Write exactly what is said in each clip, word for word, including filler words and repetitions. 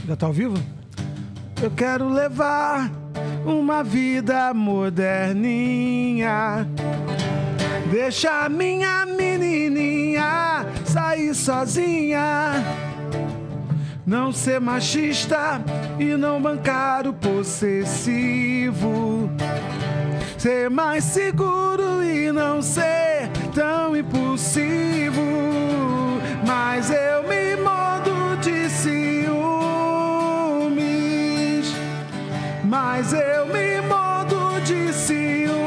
Já tá ao vivo? Eu quero levar uma vida moderninha. Deixa minha menininha sair sozinha. Não ser machista e não bancar o possessivo. Ser mais seguro e não ser tão impulsivo. Mas eu me mordo de ciúmes. Mas eu me mordo de ciúmes.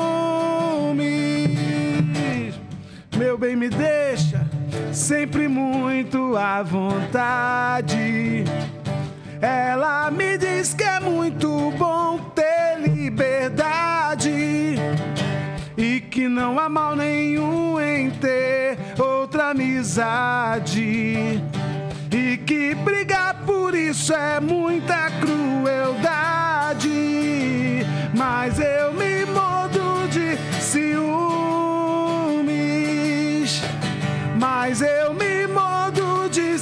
Meu bem, me deixa sempre muito à vontade. Ela me diz que é muito bom ter liberdade e que não há mal nenhum em ter outra amizade, e que brigar por isso é muita crueldade. Mas eu me mordo de ciúmes. Mas eu me mordo de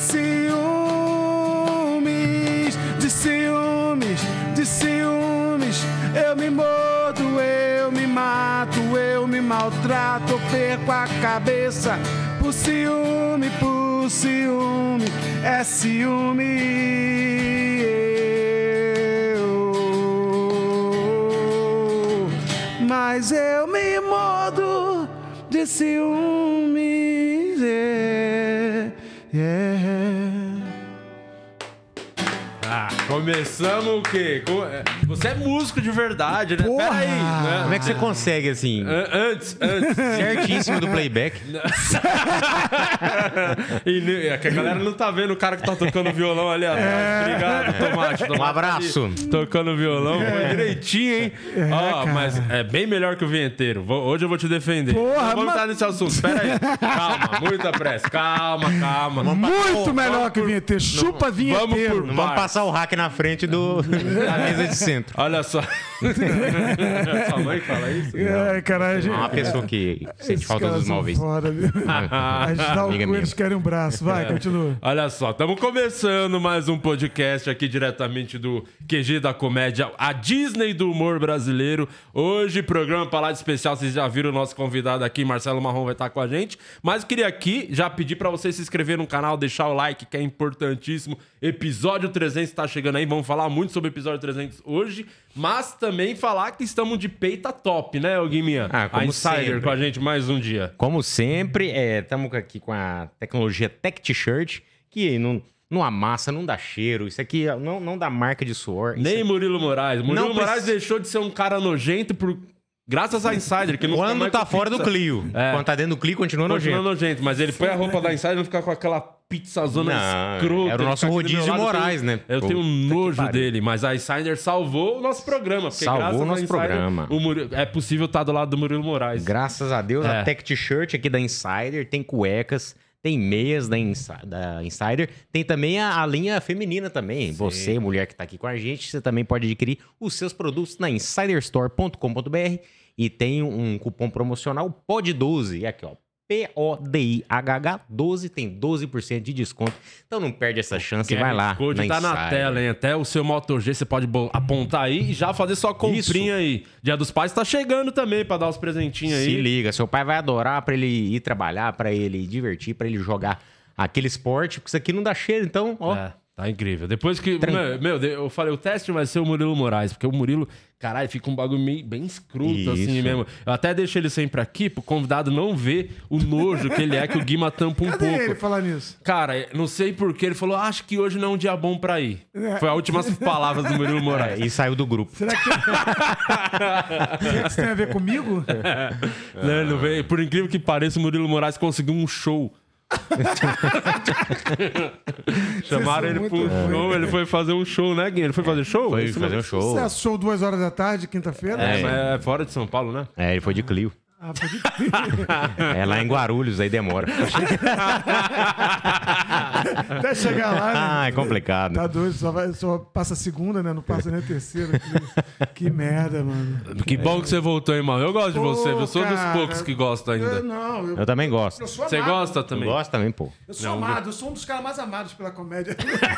ciúmes. De ciúmes, de ciúmes. Eu me mordo, eu me mato, eu me maltrato, eu perco a cabeça por ciúme, por ciúme. É ciúme. Eu. Mas eu me mordo de ciúmes. Yeah, yeah. Ah, começamos o quê? Você é músico de verdade, né? Porra! Peraí, né? Como é que você consegue, assim? Antes, antes. Certíssimo do playback. E é que a galera não tá vendo o cara que tá tocando violão ali atrás. É. Obrigado, Tomate. Tomate. Um abraço. Ali, tocando violão. Foi direitinho, hein? É, Ó, mas é bem melhor que o vinheteiro. Vou, hoje eu vou te defender. Porra, vamos mas... entrar nesse assunto. Pera aí. Calma, muita pressa. Calma, calma. Muito melhor vamos que o por... vinheteiro. Chupa vinheteiro. Vamos por Não vamos passar o hack na frente do, da mesa de centro. Olha só. Sua mãe fala isso? É, caralho. É uma pessoa que sente falta dos móveis. A gente dá o cu, eles querem um braço. Vai, continua. Olha só, estamos começando mais um podcast aqui diretamente do Q G da Comédia, a Disney do humor brasileiro. Hoje, programa pra lá de especial, vocês já viram o nosso convidado aqui, Marcelo Marrom vai estar com a gente. Mas queria aqui já pedir pra você se inscrever no canal, deixar o like, que é importantíssimo. Episódio trezentos tá chegando aí, vamos falar muito sobre o episódio trezentos hoje, mas também falar que estamos de peita top, né, Guiminha? Ah, como a Insider sempre. com a gente mais um dia. Como sempre, estamos aqui com a tecnologia Tech T-Shirt, que não, não amassa, não dá cheiro. Isso aqui não, não dá marca de suor. Isso Nem aqui... Murilo Moraes. Murilo Não Moraes preci- deixou de ser um cara nojento por... graças à Insider, que não fica Quando mais tá com fora pizza. do Clio. É. Quando tá dentro do Clio, continua Continua nojento. nojento, mas ele põe a roupa da Insider e não fica com aquela pizzazona Não, escrota. era o ele nosso fica aqui do rodízio meu lado, Moraes, eu tenho, né? Eu tenho um Puta que nojo pariu. dele, mas a Insider salvou o nosso programa. Porque Salvou graças o nosso à Insider, programa. o Murilo, é possível estar do lado do Murilo Moraes. Graças a Deus, É. a Tech T-Shirt aqui da Insider tem cuecas, tem meias da, Insi- da Insider, tem também a, a linha feminina também. Você, mulher que tá aqui com a gente, você também pode adquirir os seus produtos na insider store ponto com ponto b r e tem um cupom promocional P O D doze. E aqui, ó, P O D I H H doze, tem doze por cento de desconto. Então não perde essa chance, vai lá. Code tá na Insider. tela, hein? Até o seu Moto G você pode bo- apontar aí e já fazer sua comprinha aí. Dia dos Pais tá chegando também pra dar os presentinhos aí. Se liga, seu pai vai adorar pra ele ir trabalhar, pra ele divertir, pra ele jogar aquele esporte, porque isso aqui não dá cheiro, então, ó. É, tá incrível. Depois que. Tran- Meu, meu, eu falei, o teste vai ser o Murilo Moraes, porque o Murilo, caralho, fica um bagulho meio, bem escroto assim Isso. mesmo. Eu até deixo ele sempre aqui pro convidado não ver o nojo que ele é, que o Guima tampa um Cadê pouco. ele falar nisso? Cara, não sei porquê, ele falou, acho que hoje não é um dia bom pra ir. Foi a última palavras do Murilo É, Moraes. e saiu do grupo. Será que, Será que isso tem a ver comigo? Né, não veio- Por incrível que pareça, o Murilo Moraes conseguiu um show. Chamaram Vocês ele são pro muito show, ele foi fazer um show, né, Guinha? Ele foi fazer show? Foi Isso fazer um mesmo? show. Você achou duas horas da tarde, quinta-feira? É, mas é fora de São Paulo, né? É, ele foi de Clio. Ah, pode... É lá em Guarulhos, aí demora. Até chegar lá, né? Ah, é complicado. Tá doido, só, vai, só passa a segunda, né? Não passa nem a terceira. Que, que merda, mano. Que bom que você voltou, irmão. Eu gosto de Pô, você, eu sou cara, dos poucos que gosta ainda. Eu, não, eu, Eu também gosto. eu sou Você amado. gosta Eu também? gosto também, pô. Eu sou Não, amado, eu sou um dos caras mais amados pela comédia.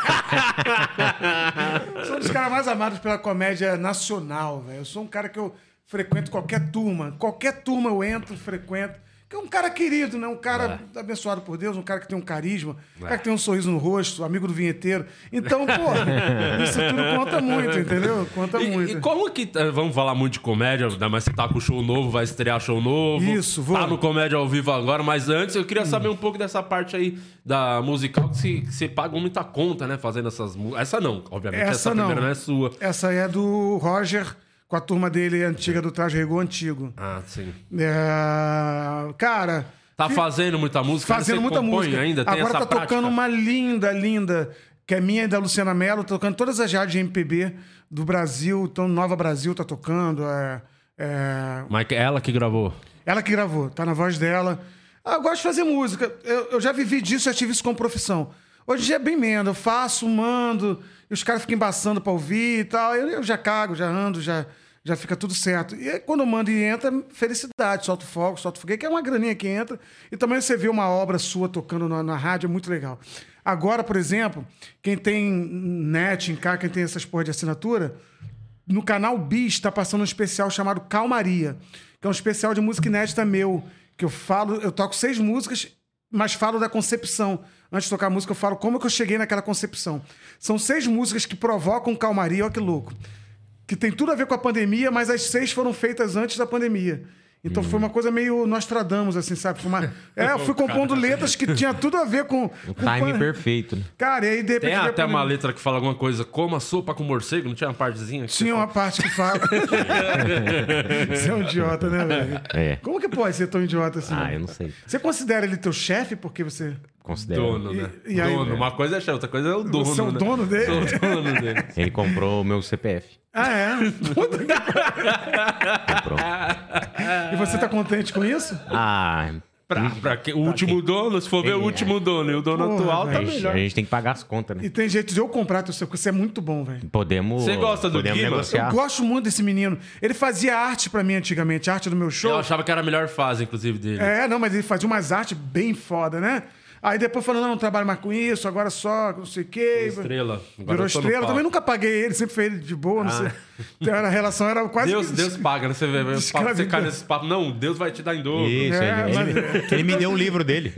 Sou um dos caras mais amados pela comédia nacional, velho. Eu sou um cara que eu frequento qualquer turma. Qualquer turma eu entro, frequento. Que é um cara querido, né? Um cara é. abençoado por Deus, um cara que tem um carisma, um cara que tem um sorriso no rosto, amigo do vinheteiro. Então, pô, isso tudo conta muito, entendeu? Conta E, muito. e como que... Vamos falar muito de comédia, né? Mas você tá com show novo, vai estrear show novo. Isso, vou. Tá no Comédia ao Vivo agora, mas antes eu queria saber um pouco dessa parte aí da musical, que você, que você paga muita conta, né? Fazendo essas músicas. Essa não, obviamente. Essa, essa primeira não é sua. Essa é do Roger... Com a turma dele antiga, do Traje Rigor antigo. Ah, sim. É... Cara... Tá fazendo muita música? Fazendo você muita música. Ainda? Tem Agora essa tá prática? tocando uma linda, linda, que é minha e da Luciana Mello, tá tocando todas as rádios de M P B do Brasil. Então, Nova Brasil tá tocando. É... É... Mas ela que gravou? Ela que gravou, tá na voz dela. Ah, eu gosto de fazer música. Eu, eu já vivi disso, já tive isso como profissão. Hoje em dia é bem menos. Eu faço, mando, e os caras ficam embaçando pra ouvir e tal. Eu, eu já cago, já ando, já... Já fica tudo certo. E aí, quando eu mando e entra, felicidade. Solto fogo, solto foguete, que é uma graninha que entra. E também você vê uma obra sua tocando na, na rádio, é muito legal. Agora, por exemplo, quem tem net em cá, quem tem essas porra de assinatura, no canal Bis está passando um especial chamado Calmaria, que é um especial de música inédita meu, que eu falo, eu toco seis músicas, mas falo da concepção. Antes de tocar a música, eu falo como que eu cheguei naquela concepção. São seis músicas que provocam calmaria, olha que louco. Que tem tudo a ver com a pandemia, mas as seis foram feitas antes da pandemia. Então hum. foi uma coisa meio Nostradamus, assim, sabe? Foi uma... É, eu fui compondo letras que tinha tudo a ver com... O com time pan... perfeito, né? Cara, e aí de repente... Tem até uma letra que fala alguma coisa, coma sopa com morcego, não tinha uma partezinha? Que tinha uma fala? parte que fala... Você é um idiota, né, velho? É. Como que pode ser tão idiota assim? Ah, né? eu não sei. Você considera ele teu chefe porque você... Considera. Dono, né? E, e aí, dono. Uma coisa é chefe, outra coisa é o dono, Você é o né? dono dele? Sou o dono dele. Ele comprou o meu C P F. Ah, é? Comprou. E você tá contente com isso? Ah... Pra, pra que, o último quem? dono, se for ver o último dono e o dono Porra, atual, tá velho. melhor. A gente tem que pagar as contas, né? E tem jeito de eu comprar teu seu, porque você é muito bom, velho. Podemos... Você gosta do podemos Guima? negociar. Eu gosto muito desse menino. Ele fazia arte pra mim antigamente, arte do meu show. Eu achava que era a melhor fase, inclusive, dele. É, não, mas ele fazia umas artes bem foda, né? Aí depois falou, não, não trabalho mais com isso, agora só, não sei o quê. Estrela. Agora Virou eu tô no estrela. palco. Também nunca paguei ele, sempre foi ele de boa, não Ah. sei. Então, a relação era quase... Deus, que- Deus paga, né? Você vê, vê os papos, você cai nesse papo. Não, Deus vai te dar em dobro. Isso, É, ele, mas- ele, ele me deu um livro dele.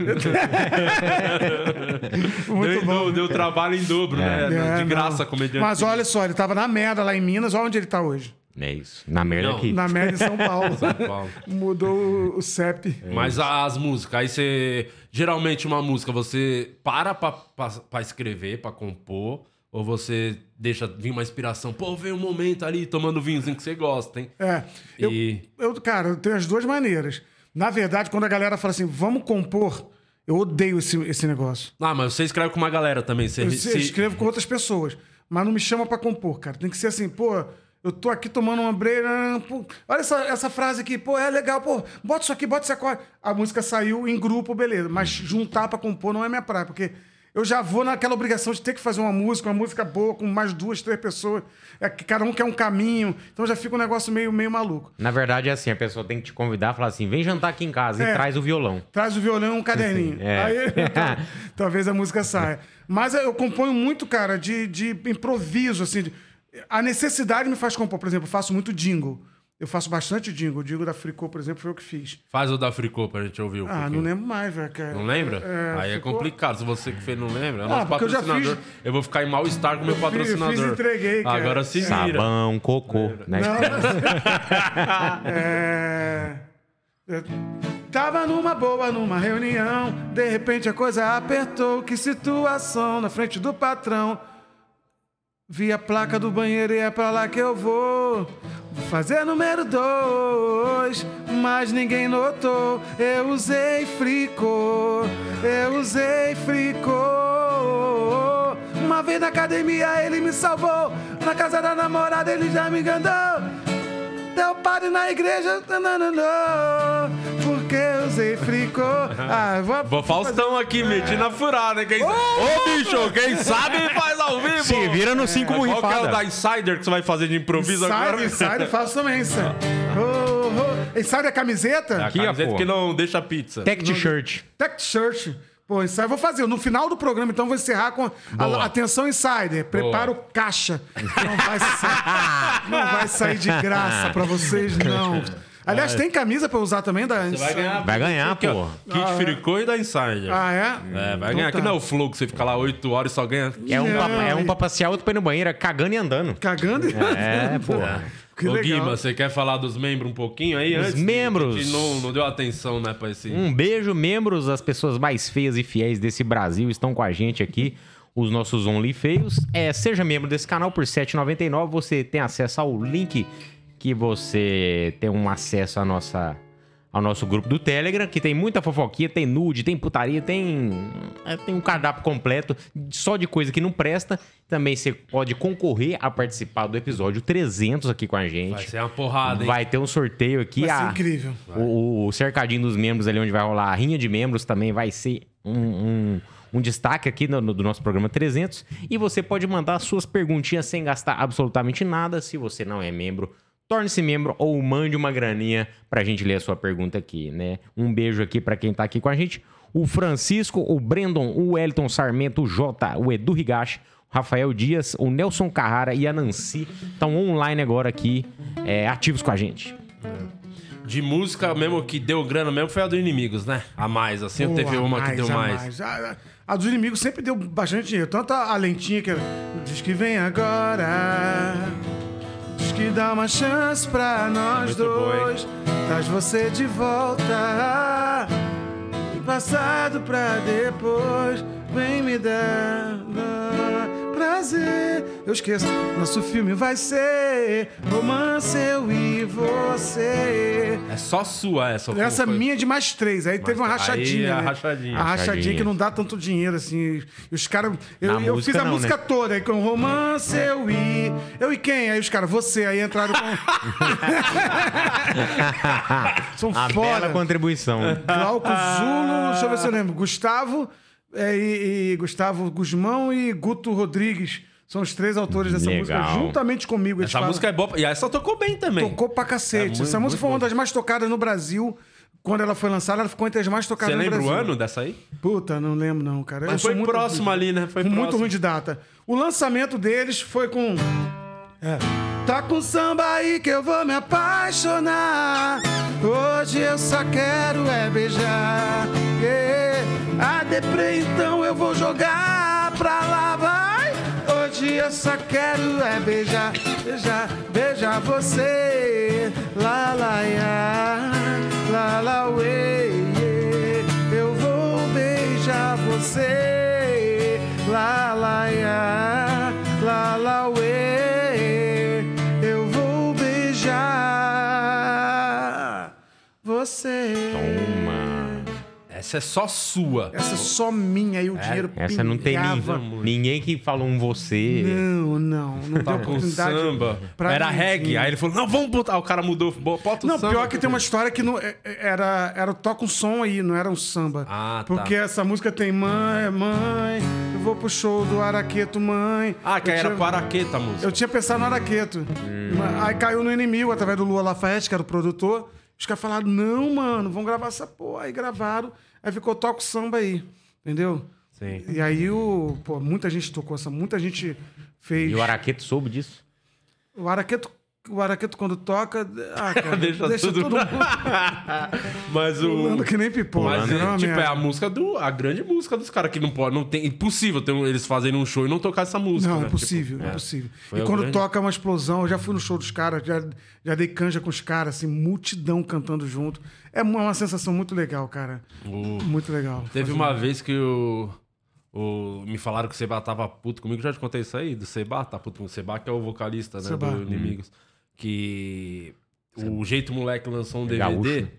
Deu, Muito em bom. dobro, deu trabalho em dobro, É. né? É, De graça, não. comediante. Mas olha só, ele tava na merda lá em Minas, olha onde ele tá hoje. É isso. Na merda Não. aqui. Na merda em São Paulo. São Paulo. Mudou o- o C E P. Mas as músicas, aí você... Geralmente uma música, você para pra, pra, pra escrever, pra compor, ou você deixa vir uma inspiração? Pô, vem um momento ali, tomando vinhozinho que você gosta, hein? É. Eu, E- eu, cara, eu tenho as duas maneiras. Na verdade, quando a galera fala assim, vamos compor, eu odeio esse, esse negócio. Ah, mas você escreve com uma galera também. Você, Eu, se- eu escrevo com outras pessoas, mas não me chama pra compor, cara. Tem que ser assim, pô, eu tô aqui tomando uma breira, pô, olha essa, essa frase aqui, pô, é legal, pô, bota isso aqui, bota isso aqui. A música saiu em grupo, beleza, mas juntar pra compor não é minha praia, porque eu já vou naquela obrigação de ter que fazer uma música, uma música boa, com mais duas, três pessoas, é que cada um quer um caminho, então já fica um negócio meio, meio maluco. Na verdade, é assim, a pessoa tem que te convidar e falar assim, vem jantar aqui em casa É. e traz o violão. Traz o violão e um caderninho. É. Aí então, talvez a música saia. Mas eu componho muito, cara, de, de improviso, assim. de- A necessidade me faz compor. Por exemplo, eu faço muito jingle. Eu faço bastante jingle. O jingle da Fricô, por exemplo, foi eu que fiz. Faz o da Fricô pra gente ouvir um Ah, pouquinho. não lembro mais, velho. cara. Não lembra? É, Aí é ficou- complicado. Se você que fez não lembra, é o Ah, nosso porque eu já patrocinador. fiz- Eu vou ficar em mal-estar com o meu Eu fiz- eu fiz e patrocinador. entreguei, cara. Agora se vira. Sabão, cocô, né? É... eu Tava numa boa, numa reunião. De repente a coisa apertou. Que situação na frente do patrão. Vi a placa do banheiro e é pra lá que eu vou. Vou fazer número dois, mas ninguém notou. Eu usei fricô, eu usei fricô. Uma vez na academia ele me salvou. Na casa da namorada ele já me enganou. Teu padre na igreja, nananã, porque eu usei fricô. Ah, eu vou, Vou Faustão aqui, meti na furada, hein? Quem... Ô, bicho, quem sabe faz ao vivo. Se vira no cinco É, qual que é o borrifada. da Insider que você vai fazer de improviso agora? Insider, Insider, faço também, Insider. Oh, oh. Insider é camiseta? É a Aqui, ó, camiseta pô. que não deixa pizza. Tech t-shirt. Tech Shirt. Pô, Insider, vou fazer. No final do programa, então, vou encerrar com... Boa. A, atenção, Insider. Prepara o caixa. Não vai, sair, não vai sair de graça pra vocês, não. Aliás, tem camisa pra usar também da Você vai ganhar. Vai ganhar, aqui, ó, pô. Kit Ah, é. fricô e da Insider. Ah, é? É, vai Então ganhar. tá. Aqui não é o flow que você fica lá oito horas e só ganha. É um, Não, pra, é um e- pra passear, outro pra ir no banheiro, é cagando e andando. Cagando e... É, pô. Que Ô, legal. Guima, você quer falar dos membros um pouquinho aí? Os antes? membros. A gente não, não deu atenção, né, pra esse... Um beijo, membros, as pessoas mais feias e fiéis desse Brasil estão com a gente aqui. Os nossos Only Feios. É, seja membro desse canal por sete reais e noventa e nove centavos. Você tem acesso ao link que você tem um acesso à nossa, ao nosso grupo do Telegram, que tem muita fofoquinha, tem nude, tem putaria, tem, é, tem um cardápio completo só de coisa que não presta. Também você pode concorrer a participar do episódio trezentos aqui com a gente. Vai ser uma porrada, hein? Vai ter um sorteio aqui. Vai ser a- incrível. O, o cercadinho dos membros ali, onde vai rolar a rinha de membros, também vai ser um, um, um destaque aqui no, no- do nosso programa trezentos. E você pode mandar suas perguntinhas sem gastar absolutamente nada. Se você não é membro, torne-se membro ou mande uma graninha pra gente ler a sua pergunta aqui, né? Um beijo aqui pra quem tá aqui com a gente. O Francisco, o Brandon, o Wellington Sarmento, o Jota, o Edu Higashi, o Rafael Dias, o Nelson Carrara e a Nancy estão online agora aqui, é, ativos com a gente. De música mesmo que deu grana mesmo foi a do Inimigos, né? A mais, assim, ou Pô, teve a uma que deu a mais? A, a dos inimigos sempre deu bastante dinheiro. Tanto a, a lentinha que diz que vem agora, diz que dá uma chance pra nós muito boa, hein? dois, traz você de volta, do passado pra depois, vem me dar prazer. Eu esqueço, nosso filme vai ser romance, eu e você. É só sua essa. ou Essa foi- minha de mais três. Aí teve uma aí rachadinha. é a né? rachadinha. A rachadinha Rachadinha. que não dá tanto dinheiro, assim. E os caras. Eu, Na eu música fiz a não, música né? toda. Aí com romance, eu e. Eu e quem? Aí os caras, você. Aí entraram com. São A foda. bela contribuição. Glauco Zulo, deixa eu ver se eu lembro. Gustavo, é, e, e Gustavo Guzmão e Guto Rodrigues. São os três autores dessa Legal. música, juntamente comigo. Eles Essa falam- música é boa. E essa tocou bem também. Tocou pra cacete. É muito- Essa música muito foi uma boa. das mais tocadas no Brasil. Quando ela foi lançada, ela ficou entre as mais tocadas Você no lembra Brasil. o ano dessa aí? Puta, não lembro não, cara. Mas Eu sou foi muito próximo ruim. ali, né? Foi Muito próximo. ruim de data. O lançamento deles foi com... É. Tá com samba aí que eu vou me apaixonar. Hoje eu só quero é beijar. Yeah. A deprê então eu vou jogar pra lá, vai. Hoje eu só quero é beijar, beijar, beijar você. Lá, lá, ia, lá, lá, uê, yeah. Eu vou beijar você. Lá, lá, ia, lá, lá, uê. Eu vou beijar você. Toma. Essa é só sua. Essa é só minha aí, o dinheiro Essa não tem pingava. ninguém, ninguém que falou um você. Não, não. Não deu Tá com oportunidade samba. pra Era ninguém. reggae. Aí ele falou, não, vamos botar. O cara mudou. Bota o Não, samba. pior que tem uma história que não, é- é- era, era toca um som aí, não era um samba. Ah, tá. Porque essa música tem mãe, mãe, eu vou pro show do Araqueto, mãe. Ah, que Eu era tinha- com Araqueta a música. Eu tinha pensado no Araqueto. Mas Aí caiu no Inimigo, através do Lua Lafayette, que era o produtor. Os caras falaram, não, mano, vamos gravar essa porra. Aí gravaram, aí ficou toca o samba aí, entendeu? Sim. E aí, o, pô, muita gente tocou essa, muita gente fez. E o Araqueto soube disso? O Araqueto, o Araqueto quando toca, ah, cara, Deixa deixa, tudo- todo mundo Mas o... pulando que nem pipoca. Mas, né? é, Uma tipo, é merda. a música do... A grande música dos caras que não pode... Não tem... Impossível ter um- eles fazerem um show e não tocar essa música, Não, né? é possível, Tipo, é possível. Foi E o quando grande- toca uma explosão, eu já fui no show dos caras, já, já dei canja com os caras, assim, multidão cantando junto. É uma, uma sensação muito legal, cara. O- Muito legal. Teve Fazer- uma vez que o... o- me falaram que o Seba tava puto comigo. Já te contei isso aí? Do Seba? Tá puto com o Seba, que é o vocalista, né? Seba. Do Inimigos. Que... O Jeito Moleque lançou um É gaúcho. D V D.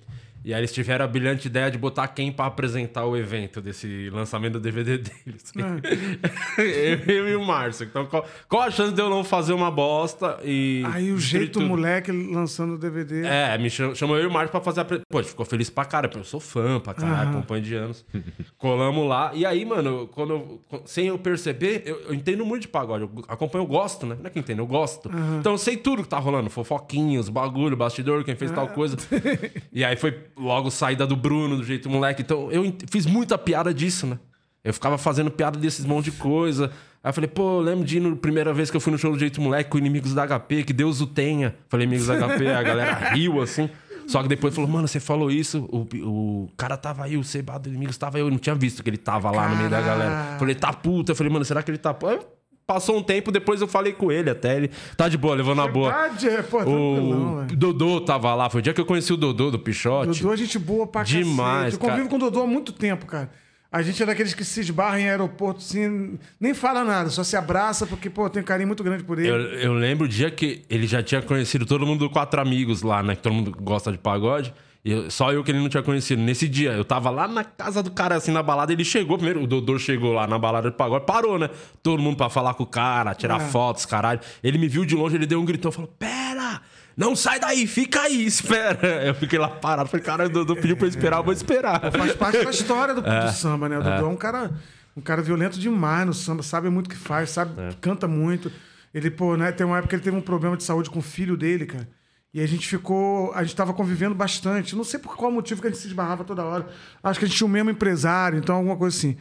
E aí eles tiveram a brilhante ideia de botar quem pra apresentar o evento desse lançamento do D V D deles. É. eu, eu e o Márcio. Então, qual, qual a chance de eu não fazer uma bosta e... Aí o jeito do moleque lançando o D V D. É, me chamou, chamou eu e o Márcio pra fazer a... Pô, ficou feliz pra cara. Eu sou fã pra caralho, Uhum. acompanho de anos. Colamos lá. E aí, mano, quando eu, sem eu perceber, eu, eu entendo muito de pagode. Eu acompanho, eu gosto, né? Não é que entendo, eu gosto. Uhum. Então eu sei tudo que tá rolando. Fofoquinhos, bagulho, bastidor, quem fez uhum. tal coisa. E aí foi logo saída do Bruno, do jeito moleque. Então eu fiz muita piada disso, né? Eu ficava fazendo piada desses monte de coisa. Aí eu falei, pô, eu lembro de ir na primeira vez que eu fui no show do Jeito Moleque com Inimigos da H P, que Deus o tenha. Falei, Inimigos da H P, a galera riu assim. Só que depois falou, mano, você falou isso, o, o cara tava aí, o Seba do Inimigos tava aí, eu não tinha visto que ele tava lá no meio da galera. Falei, tá puta. Eu falei, mano, será que ele tá puta? Passou um tempo, depois eu falei com ele até, ele tá de boa, levando a boa. Verdade, pô, o Dodô tava lá, foi o dia que eu conheci o Dodô do Pichote. Dodô é gente boa pra demais, cacete. Eu convivo cara. com o Dodô há muito tempo, cara. A gente é daqueles que se esbarram em aeroporto, assim, nem fala nada, só se abraça, porque, pô, tem um carinho muito grande por ele. Eu, eu lembro o dia que ele já tinha conhecido todo mundo do Quatro Amigos lá, né? Que todo mundo gosta de pagode. Eu, só eu que ele não tinha conhecido. Nesse dia, eu tava lá na casa do cara, assim, na balada, ele chegou primeiro, o Dodô chegou lá na balada de pagode, parou, né? Todo mundo pra falar com o cara, tirar é. fotos, caralho. Ele me viu de longe, ele deu um gritão, falou, pera! Não sai daí, fica aí, espera. Eu fiquei lá parado, falei, cara, o Dodô pediu pra eu esperar, eu vou esperar. Faz parte da história do, é, do samba, né? O Dodô é, é um cara, um cara violento demais no samba, sabe muito o que faz, sabe, é. canta muito. Ele, pô, né, tem uma época que ele teve um problema de saúde com o filho dele, cara. E a gente ficou... A gente tava convivendo bastante. Não sei por qual motivo que a gente se esbarrava toda hora. Acho que a gente tinha o mesmo empresário, então alguma coisa assim.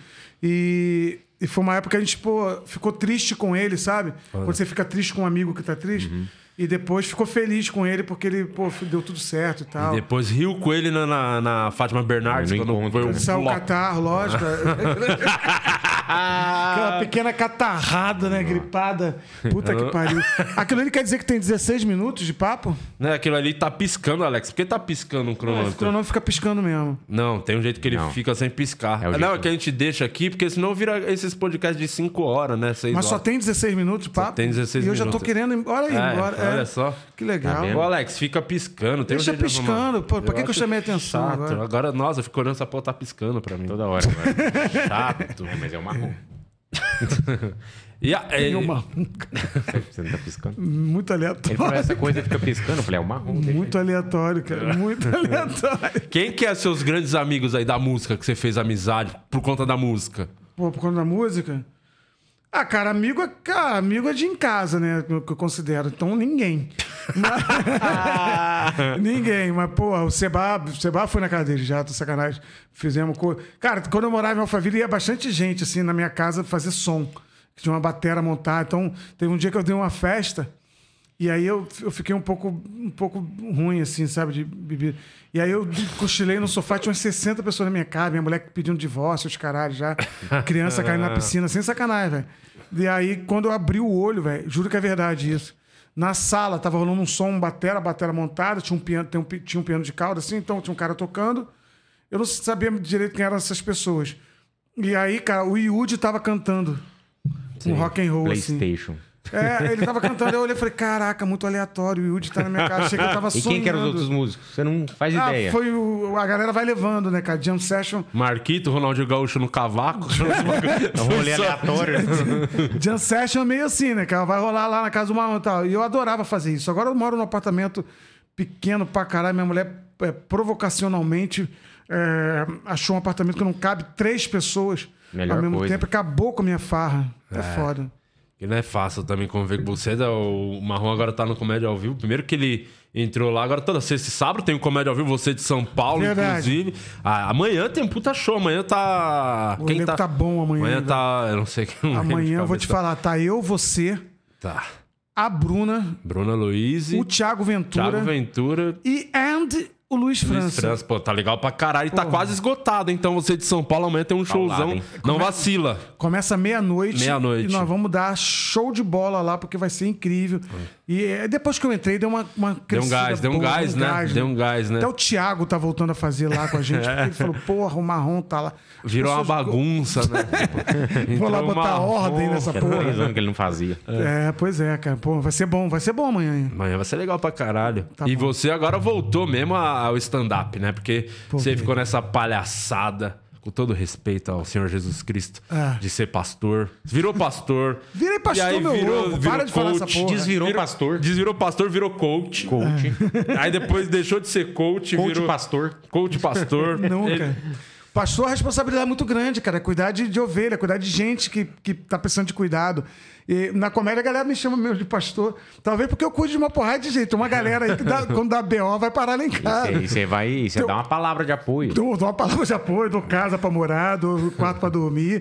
E, e foi uma época que a gente, pô, ficou triste com ele, sabe? Olha. Quando você fica triste com um amigo que tá triste. Uhum. E depois ficou feliz com ele, porque ele, pô, deu tudo certo e tal. E depois riu com ele na, na, na Fátima Bernardes. Quando encontro, foi um saiu o catarro, lógico. Aquela pequena catarrada, né? Gripada. Puta que pariu. Aquilo ali quer dizer que tem dezesseis minutos de papo? Não, aquilo ali tá piscando, Alex. Por que tá piscando um cronômetro? É, o cronômetro fica piscando mesmo. Não, tem um jeito que ele não. fica sem piscar. É não, é que a gente deixa aqui, porque senão vira esses podcasts de cinco horas, né? seis Mas horas. só tem dezesseis minutos de papo? Só tem dezesseis e minutos. E eu já tô querendo... Olha aí, é, embora. Olha é. só. Que legal. Tá Ô, Alex, fica piscando. Tem Deixa um piscando. Pô, pra que, que eu chamei a atenção chato. agora? Agora, nossa, eu fico olhando essa porra, tá piscando pra mim. Toda hora. Chato. É, mas é o marrom. E a, é... é o marrom. Você não tá piscando? Muito aleatório. Ele falou, essa coisa fica piscando. Eu falei, é o marrom. Muito aleatório, cara. Muito aleatório. Quem que é seus grandes amigos aí da música, que você fez amizade por conta da música? Pô, por conta da música? Ah, cara, amigo é, cara, amigo é de em casa, né? Que eu considero. Então, ninguém. Mas... ninguém. Mas, pô, o Seba, o Seba foi na casa dele já, tô sacanagem. Fizemos coisa. Cara, quando eu morava em Alphaville, ia bastante gente, assim, na minha casa fazer som. Tinha uma batera montada. Então, teve um dia que eu dei uma festa. E aí eu, eu fiquei um pouco, um pouco ruim, assim, sabe, de bebida. E aí eu cochilei no sofá, tinha umas sessenta pessoas na minha casa, minha mulher pedindo divórcio, os caralhos já. Criança caindo na piscina, sem sacanagem, velho. E aí, quando eu abri o olho, velho, juro que é verdade isso. Na sala, tava rolando um som, um batera, batera montada, tinha um piano, tem um, tinha um piano de cauda, assim, então tinha um cara tocando. Eu não sabia direito quem eram essas pessoas. E aí, cara, o Yudi tava cantando um rock and roll, PlayStation. assim. É, ele tava cantando, eu olhei e falei, caraca, muito aleatório, o Yudi tá na minha casa, achei que eu tava sonhando. E quem que eram os outros músicos? Você não faz ah, ideia. Foi o... A galera vai levando, né, cara? Jam Session. Marquito, Ronaldinho Gaúcho no cavaco. É um rolê aleatório. Jam Session é meio assim, né, cara? Vai rolar lá na casa do Marrom e tal. E eu adorava fazer isso. Agora eu moro num apartamento pequeno pra caralho. Minha mulher, é, provocacionalmente, é, achou um apartamento que não cabe três pessoas Melhor ao mesmo coisa. tempo. Acabou com a minha farra. É, é foda. E não é fácil também conviver com você. O Marrom agora tá no Comédia ao Vivo. Primeiro que ele entrou lá, agora toda sexta e sábado tem o Comédia ao Vivo, você de São Paulo, verdade. inclusive. Ah, amanhã tem um puta show. Amanhã tá. O Quem elenco tá... tá bom amanhã. Amanhã ainda. tá. Eu não sei quem. Amanhã eu vou te falar, tá eu, você, Tá. a Bruna, Bruna Luiz, o Thiago Ventura, Thiago Ventura e and o Luiz França. Luiz França, pô, tá legal pra caralho. E tá Porra. quase esgotado, então você de São Paulo amanhã tem um Paulado, showzão. hein? Não vacila. Começa meia-noite. Meia-noite. E nós vamos dar show de bola lá, porque vai ser incrível. E é, depois que eu entrei, deu uma, uma Deu um crescida gás, deu um boa, gás, né? Deu um gás, né? Até o Thiago tá voltando a fazer lá com a gente. Porque ele falou, porra, o Marrom tá lá. As Virou uma pessoas- bagunça, né? Vou lá Entrou botar uma- ordem nessa Era três porra. anos que ele não fazia. É, pois é, cara. Pô, vai ser bom, vai ser bom amanhã. hein? Amanhã vai ser legal pra caralho. Tá e bom. você agora voltou mesmo a- ao stand-up, né? Porque Por você quê? ficou nessa palhaçada, com todo respeito ao Senhor Jesus Cristo, Ah. de ser pastor. Virou pastor. Virei pastor, E aí meu ovo. Para de falar essa porra. Desvirou pastor. Desvirou pastor, virou coach. Coach. Aí depois deixou de ser coach, Coach virou... pastor. Coach pastor. Nunca. Ele- Pastor, a responsabilidade é muito grande, cara. É cuidar de, de ovelha, cuidar de gente que, que tá precisando de cuidado. E na comédia a galera me chama mesmo de pastor. Talvez porque eu cuido de uma porrada de jeito. Uma galera aí que dá- quando dá B O vai parar lá em casa. E você vai, você dá uma palavra de apoio. Dou, dou uma palavra de apoio, dou casa pra morar, dou quarto pra dormir.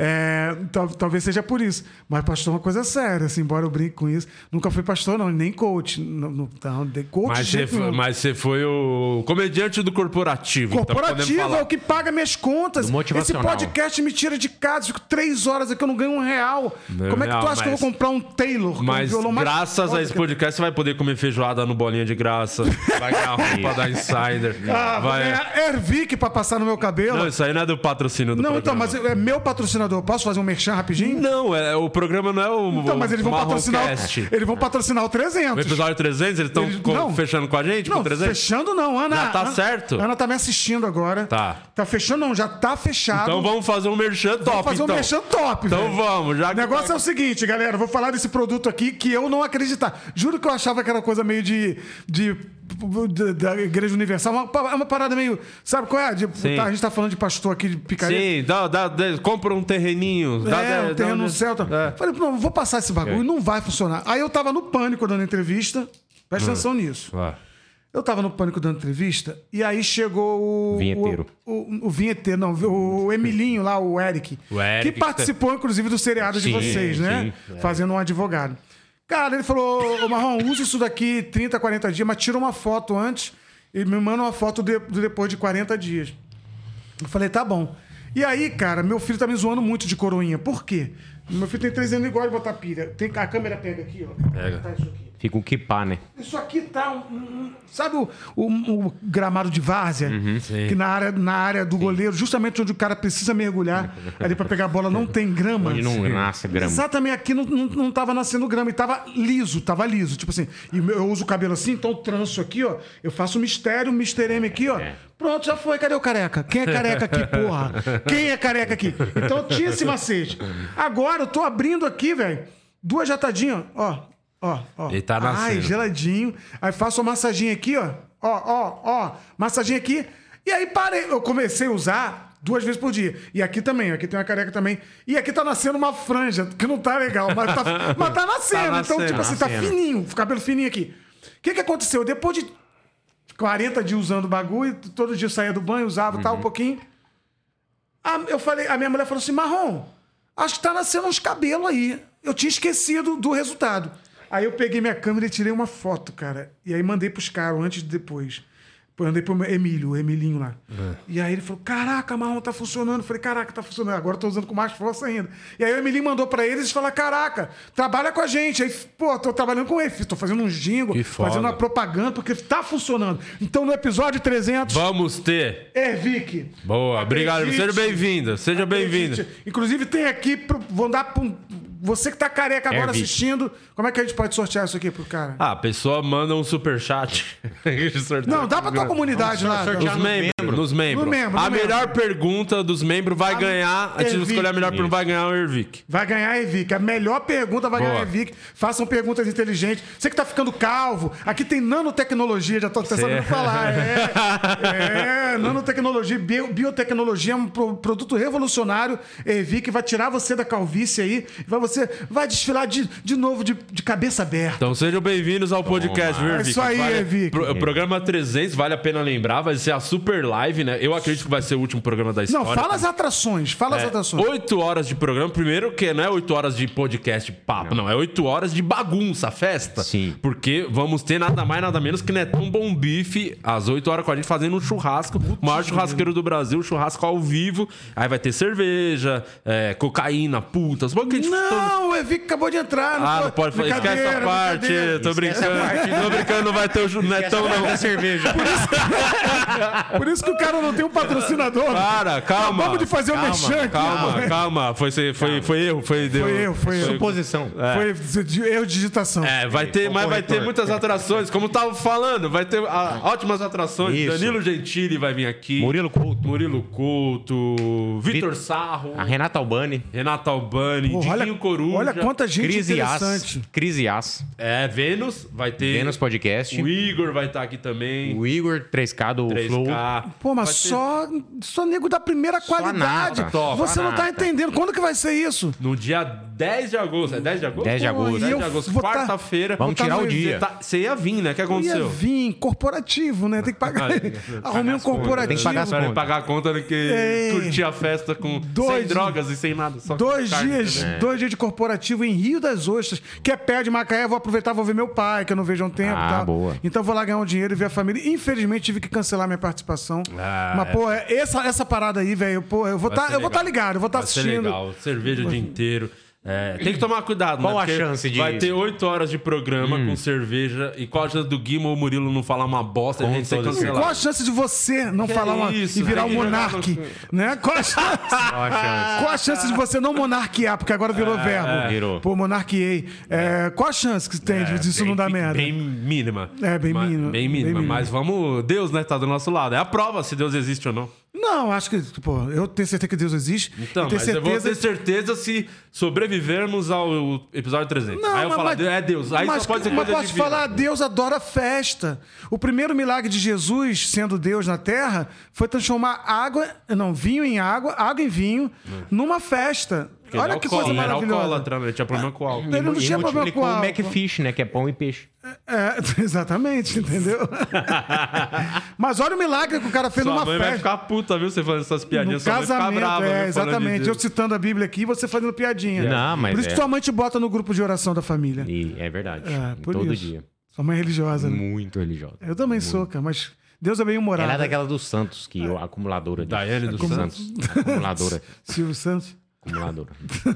É, tal- talvez seja por isso. Mas pastor é uma coisa séria, assim, embora eu brinque com isso. Nunca fui pastor, não, nem coach. Não, não, não, de coach Mas de você, jeito foi, nenhum. mas você foi o comediante do corporativo. então podemos Corporativo falar. é o que paga minhas contas. Do motivacional. Esse podcast me tira de casa. Fico três horas aqui, eu não ganho um real. Não, Como é que tu real, acha que eu mas- vou comprar um Taylor? que é um Mas violão mais graças foda a esse que- podcast você vai poder comer feijoada no Bolinha de Graça. Vai ganhar roupa da Insider. Ah, vou vai... ganhar Ervic pra passar no meu cabelo. Não, isso aí não é do patrocínio do Não, então, programa. mas é meu patrocinador. Posso fazer um merchan rapidinho? Não, é, o programa não é o Então, mas eles vão patrocinar, Marroncast. o, eles vão patrocinar o O trezentos. episódio trezentos, eles estão Eles- não. fechando com a gente? Não, com trezentos? fechando não, Ana. Já tá Ana- certo? Ana tá me assistindo agora. Tá. Tá fechando não, já tá fechado. Então vamos fazer um merchan top, Vamos fazer então. um merchan top, Então velho. vamos, já O negócio é o seguinte, galera. Eu vou falar desse produto aqui que eu não acreditava. Juro que eu achava que era coisa meio de. de, de- da Igreja Universal. Uma, pa- uma parada meio. Sabe qual é? De- Sim. tá, a gente tá falando de pastor aqui de picareta. Sim, dá, dá, dá- compra um terreninho. Dá, É, dá- um terreno dá- no céu. Tá. É. Falei, não, vou passar esse bagulho, não vai funcionar. Aí eu tava no pânico dando entrevista. Presta atenção nisso. Vai. Eu tava no pânico dando entrevista e aí chegou o. Vinheteiro. O, o, o vinheteiro, não, o Emilinho lá, o Eric. O Eric, que participou, inclusive, do seriado de Sim, vocês, né? sim. Fazendo um advogado. Cara, ele falou: Ô Marrom, usa isso daqui trinta, quarenta dias, mas tira uma foto antes e me manda uma foto de, de depois de quarenta dias. Eu falei: tá bom. E aí, cara, meu filho tá me zoando muito de coroinha. Por quê? Meu filho tem três anos e gosta de botar pilha. Tem, a câmera pega aqui, ó. Pega. Tá isso aqui. Fica um kipá, né? Isso aqui tá um, um- sabe o, o- o gramado de várzea? sim. Que na área, na área do goleiro, justamente onde o cara precisa mergulhar, ali pra pegar a bola, não tem grama. Onde não nasce grama. Exatamente, aqui não, não, não tava nascendo grama e tava liso, tava liso. Tipo assim, e o meu- eu uso o cabelo assim, então eu tranço aqui, ó. Eu faço um mistério, um mister M aqui, ó. É. Pronto, já foi. Cadê o careca? Quem é careca aqui, porra? Quem é careca aqui? Então eu tinha esse macete. Agora eu tô abrindo aqui, velho, duas jatadinhas, ó. Ó, ó. Ele tá Ai, nascendo. geladinho. Aí faço uma massaginha aqui, ó. Ó, ó, ó. Massaginha aqui. E aí parei. Eu comecei a usar duas vezes por dia. E aqui também. Aqui tem uma careca também. E aqui tá nascendo uma franja, que não tá legal. Mas tá, mas tá nascendo. Tá Então, nascendo, tipo assim, tá nascendo. fininho. Cabelo fininho aqui. O que que aconteceu? Depois de quarenta dias usando o bagulho, todo dia eu saía do banho, usava e tal, um pouquinho. A, eu falei, a minha mulher falou assim, Marrom, acho que tá nascendo uns cabelos aí. Eu tinha esquecido do resultado. Aí eu peguei minha câmera e tirei uma foto, cara. E aí mandei pros caras, antes e depois. Depois mandei pro Emílio, o Emilinho lá. E aí ele falou, caraca, Marrom, tá funcionando. Eu falei, caraca, tá funcionando. Agora eu tô usando com mais força ainda. E aí o Emilinho mandou pra eles e falou, caraca, trabalha com a gente. Aí, pô, tô trabalhando com ele. Tô fazendo uns jingles, Que foda. fazendo uma propaganda, porque tá funcionando. Então no episódio trezentos... Vamos ter. É, Vic. Boa, obrigado. Acredite. Seja bem-vindo. Seja bem-vindo. Acredite. Inclusive, tem aqui, pro, vou dar pra um, você que tá careca agora É, Vic. assistindo. Como é que a gente pode sortear isso aqui pro cara? Ah, a pessoa manda um superchat. Não, dá pra tua comunidade lá. sortear Nos nos membros, membros. nos membros. No membro, a no melhor membro. pergunta dos membros vai ganhar. A gente Ervic. escolher a melhor pergunta, vai ganhar o Ervic. Vai ganhar a Evic. A melhor pergunta vai Boa. ganhar a Evic. Façam perguntas inteligentes. Você que tá ficando calvo, aqui tem nanotecnologia, já tô até sabendo falar. É, é, nanotecnologia, bio- biotecnologia é um pro- produto revolucionário. Evic vai tirar você da calvície aí. Vai, você vai desfilar de, de novo de, de cabeça aberta. Então sejam bem-vindos ao podcast, viu, É Ervic? isso aí, vale, Ervic. pro- O programa trezentos, vale a pena lembrar, vai ser a super live, né? Eu acredito que vai ser o último programa da história. Não, fala as atrações. Fala as É, atrações. oito horas de programa. Primeiro que não é oito horas de podcast papo, não. É oito horas de bagunça, festa. Sim. Porque vamos ter nada mais, nada menos que Netão Bom Bife às oito horas com a gente fazendo um churrasco. O maior churrasqueiro do Brasil, churrasco ao vivo. Aí vai ter cerveja, é, cocaína, putas. Bom que a gente Não, Não, o Evic acabou de entrar. Ah, não pode falar. Esquece essa parte. Tô brincando. parte. Tô brincando, não vai ter o Netão, não. Da cerveja. Por isso que o cara não tem um patrocinador. Para, calma. Vamos de fazer o calma, merchan aqui. Calma, calma. Foi, foi, foi, foi erro. Foi, deu, Foi erro, foi erro. Suposição. Foi de- erro de digitação. É, vai ter, mas vai ter muitas atrações, como eu tava falando, vai ter ah, ótimas atrações. Isso. Danilo Gentili vai vir aqui. Murilo Couto. Murilo Couto, Vitor Vit- Sarro, A Renata Albani. Renato Albani, Pô, Diguinho olha, Coruja. olha quanta gente Cris Yas. interessante. Cris Yas. É, Vênus vai ter. Vênus Podcast. O Igor vai estar aqui também. O Igor três K do Flow. três K. Pô, mas Vai ter- só, só nego da primeira qualidade. nata, top. Você só não tá nata. entendendo. Quando que vai ser isso? No dia dez de agosto. É dez de agosto? dez de Pô, agosto. e dez eu de agosto, vou tá- quarta-feira. Vamos tá tirar no o evento. dia. Tá- Você ia vir, né? O que Ia aconteceu? vir corporativo, né? Tem que pagar. Arrumei um as contas. corporativo. Tem que pagar as Pra contas. pagar a conta do que É. curtir a festa com Dois- sem drogas e sem nada. Só com Dois carne, dias, entendeu? dois dias de corporativo em Rio das Ostras, que é perto de Macaé. Vou aproveitar, vou ver meu pai, que eu não vejo há um tempo. Ah, e tal. boa. Então vou lá ganhar um dinheiro e ver a família. Infelizmente tive que cancelar minha participação. Ah, Mas, é. pô, é- essa, essa parada aí, velho, pô, eu vou Vai tá, ser eu vou estar legal. ligado, eu vou estar Vai ser assistindo. legal. Cerveja o dia inteiro. É, tem que tomar cuidado, Qual né? a Porque chance de- vai ter oito horas de programa com cerveja. E qual a chance do Guimo ou Murilo não falar uma bosta e a gente ser toda cancelado? Qual a chance de você não Que falar uma, isso, e virar tem um que jogar monarque? no- Né? Qual a chance? Qual a chance? Qual a chance de você não monarquear? Porque agora virou verbo. Virou. Pô, monarquiei. É, qual a chance que tem de disso Bem- não dar merda? Bem mínima. É, bem Mas- mínima, Bem bem mínima. mínima. Mas vamos... Deus, né? Tá do nosso lado. É a prova se Deus existe ou não. Não, acho que, pô, eu tenho certeza que Deus existe. Então, eu tenho mas eu vou certeza... ter certeza se sobrevivermos ao episódio trezentos. Não, Aí eu mas- falo, mas- é Deus. Aí mas, só pode ser mas coisa posso divina. falar, Deus adora festa. O primeiro milagre de Jesus, sendo Deus na terra, foi transformar água, não, vinho em água, água em vinho, numa festa. Porque ele Olha é que alcoólatra, coisa era maravilhosa. alcoólatra, né? Ele tinha problema com álcool. Ele não E tinha problema multiplicou com o álcool. Macfish, né? Que é pão e peixe. É, exatamente, entendeu? Mas olha o milagre que o cara fez Sua numa mãe vai festa. ficar puta, viu? Você fazendo essas No piadinhas. Sua mãe vai ficar casamento, brava, é, viu? Falando exatamente. de Eu Deus. citando a Bíblia aqui e você fazendo piadinha. Não, mas Por isso é. que sua mãe te bota no grupo de oração da família. E é verdade. É, por Todo isso. dia. Sua mãe é religiosa, né? Muito religiosa. Eu também sou, cara, mas Deus é bem humorado. Ela é daquela dos Santos, que a acumuladora. de- Daiane dos Santos. Acumuladora. Silvio Santos. Acumuladora.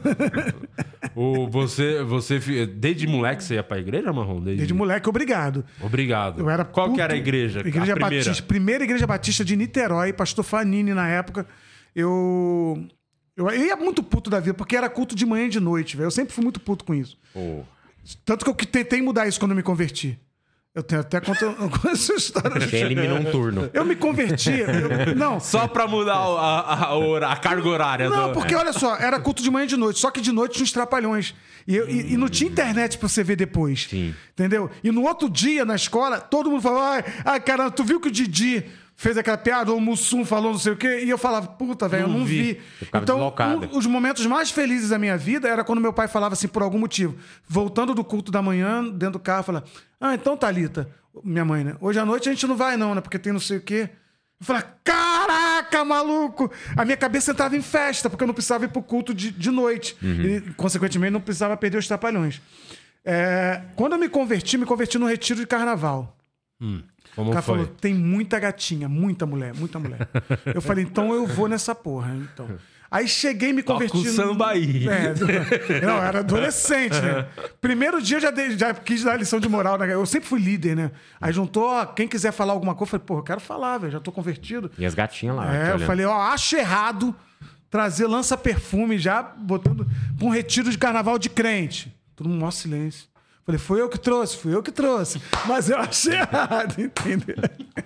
O, você, você, fi- desde moleque você ia pra igreja, Marrom? Desde, Desde moleque, obrigado. Obrigado. Eu era Qual puto. que era a igreja? Igreja a primeira. Batista. Primeira igreja batista de Niterói, pastor Fanini na época. Eu. Eu ia muito puto da vida, porque era culto de manhã e de noite, velho. Eu sempre fui muito puto com isso. Pô. Tanto que eu que tentei mudar isso quando eu me converti. Eu tenho até conta essa história. Você eliminou um turno. Eu me converti. eu- não. Só pra mudar o- a, a, a, hora- a carga horária. Não, do... porque olha só, era culto de manhã e de noite, só que de noite tinha uns trapalhões. E, eu- e- e não tinha internet pra você ver depois. Sim. Entendeu? E no outro dia, na escola, todo mundo falava: ai, ai caramba, tu viu que o Didi fez aquela piada, ou o Mussum falou não sei o quê? E eu falava: puta, velho, eu Não não vi. vi. Você ficava Então, deslocada. um- os momentos mais felizes da minha vida era quando meu pai falava assim, por algum motivo, voltando do culto da manhã, dentro do carro, falava: ah, então, Thalita, minha mãe, né? Hoje à noite a gente não vai, não, né? Porque tem não sei o quê. Eu falei: caraca, maluco! A minha cabeça entrava em festa, porque eu não precisava ir pro culto de, de noite. E, consequentemente, não precisava perder os trapalhões. É, quando eu me converti, me converti no retiro de carnaval. Como O cara foi? falou: tem muita gatinha, muita mulher, muita mulher. Eu falei: então eu vou nessa porra. Então. Aí cheguei e me Toca converti. o samba aí. É, não, eu era adolescente, né? Primeiro dia eu já, dei- já quis dar lição de moral, né? Eu sempre fui líder, né? Aí juntou, ó, quem quiser falar alguma coisa, eu falei: pô, eu quero falar, velho, já tô convertido. E as gatinhas lá. te É, eu olhando. falei: ó, acho errado trazer lança-perfume já botando pra um retiro de carnaval de crente. Todo mundo, maior silêncio. Falei: foi eu que trouxe, fui eu que trouxe. Mas eu achei errado, entendeu?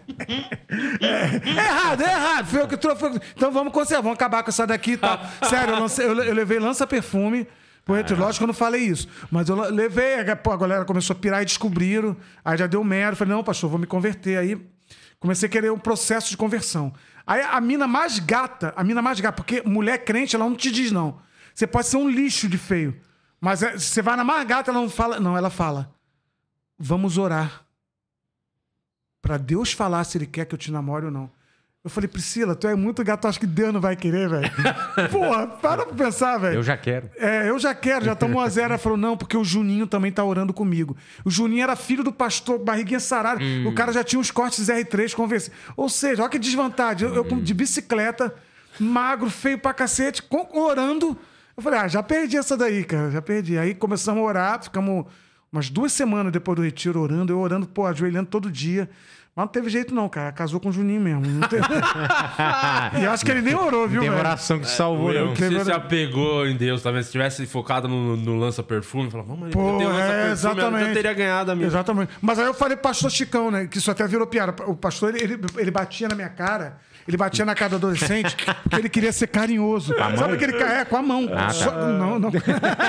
É, é errado, é errado. Fui eu que trouxe. Foi eu que... Então vamos conservar, vamos acabar com essa daqui e tal. Sério, eu, lancei- eu le- eu levei lança-perfume. Pro retiro. Lógico que eu não falei isso. Mas eu la- levei, a- pô, a galera começou a pirar e descobriram. Aí já deu merda. Falei: não, pastor, vou me converter. Aí comecei a querer um processo de conversão. Aí a mina mais gata, a mina mais gata, porque mulher crente, ela não te diz não. Você pode ser um lixo de feio. Mas é, você vai na mais gata, ela não fala. Não, ela fala: vamos orar. Pra Deus falar se Ele quer que eu te namore ou não. Eu falei: Priscila, tu é muito gato, acho que Deus não vai querer, velho. Porra, para pra pensar, velho. Eu já quero. É, eu já quero, já estamos a zero. Ela falou: não, porque o Juninho também tá orando comigo. O Juninho era filho do pastor, barriguinha sarada. O cara já tinha uns cortes R três, conversei. Ou seja, olha que desvantagem. Eu, eu com- de bicicleta, magro, feio pra cacete, com- orando. Eu falei, ah, já perdi essa daí, cara, já perdi. Aí começamos a orar, ficamos umas duas semanas depois do retiro orando, eu orando, pô, ajoelhando todo dia. Mas não teve jeito não, cara. Casou com o Juninho mesmo. Não teve... e eu acho que ele nem orou, viu, Tem velho? oração que salvou, Eu não. Você se apegou em Deus, talvez se tivesse focado no, no lança-perfume, falava, vamos, Pô, eu tenho é, lança-perfume, exatamente. eu já teria ganhado a minha. Exatamente. Mas aí eu falei pro pastor Chicão, né? Que isso até virou piada. O pastor, ele, ele, ele batia na minha cara, ele batia na cara do adolescente, porque ele queria ser carinhoso. Sabe aquele cara? É, com a mão. Ah, Só- tá. Não, não.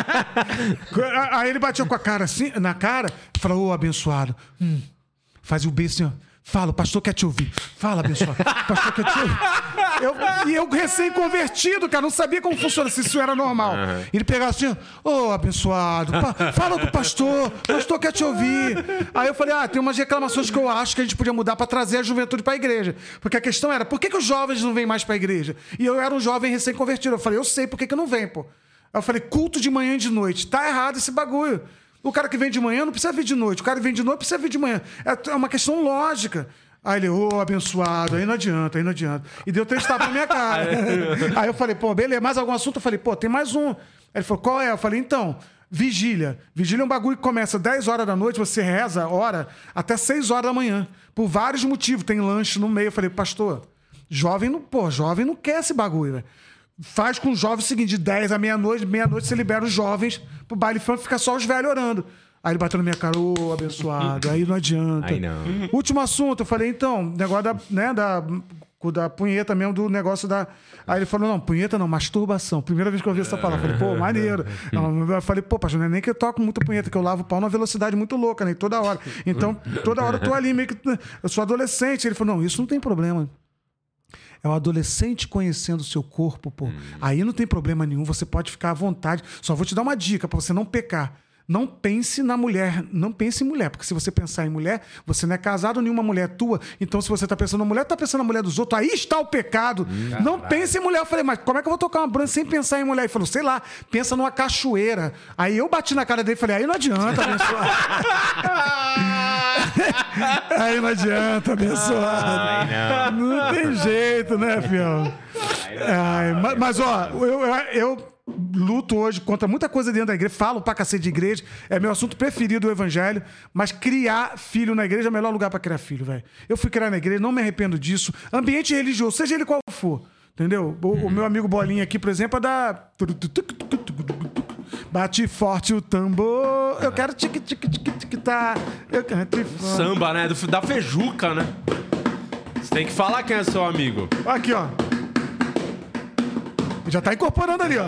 Aí ele batia com a cara assim, na cara, e falou, ô, abençoado, hum, fazia o beijo assim, ó. Fala, o pastor quer te ouvir. Fala, abençoado. O pastor quer te ouvir. Eu, e eu recém-convertido, cara, não sabia como funciona, se isso era normal. Uhum. Ele pegava assim, ô, oh, abençoado, pa- fala com o pastor, o pastor quer te ouvir. Aí eu falei, ah, tem umas reclamações que eu acho que a gente podia mudar pra trazer a juventude pra igreja. Porque a questão era, por que, que os jovens não vêm mais pra igreja? E eu era um jovem recém-convertido. Eu falei, eu sei por que, que não vem, pô. Aí eu falei, culto de manhã e de noite. Tá errado esse bagulho. O cara que vem de manhã não precisa vir de noite. O cara que vem de noite precisa vir de manhã. É uma questão lógica. Aí ele, ô, abençoado, aí não adianta, aí não adianta. E deu três tapas na minha cara. Aí eu falei, pô, beleza, mais algum assunto? Eu falei, pô, tem mais um. Aí ele falou, qual é? Eu falei, então, vigília. Vigília é um bagulho que começa dez horas da noite, você reza hora até seis horas da manhã. Por vários motivos. Tem lanche no meio. Eu falei, pastor, jovem não, pô, jovem não quer esse bagulho, velho. Faz com os jovens o seguinte, de dez à meia-noite, meia-noite você libera os jovens pro baile funk, fica só os velhos orando. Aí ele bateu na minha cara, ô, abençoado, aí não adianta. Aí não. Último assunto, eu falei, então, negócio da, né, da, da punheta mesmo, do negócio da... Aí ele falou, não, punheta não, masturbação. Primeira vez que eu ouvi essa palavra, eu falei, pô, maneiro. Não, eu falei, pô, pastor, não é nem que eu toco muita punheta, que eu lavo o pau numa velocidade muito louca, né, toda hora. Então, toda hora eu tô ali, meio que... Eu sou adolescente. Ele falou, não, isso não tem problema. É o adolescente conhecendo o seu corpo, pô. Hum. Aí não tem problema nenhum, você pode ficar à vontade. Só vou te dar uma dica pra você não pecar. Não pense na mulher, não pense em mulher, porque se você pensar em mulher, você não é casado, nenhuma mulher é tua. Então, se você tá pensando na mulher, tá pensando na mulher dos outros, aí está o pecado. Hum, não pense em mulher. Eu falei, mas como é que eu vou tocar uma branca sem pensar em mulher? Ele falou, sei lá, pensa numa cachoeira. Aí eu bati na cara dele e falei, aí não adianta, abençoado. Aí não adianta, abençoado. Ai, não. Não tem jeito, né, fião? Ai, mas, mas, ó, eu... eu, eu luto hoje contra muita coisa dentro da igreja, falo pra cacete de igreja, é meu assunto preferido o evangelho, mas criar filho na igreja é o melhor lugar pra criar filho, velho. Eu fui criar na igreja, não me arrependo disso. Ambiente religioso, seja ele qual for, entendeu? O, o meu amigo Bolinha aqui, por exemplo, é da... Bate forte o tambor, eu quero tique tique tique tique tá, eu quero samba, né? Do, da Feijuca, né? Você tem que falar quem é seu amigo. Aqui, ó. Já tá incorporando ali, ó.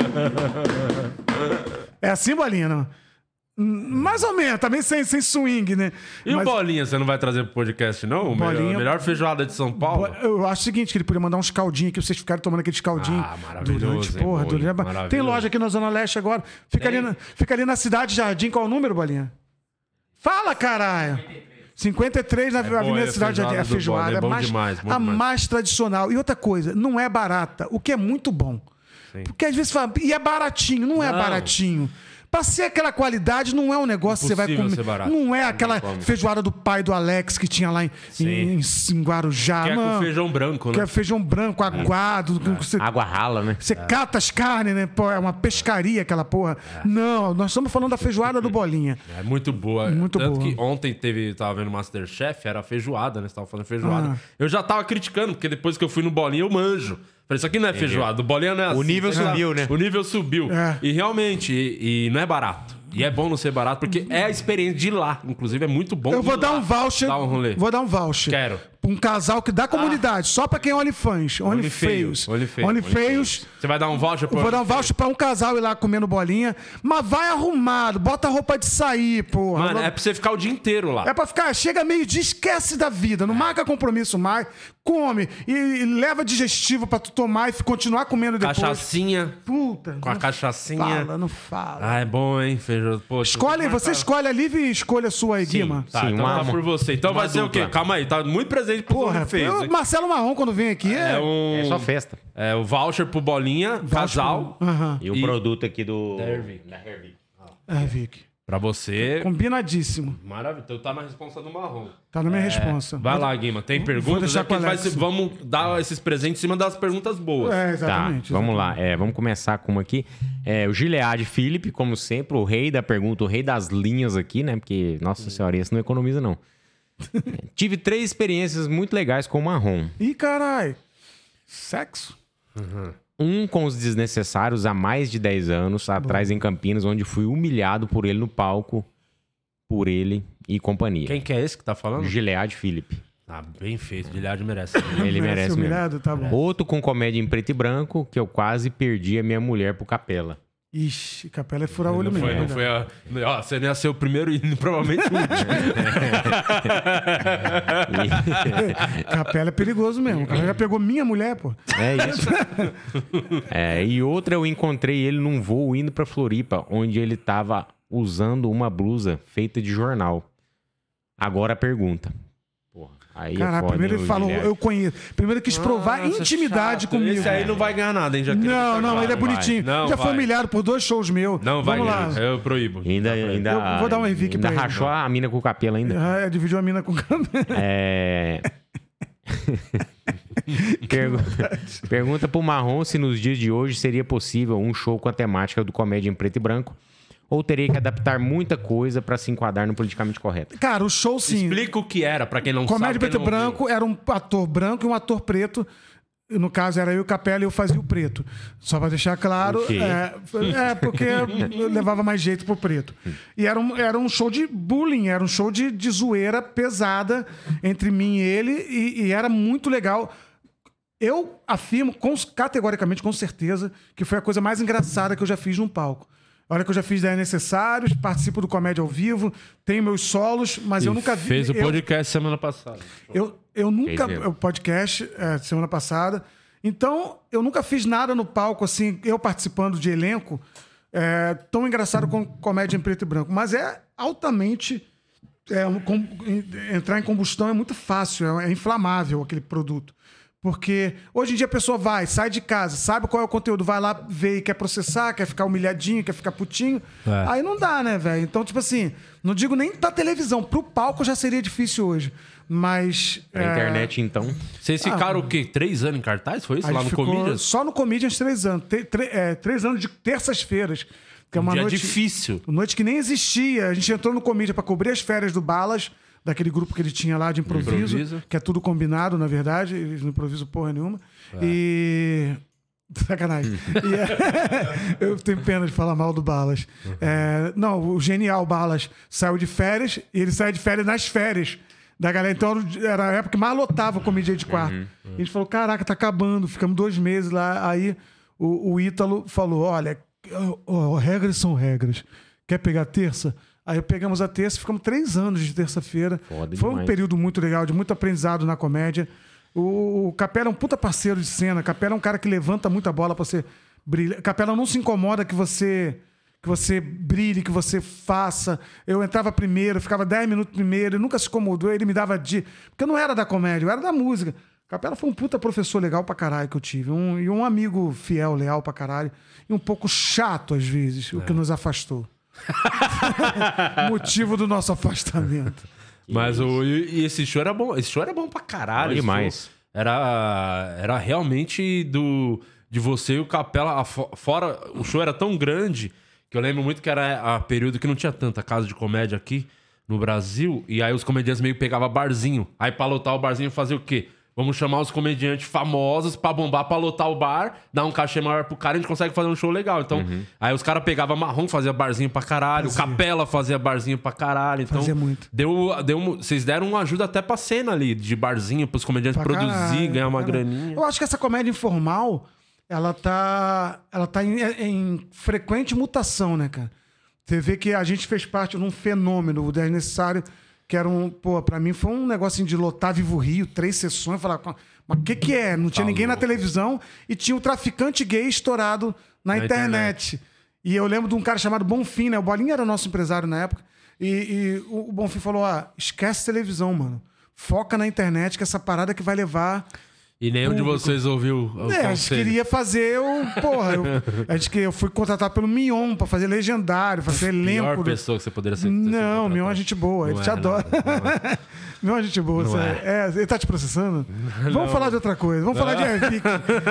É assim, Bolinha, não? Mais ou menos, também sem, sem swing, né? E Mas... o Bolinha, você não vai trazer pro podcast, não? O Bolinha... melhor, melhor feijoada de São Paulo? Eu acho o seguinte, que ele podia mandar uns caldinhos aqui pra vocês ficarem tomando aqueles caldinhos. Ah, maravilhoso. Durante, porra, hein, durante... maravilhoso. Tem loja aqui na Zona Leste agora. Fica, ali na, fica ali na Cidade Jardim. Qual o número, Bolinha? Fala, caralho! cinquenta e três na é Avenida bom, Cidade Jardim. É feijoada. É, é bom mais, demais, bom a demais. mais tradicional. E outra coisa, não é barata, o que é muito bom. Sim. Porque às vezes fala, e é baratinho, não, não. é baratinho. Pra ser aquela qualidade, não é um negócio que você vai comer. Não é aquela não feijoada do pai do Alex que tinha lá em, em, em Guarujá. Que é não. com feijão branco, né? Que é feijão branco, aguado. É. Você, água rala, né? Você é. cata as carnes, né? Pô, é uma pescaria aquela porra. É. Não, nós estamos falando da feijoada do Bolinha. É muito boa. Muito Tanto boa. que ontem teve, tava vendo Masterchef, era feijoada, né? Você tava falando feijoada. Ah. Eu já tava criticando, porque depois que eu fui no Bolinha, eu manjo. Falei, isso aqui não é feijoada, o Bolinha não é assim. O nível subiu, né? O nível subiu. É. E realmente, e, e não é barato. E é bom não ser barato, porque é a experiência de ir lá. Inclusive, é muito bom. Eu vou dar um voucher. Dar um rolê. Vou dar um voucher. Quero. Um casal que dá comunidade, ah. só pra quem é OnlyFans. OnlyFeios. OnlyFeios. Você vai dar um voucher pra Vou dar um voucher pra um casal ir lá comendo bolinha. Mas vai arrumado, bota a roupa de sair, porra. Mano, é pra você ficar o dia inteiro lá. É pra ficar, chega meio dia, esquece da vida. Não é. marca compromisso mais. Come e, e leva digestivo pra tu tomar e continuar comendo depois. Cachaçinha. Puta. Com a cachaçinha. Fala, não fala. Ah, é bom, hein, feijão. Pô, escolhe, você escolhe a livre escolha sua aí, Guima. Tá, Sim, então uma, tá por você. Então vai ser dupla. O quê? Calma aí, tá muito presente pro Porra, fez, eu, Marcelo Marrom, quando vem aqui, é... É, um, é só festa. É o voucher pro Bolinha, voucher casal. Pro... Uhum. E o e... produto aqui do... Da Hervik. Da Hervik. Hervik. Pra você... Combinadíssimo. Maravilha. Então tá na resposta do Marrom. Tá na minha é... resposta. Vai lá, Guima. Tem perguntas? É vai ser... Vamos dar esses presentes em cima das perguntas boas. É, exatamente. Tá, vamos lá. É, vamos começar com uma aqui. É, o Gilead Felipe, como sempre, o rei da pergunta, o rei das linhas aqui, né? Porque, nossa senhora, esse não economiza, não. É, tive três experiências muito legais com o Marrom. Ih, carai. Sexo? Uhum. Um com os desnecessários há mais de dez anos, atrás em Campinas, onde fui humilhado por ele no palco, por ele e companhia. Quem que é esse que tá falando? Gilead Felipe. Ah, bem feito. Gilead merece. Ele merece humilhado, mesmo. Tá bom. Outro com comédia em preto e branco, que eu quase perdi a minha mulher pro Capela. Ixi, Capela é furar o olho não mesmo. Foi, não foi a... Ó, você não ia ser o primeiro e provavelmente o último. Capela é perigoso mesmo. Capela já pegou minha mulher, pô. É isso. É, e outra, eu encontrei ele num voo indo pra Floripa, onde ele tava usando uma blusa feita de jornal. Agora a pergunta. Porra. Aí Cara, é primeiro ele falou, Guilherme. eu conheço. Primeiro ele quis provar Nossa, intimidade chato. comigo. Esse aí não vai ganhar nada, hein? Já não, não, ele é bonitinho. Não, já vai. foi humilhado por dois shows meus. Não vai Vamos ganhar. lá. Eu proíbo. Ainda, ainda, Eu vou dar um revique ainda pra ele. rachou a mina com o Capela ainda. Ah, dividiu a mina com o cabelo. É... Pergu... Pergunta pro Marrom se nos dias de hoje seria possível um show com a temática do comédia em preto e branco ou teria que adaptar muita coisa pra se enquadrar no politicamente correto. Cara, o show sim. Explica o que era, pra quem não Comédia sabe. preto e branco era um ator branco e um ator preto. No caso, era eu e o Capela e eu fazia o preto. Só pra deixar claro. Okay. É, é, porque eu levava mais jeito pro preto. E era um, era um show de bullying, era um show de, de zoeira pesada entre mim e ele, e, e era muito legal. Eu afirmo, com, categoricamente, com certeza, que foi a coisa mais engraçada que eu já fiz num palco. Olha que eu já fiz Daí Necessários, participo do Comédia ao Vivo, tenho meus solos, mas E eu nunca vi... Fez o eu, podcast semana passada. Eu, eu nunca... mesmo. O podcast, é, semana passada. Então, eu nunca fiz nada no palco, assim, eu participando de elenco, é, tão engraçado como Comédia em Preto e Branco. Mas é altamente... É, um, com, entrar em combustão é muito fácil, é, é inflamável aquele produto. Porque hoje em dia a pessoa vai, sai de casa, sabe qual é o conteúdo, vai lá ver e quer processar, quer ficar humilhadinho, quer ficar putinho. É. Aí não dá, né, velho? Então, tipo assim, não digo nem pra televisão, pro palco já seria difícil hoje. Mas... Pra é... internet, então... Vocês ficaram o quê? Três anos em cartaz? Foi isso? A Lá gente no ficou Comedians? só no Comedians três anos. Te- tre- é, três anos de terças-feiras. Que é Um uma dia noite, difícil. noite que nem existia. A gente entrou no Comedians pra cobrir as férias do Balas, daquele grupo que ele tinha lá de improviso, Improviso. que é tudo combinado, na verdade. Eles não improvisam porra nenhuma. É. E... Sacanagem. E, é, eu tenho pena de falar mal do Balas. É, não, o genial Balas saiu de férias e ele saiu de férias nas férias da galera. Então era a época que mais lotava o Comédia de quarto. Uhum, E a gente falou, caraca, tá acabando. Ficamos dois meses lá. Aí o, o Ítalo falou, olha, ó, ó, regras são regras. Quer pegar terça? Aí pegamos a terça e ficamos três anos de terça-feira. Foda Foi um demais. período muito legal, de muito aprendizado na comédia. O, o Capela é um puta parceiro de cena. Capela é um cara que levanta muita bola pra você brilhar. Capela não se incomoda que você, que você brilhe, que você faça. Eu entrava primeiro, ficava dez minutos primeiro, ele nunca se incomodou, ele me dava de... Porque eu não era da comédia, eu era da música. Capela foi um puta professor legal pra caralho que eu tive. Um, e um amigo fiel, leal pra caralho. E um pouco chato, às vezes, o que nos afastou. Motivo do nosso afastamento. Mas o, e esse show era bom. Esse show era bom pra caralho. Bom esse demais. show Era, era realmente do, de você e o Capela. a fo- Fora, o show era tão grande que eu lembro muito que era a período que não tinha tanta casa de comédia aqui no Brasil. E aí os comediantes meio que pegavam barzinho. Aí pra lotar o barzinho fazia o quê? Vamos chamar os comediantes famosos pra bombar, pra lotar o bar, dar um cachê maior pro cara, a gente consegue fazer um show legal. Então, aí os caras pegavam Marrom, fazia barzinho pra caralho, o Capela fazia barzinho pra caralho. Então, Fazia muito. Deu, deu, um- vocês deram uma ajuda até pra cena ali, de barzinho, pros comediantes Pra produzir, caralho, ganhar uma pra caralho. graninha. Eu acho que essa comédia informal, ela tá, ela tá em, em frequente mutação, né, cara? Você vê que a gente fez parte de um fenômeno, o dez Necessário, que era um... Pô, pra mim foi um negocinho de lotar Vivo Rio, três sessões, falar... Mas o que que é? Não tinha Tá ninguém na louco. televisão e tinha um traficante gay estourado na, Na internet. E eu lembro de um cara chamado Bonfim, né? O Bolinha era o nosso empresário na época. E, e o Bonfim falou, ah, esquece televisão, mano. Foca na internet, que essa parada que vai levar... E nenhum de vocês ouviu o É, a gente queria fazer o... Porra, eu, a gente, que- eu fui contratado pelo Mion pra fazer legendário, fazer elenco. Pior do- pessoa que você poderia ser. Não, ser Mion é gente boa, ele Não te é adora. nada, não é. Mion é gente boa, Não sério. É, ele tá te processando? Vamos falar de outra coisa, vamos falar de Airvic.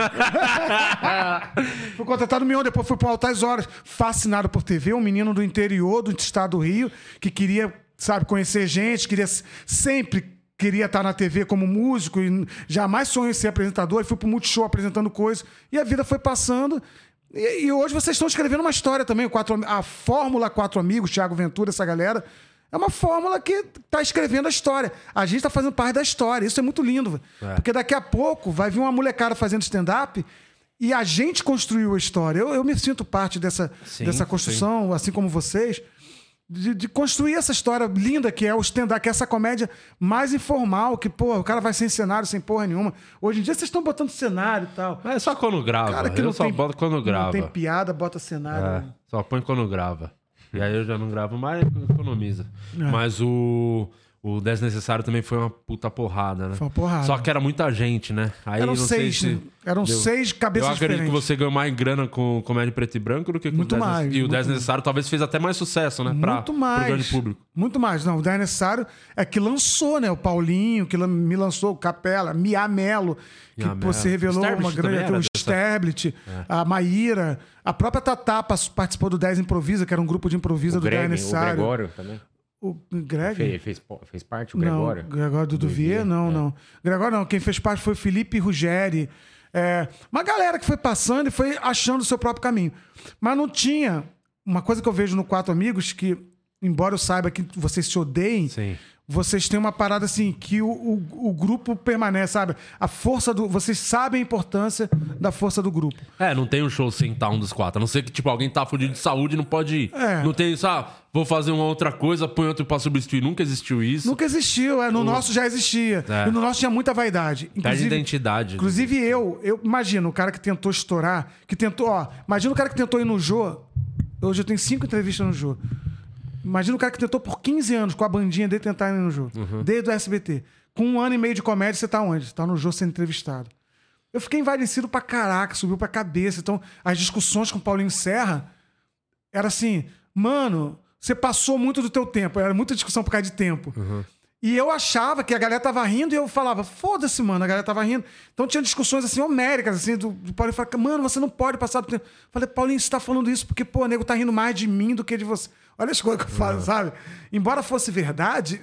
Fui contratado no Mion, depois fui pro Altas Horas, fascinado por T V, um menino do interior do estado do Rio, que queria, sabe, conhecer gente, queria s- sempre queria estar na T V como músico e jamais sonhei em ser apresentador, e fui pro Multishow apresentando coisas, e a vida foi passando. E, e hoje vocês estão escrevendo uma história também, o quatro, a Fórmula Quatro Amigos, Thiago Ventura, essa galera, é uma fórmula que tá escrevendo a história. A gente tá fazendo parte da história, isso é muito lindo, velho. É. Porque daqui a pouco vai vir uma molecada fazendo stand-up e a gente construiu a história. Eu, eu me sinto parte dessa, Sim, dessa construção, assim como vocês, de, de construir essa história linda que é o stand-up, que é essa comédia mais informal, que, pô, o cara vai sem cenário, sem porra nenhuma. Hoje em dia vocês estão botando cenário e tal. É só quando grava. Cara que eu não só tem, boto quando grava. não tem piada, bota cenário. É, só põe quando grava. E aí eu já não gravo mais, economiza. Mas o, o Desnecessário também foi uma puta porrada, né? Foi uma porrada. Só que era muita gente, né? Aí Eram não sei seis, se né? Eram deu. seis cabeças Eu acredito diferentes. que você ganhou mais grana com comédia preto e branco do que com Muito o Dez mais, E o muito Desnecessário talvez fez até mais sucesso, né? Pra, Muito mais. Pro grande público. Muito mais. Não, o Dez Necessário é que lançou, né? O Paulinho, que lan- me lançou, o Capela, Mia Mello, que Mia você Mello. revelou Sterblit uma grande. também era O dessa? Sterblit, a Maíra, a própria Tatá pas- participou do dez Improvisa, que era um grupo de improvisa O do Greg, Dez o Necessário. Gregório também. O Greg? Fez, ele fez, po- fez parte, o Não, Gregório? Gregório do Duvier, não, é. não. Gregório não, quem fez parte foi o Felipe Ruggeri. É, uma galera que foi passando e foi achando o seu próprio caminho. Mas não tinha... Uma coisa que eu vejo no Quatro Amigos, que, embora eu saiba que vocês se odeiem, Sim. vocês têm uma parada assim, que o, o, o grupo permanece, sabe? A força do... Vocês sabem a importância da força do grupo. É, não tem um show sem estar um dos quatro. A não ser que, tipo, alguém tá fudido de saúde e não pode ir. É. Não tem isso, ah, vou fazer uma outra coisa, põe outro pra substituir. Nunca existiu isso. Nunca existiu, é, no nosso já existia. É. E no nosso tinha muita vaidade. Perde Inclusive, identidade. Inclusive eu, eu imagino o cara que tentou estourar, que tentou, ó, imagina o cara que tentou ir no Jô. Hoje eu tenho cinco entrevistas no Jô. Imagina o cara que tentou por quinze anos com a bandinha dele tentar ir no Jô. Uhum. Desde o S B T. Com um ano e meio de comédia, você tá onde? Você tá no Jô sendo entrevistado. Eu fiquei envaidecido pra caraca, subiu pra cabeça. Então, as discussões com o Paulinho Serra era assim, mano, você passou muito do teu tempo. Era muita discussão por causa de tempo. E eu achava que a galera tava rindo e eu falava, foda-se, mano, a galera tava rindo. Então tinha discussões assim, homéricas, assim, do, do Paulinho falava, mano, você não pode passar do tempo. Falei, Paulinho, você tá falando isso porque, pô, o nego tá rindo mais de mim do que de você. Olha as coisas que eu falo, sabe? Embora fosse verdade.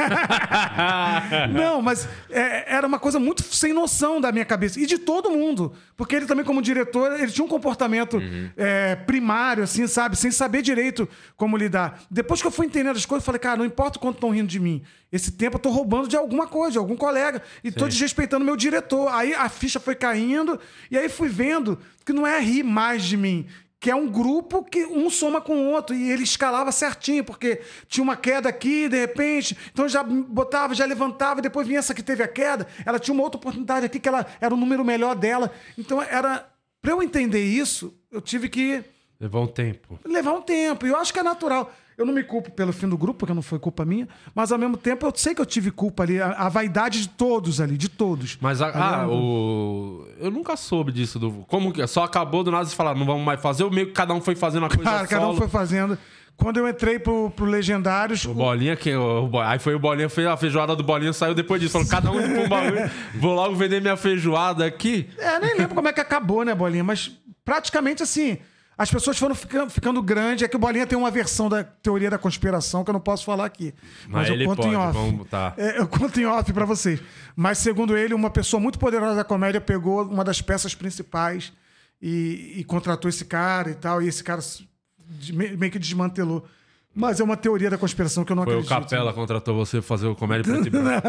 Não, mas é, era uma coisa muito sem noção da minha cabeça. E de todo mundo. Porque ele também, como diretor, ele tinha um comportamento é, primário, assim, sabe? Sem saber direito como lidar. Depois que eu fui entendendo as coisas, eu falei, cara, não importa o quanto estão rindo de mim. Esse tempo eu tô roubando de alguma coisa, de algum colega. E tô desrespeitando meu diretor. Aí a ficha foi caindo. E aí fui vendo que não é rir mais de mim. Que é um grupo que um soma com o outro. E ele escalava certinho, porque tinha uma queda aqui, de repente. Então já botava, já levantava, depois vinha essa que teve a queda. Ela tinha uma outra oportunidade aqui, que ela era o número melhor dela. Então era... Pra eu entender isso, eu tive que Levou um tempo. levar um tempo. E eu acho que é natural. Eu não me culpo pelo fim do grupo, porque não foi culpa minha. Mas ao mesmo tempo, eu sei que eu tive culpa ali. A, a vaidade de todos ali, de todos. Mas a- Tá ah, vendo? o... eu nunca soube disso. Do... Como que só acabou do nada e falaram, não vamos mais fazer? Ou meio que cada um foi fazendo uma coisa Cara, cada um solo? foi fazendo. Quando eu entrei pro, pro Legendários... O Bolinha, que, o, Bo- aí foi o Bolinha, fez a feijoada do Bolinha, saiu depois disso. Falou, cada um de um bagulho. Vou logo vender minha feijoada aqui. É, nem lembro como é que acabou, né, Bolinha? Mas praticamente assim, as pessoas foram ficando, ficando grandes. É que o Bolinha tem uma versão da teoria da conspiração que eu não posso falar aqui. Mas, Mas eu ele conto pode, em off. vamos- tá. É, eu conto em off pra vocês. Mas segundo ele, uma pessoa muito poderosa da comédia pegou uma das peças principais e, e contratou esse cara e tal. E esse cara se- de- meio que desmantelou. Mas é uma teoria da conspiração que eu não Foi o acredito. Capela contratou você pra fazer o comédia preto e branco.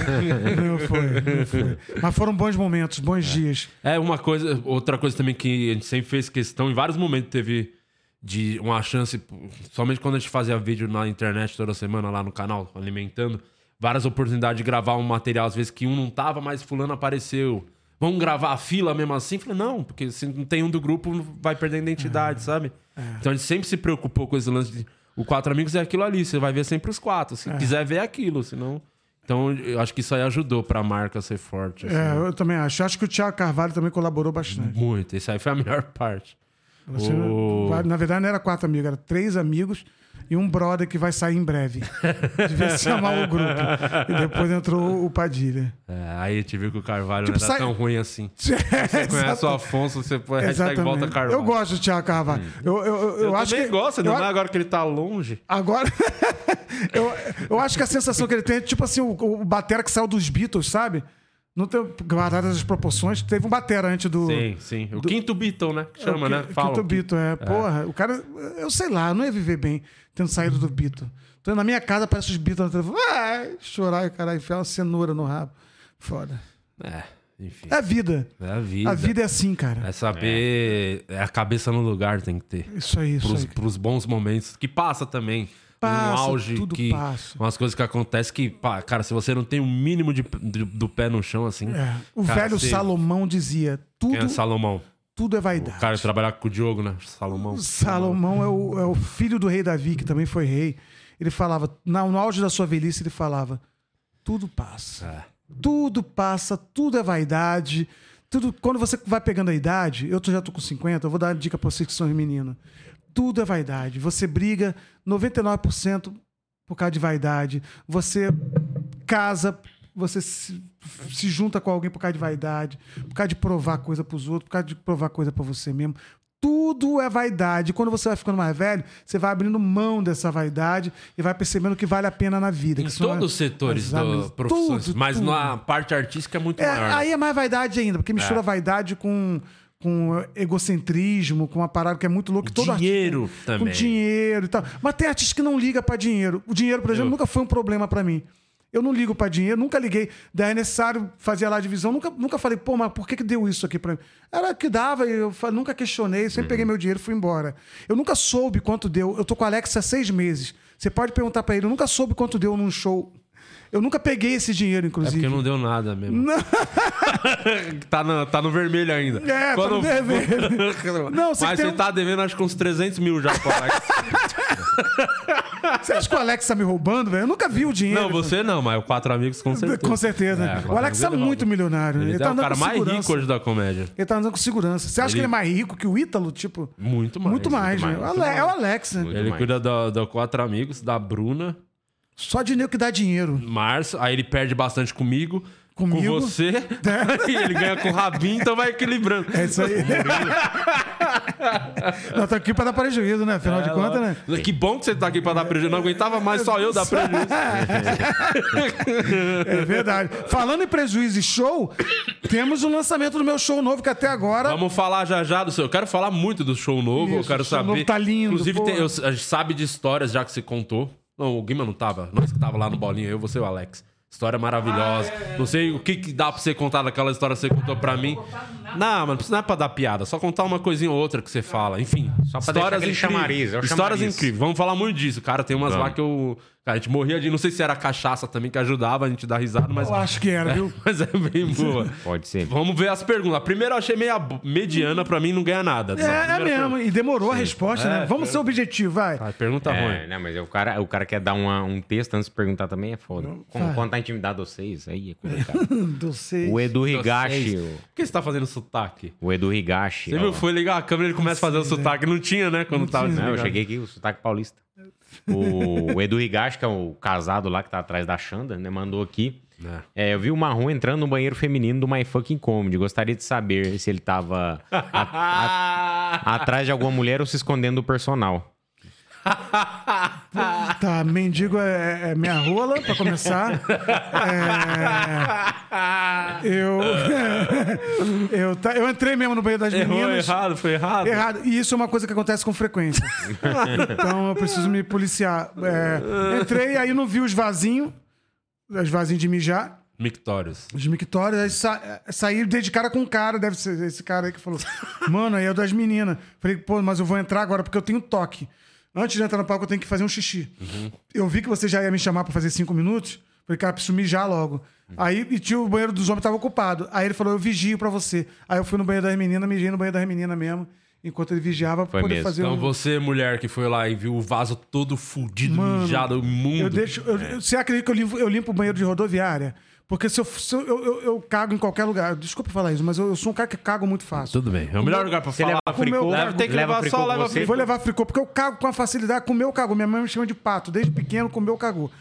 Não foi, não foi. Mas foram bons momentos, bons dias. É uma coisa, outra coisa também que a gente sempre fez questão, em vários momentos teve de uma chance, somente quando a gente fazia vídeo na internet toda semana lá no canal, alimentando, várias oportunidades de gravar um material, às vezes que um não tava, mas fulano apareceu. Vamos gravar a fila mesmo assim? Falei, não, porque se não tem um do grupo, vai perder a identidade, sabe? Então a gente sempre se preocupou com esse lance de... O Quatro Amigos é aquilo ali, você vai ver sempre os quatro. Se quiser ver, é aquilo, senão... Então, eu acho que isso aí ajudou pra marca ser forte. Assim. É, eu também acho. Acho que o Thiago Carvalho também colaborou bastante. Muito. Isso aí foi a melhor parte. Você, O- Na verdade, não era quatro amigos, era três amigos e um brother que vai sair em breve. Devia se chamar o grupo. E depois entrou o Padilha. É, aí a gente viu que o Carvalho Tipo, não era sai- tão ruim assim. Você Você conhece o Afonso, você põe a hashtag volta Carvalho. Eu gosto do Thiago Carvalho. Eu, eu, eu, Eu, acho também que, gosto, eu, não é agora que ele tá longe. Agora, eu, eu acho que a sensação que ele tem é tipo assim, o, o batera que saiu dos Beatles, sabe? Não tem guardadas as proporções. Teve um batera antes do... Sim, sim. O quinto Beatle, né? Que chama, o, né? que- Fala. Quinto Beatle, é. Porra, o cara... Eu sei lá, eu não ia viver bem tendo saído do Beatle. Então, na minha casa, aparece os Beatles no telefone. Ai, chorar e caralho, enfiar uma cenoura no rabo. Foda. É, enfim. É a vida. É a vida. A vida é assim, cara. É saber... É. a cabeça no lugar tem que ter. Isso aí, isso Pros, aí. pros bons momentos. Que passa também. Passa, um auge tudo que... passa. Umas coisas que acontecem que... Pá, cara, se você não tem um mínimo de, de- do pé no chão, assim... É. O cara, velho você- Salomão dizia, Quem tudo, é Salomão? tudo é O vaidade. cara que trabalhava com o Diogo, né? Salomão. Salomão é o, é o filho do rei Davi, que também foi rei. Ele falava, na- no auge da sua velhice, ele falava, tudo passa. É. Tudo passa, tudo é vaidade. Tudo, quando você vai pegando a idade, eu tô- já tô com cinquenta, eu vou dar uma dica pra vocês que são meninos. Tudo é vaidade. Você briga noventa e nove por cento por causa de vaidade. Você casa, você se, se junta com alguém por causa de vaidade, por causa de provar coisa pros outros, por causa de provar coisa pra você mesmo. Tudo é vaidade. Quando você vai ficando mais velho, você vai abrindo mão dessa vaidade e vai percebendo que vale a pena na vida. Em que são todos os as- setores as das amizades. profissões. Tudo, Mas tudo. na parte artística é muito É, maior. aí é mais vaidade ainda, porque mistura vaidade com, com egocentrismo, com uma parada que é muito louca. que todo Dinheiro artista- também. Com dinheiro e tal. Mas tem artista que não liga pra dinheiro. O dinheiro, por exemplo, Eu- nunca foi um problema pra mim. Eu não ligo pra dinheiro, nunca liguei. Daí é necessário fazer lá a divisão. Nunca, nunca falei, pô, mas por que, que deu isso aqui pra mim? Era que dava e eu fa- nunca questionei, sempre peguei meu dinheiro e fui embora. Eu nunca soube quanto deu. Eu tô com o Alex há seis meses. Você pode perguntar pra ele, eu nunca soube quanto deu num show. Eu nunca peguei esse dinheiro, É inclusive. porque não deu nada mesmo. tá, no, tá no vermelho ainda. É, tá no vermelho. Não, você Mas tem você um- tá devendo acho que uns trezentos mil já pro Alex. Você acha que o Alex tá me roubando, velho? Eu nunca vi o dinheiro. Não, você não, mas o Quatro Amigos com certeza. Com certeza. É, o Quatro Alex Amigos é ele muito rouba. milionário. Ele, Ele, é tá o andando cara com mais segurança. rico hoje da comédia. Ele tá andando com segurança. Você acha Ele- que ele é mais rico que o Ítalo? Tipo, Muito mais. muito mais, muito né? mais, O Ale- É o Alex, né? Muito Ele mais. cuida do, do Quatro Amigos, da Bruna, Só de nego que dá dinheiro. Márcio. Aí ele perde bastante comigo. Comigo? Com você. E ele ganha com o Rabinho, então vai equilibrando. É isso aí. Nós estamos aqui pra dar prejuízo, né? Afinal de É, contas, né? lógico. Que bom que você tá aqui pra dar prejuízo. Não aguentava mais só eu dar prejuízo. É verdade. Falando em prejuízo e show, temos o lançamento do meu show novo, que até agora... Vamos falar já já do seu. Eu quero falar muito do show novo. eu Isso, quero o show saber. novo tá lindo, Inclusive, pô. tem- eu- a gente sabe de histórias já que você contou. Não, o Guima não tava. Nós que tava lá no Bolinha, eu, você e o Alex. História maravilhosa. Não sei o que, que dá pra você contar daquela história que você contou pra mim. Não, mas não é pra dar piada. Só contar uma coisinha ou outra que você fala. Enfim. Só pra deixar aquele chamariz, é o Histórias chamariz. incríveis. Vamos falar muito disso. Cara, tem umas lá Vamos. que eu... Cara, a gente morria de... Não sei se era cachaça também que ajudava a gente dar risada, mas... Eu acho que era, viu? Mas é bem boa. Pode ser. Vamos ver as perguntas. A primeira eu achei meio mediana, pra mim não ganha nada. É, é Primeira mesmo. E demorou a resposta, É, né? Vamos ser objetivo, vai. pergunta. Ah, pergunta É, ruim. né, mas o cara, o cara quer dar uma- um texto antes de perguntar também é foda. Como vai. contar intimidade de vocês, aí é complicado. Do seis. O Edu Higashi, Por que você tá fazendo sotaque? o, o Edu Higashi. Você ó. viu? Foi ligar a câmera e ele começa a fazer o sotaque. Não tinha, né? Quando tava Não, eu desligado. cheguei aqui, o sotaque paulista. O, o Edu Higashi, que é o casado lá que tá atrás da Xanda, né? Mandou aqui. É, eu vi o Marrom entrando no banheiro feminino do My Fucking Comedy. Gostaria de saber se ele tava a- a- atrás de alguma mulher ou se escondendo do personal. Tá, mendigo é, é minha rola, pra começar. É, eu, eu, tá- eu entrei mesmo no banheiro das Errou, meninas. errado, foi errado. Errado. E isso é uma coisa que acontece com frequência. Então eu preciso me policiar. É, entrei, aí não vi os vasinhos, os vasinhos de mijar, Mictórios. os mictórios, aí sa saí dei de cara com um cara, deve ser esse cara aí que falou, mano, aí é o das meninas. Falei, pô, mas eu vou entrar agora porque eu tenho toque. Antes de entrar no palco, eu tenho que fazer um xixi. Eu vi que você já ia me chamar pra fazer cinco minutos. Falei, cara, preciso mijar logo. Aí e tinha o banheiro dos homens tava ocupado. Aí ele falou, eu vigio pra você. Aí eu fui no banheiro das meninas, mijei no banheiro das meninas mesmo. enquanto ele vigiava pra Foi poder mesmo. fazer Então um... você, mulher, que foi lá e viu o vaso todo fudido, Mano, mijado, imundo. Eu deixo, eu, eu- Você acredita que eu limpo, eu limpo o banheiro de rodoviária? Porque se eu, se eu, eu, eu- eu cago em qualquer lugar. Desculpa falar isso, mas eu, eu sou um cara que cago muito fácil. Tudo bem. É o melhor lugar pra Você falar. leva com o meu- fricô, Leva- tem que leva levar fricô só, com leva você? fricô. Vou levar fricô, porque eu cago com a facilidade, comeu, cagou. Minha mãe me chama de pato, desde pequeno, comeu, cagou.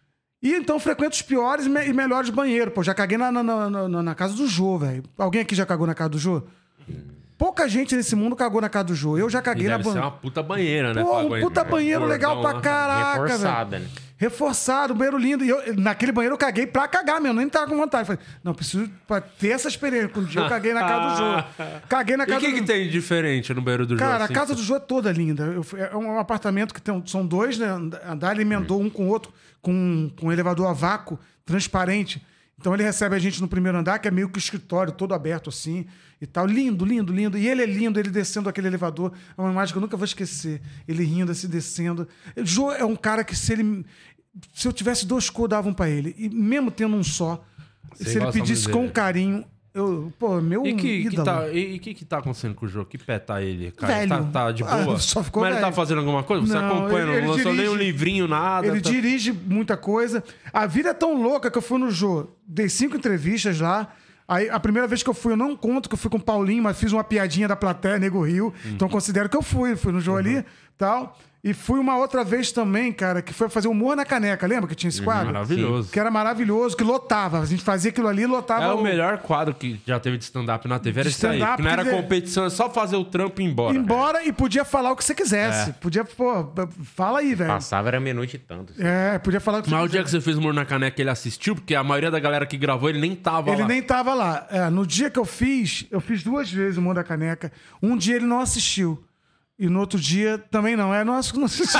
E então frequento os piores e, me- e melhores banheiros. Pô, já caguei na, na, na, na- na casa do Jô, velho. Alguém aqui já cagou na casa do Jô? Pouca gente nesse mundo cagou na casa do Jô. Eu já E caguei na deve ser banheira. uma puta banheira, né? Pô, pra um aguentar. puta banheiro Gordão legal pra lá. caraca, velho. Reforçada, né? Reforçado, banheiro lindo. E eu, naquele banheiro eu caguei pra cagar mesmo, nem tava com vontade. Falei, não, preciso pra ter essa experiência. Um dia eu caguei na casa do Jô. Caguei na E o casa que, do que tem de diferente no banheiro do Cara, Jô? a assim? casa do Jô é toda linda. Eu fui- é um apartamento que tem, são dois, né? Andar, ele emendou um com o outro, com, com um elevador a vácuo, transparente. Então ele recebe a gente no primeiro andar, que é meio que escritório, todo aberto assim e tal. Lindo, lindo, lindo. E ele é lindo, ele descendo aquele elevador. É uma imagem que eu nunca vou esquecer. Ele rindo, assim, descendo. O Jô é um cara que se ele... Se eu tivesse dois cu, davam pra ele. E mesmo tendo um só, Você se ele gosta pedisse muito com dele. carinho... Eu, pô, meu E que, que ídolo. tá, e o que, que tá acontecendo com o Jô? Que pé tá ele? Cara, Velho. Tá, tá de boa? Ah, só ficou Mas ele tá velho. fazendo alguma coisa? Você Não, acompanha, ele- não ele lançou nem um dirige- livrinho, nada? Ele tá... dirige muita coisa. A vida é tão louca que eu fui no Jô. Dei cinco entrevistas lá. Aí, a primeira vez que eu fui, eu não conto que eu fui com o Paulinho, mas fiz uma piadinha da plateia, Nego Rio. Hum. Então considero que eu fui. Fui no Jô ali tal. E fui uma outra vez também, cara, que foi fazer humor na caneca. Lembra que tinha esse quadro? Maravilhoso. Que era maravilhoso, que lotava. A gente fazia aquilo ali e lotava. É o melhor quadro que já teve de stand-up na T V, era De isso aí. stand-up, Que não era quer dizer- competição, é só fazer o trampo e ir embora. Embora e podia falar o que você quisesse. É. Podia, pô, fala aí, velho. Passava era meia-noite e tanto. assim. É, podia falar o que Mas você o dia que quisesse. você fez humor na caneca, ele assistiu, porque a maioria da galera que gravou, ele nem tava Ele lá. nem tava lá. É, no dia que eu fiz, eu fiz duas vezes o Mundo da Caneca. Um dia ele não assistiu. E no outro dia também não. É, não, acho que não assistiu.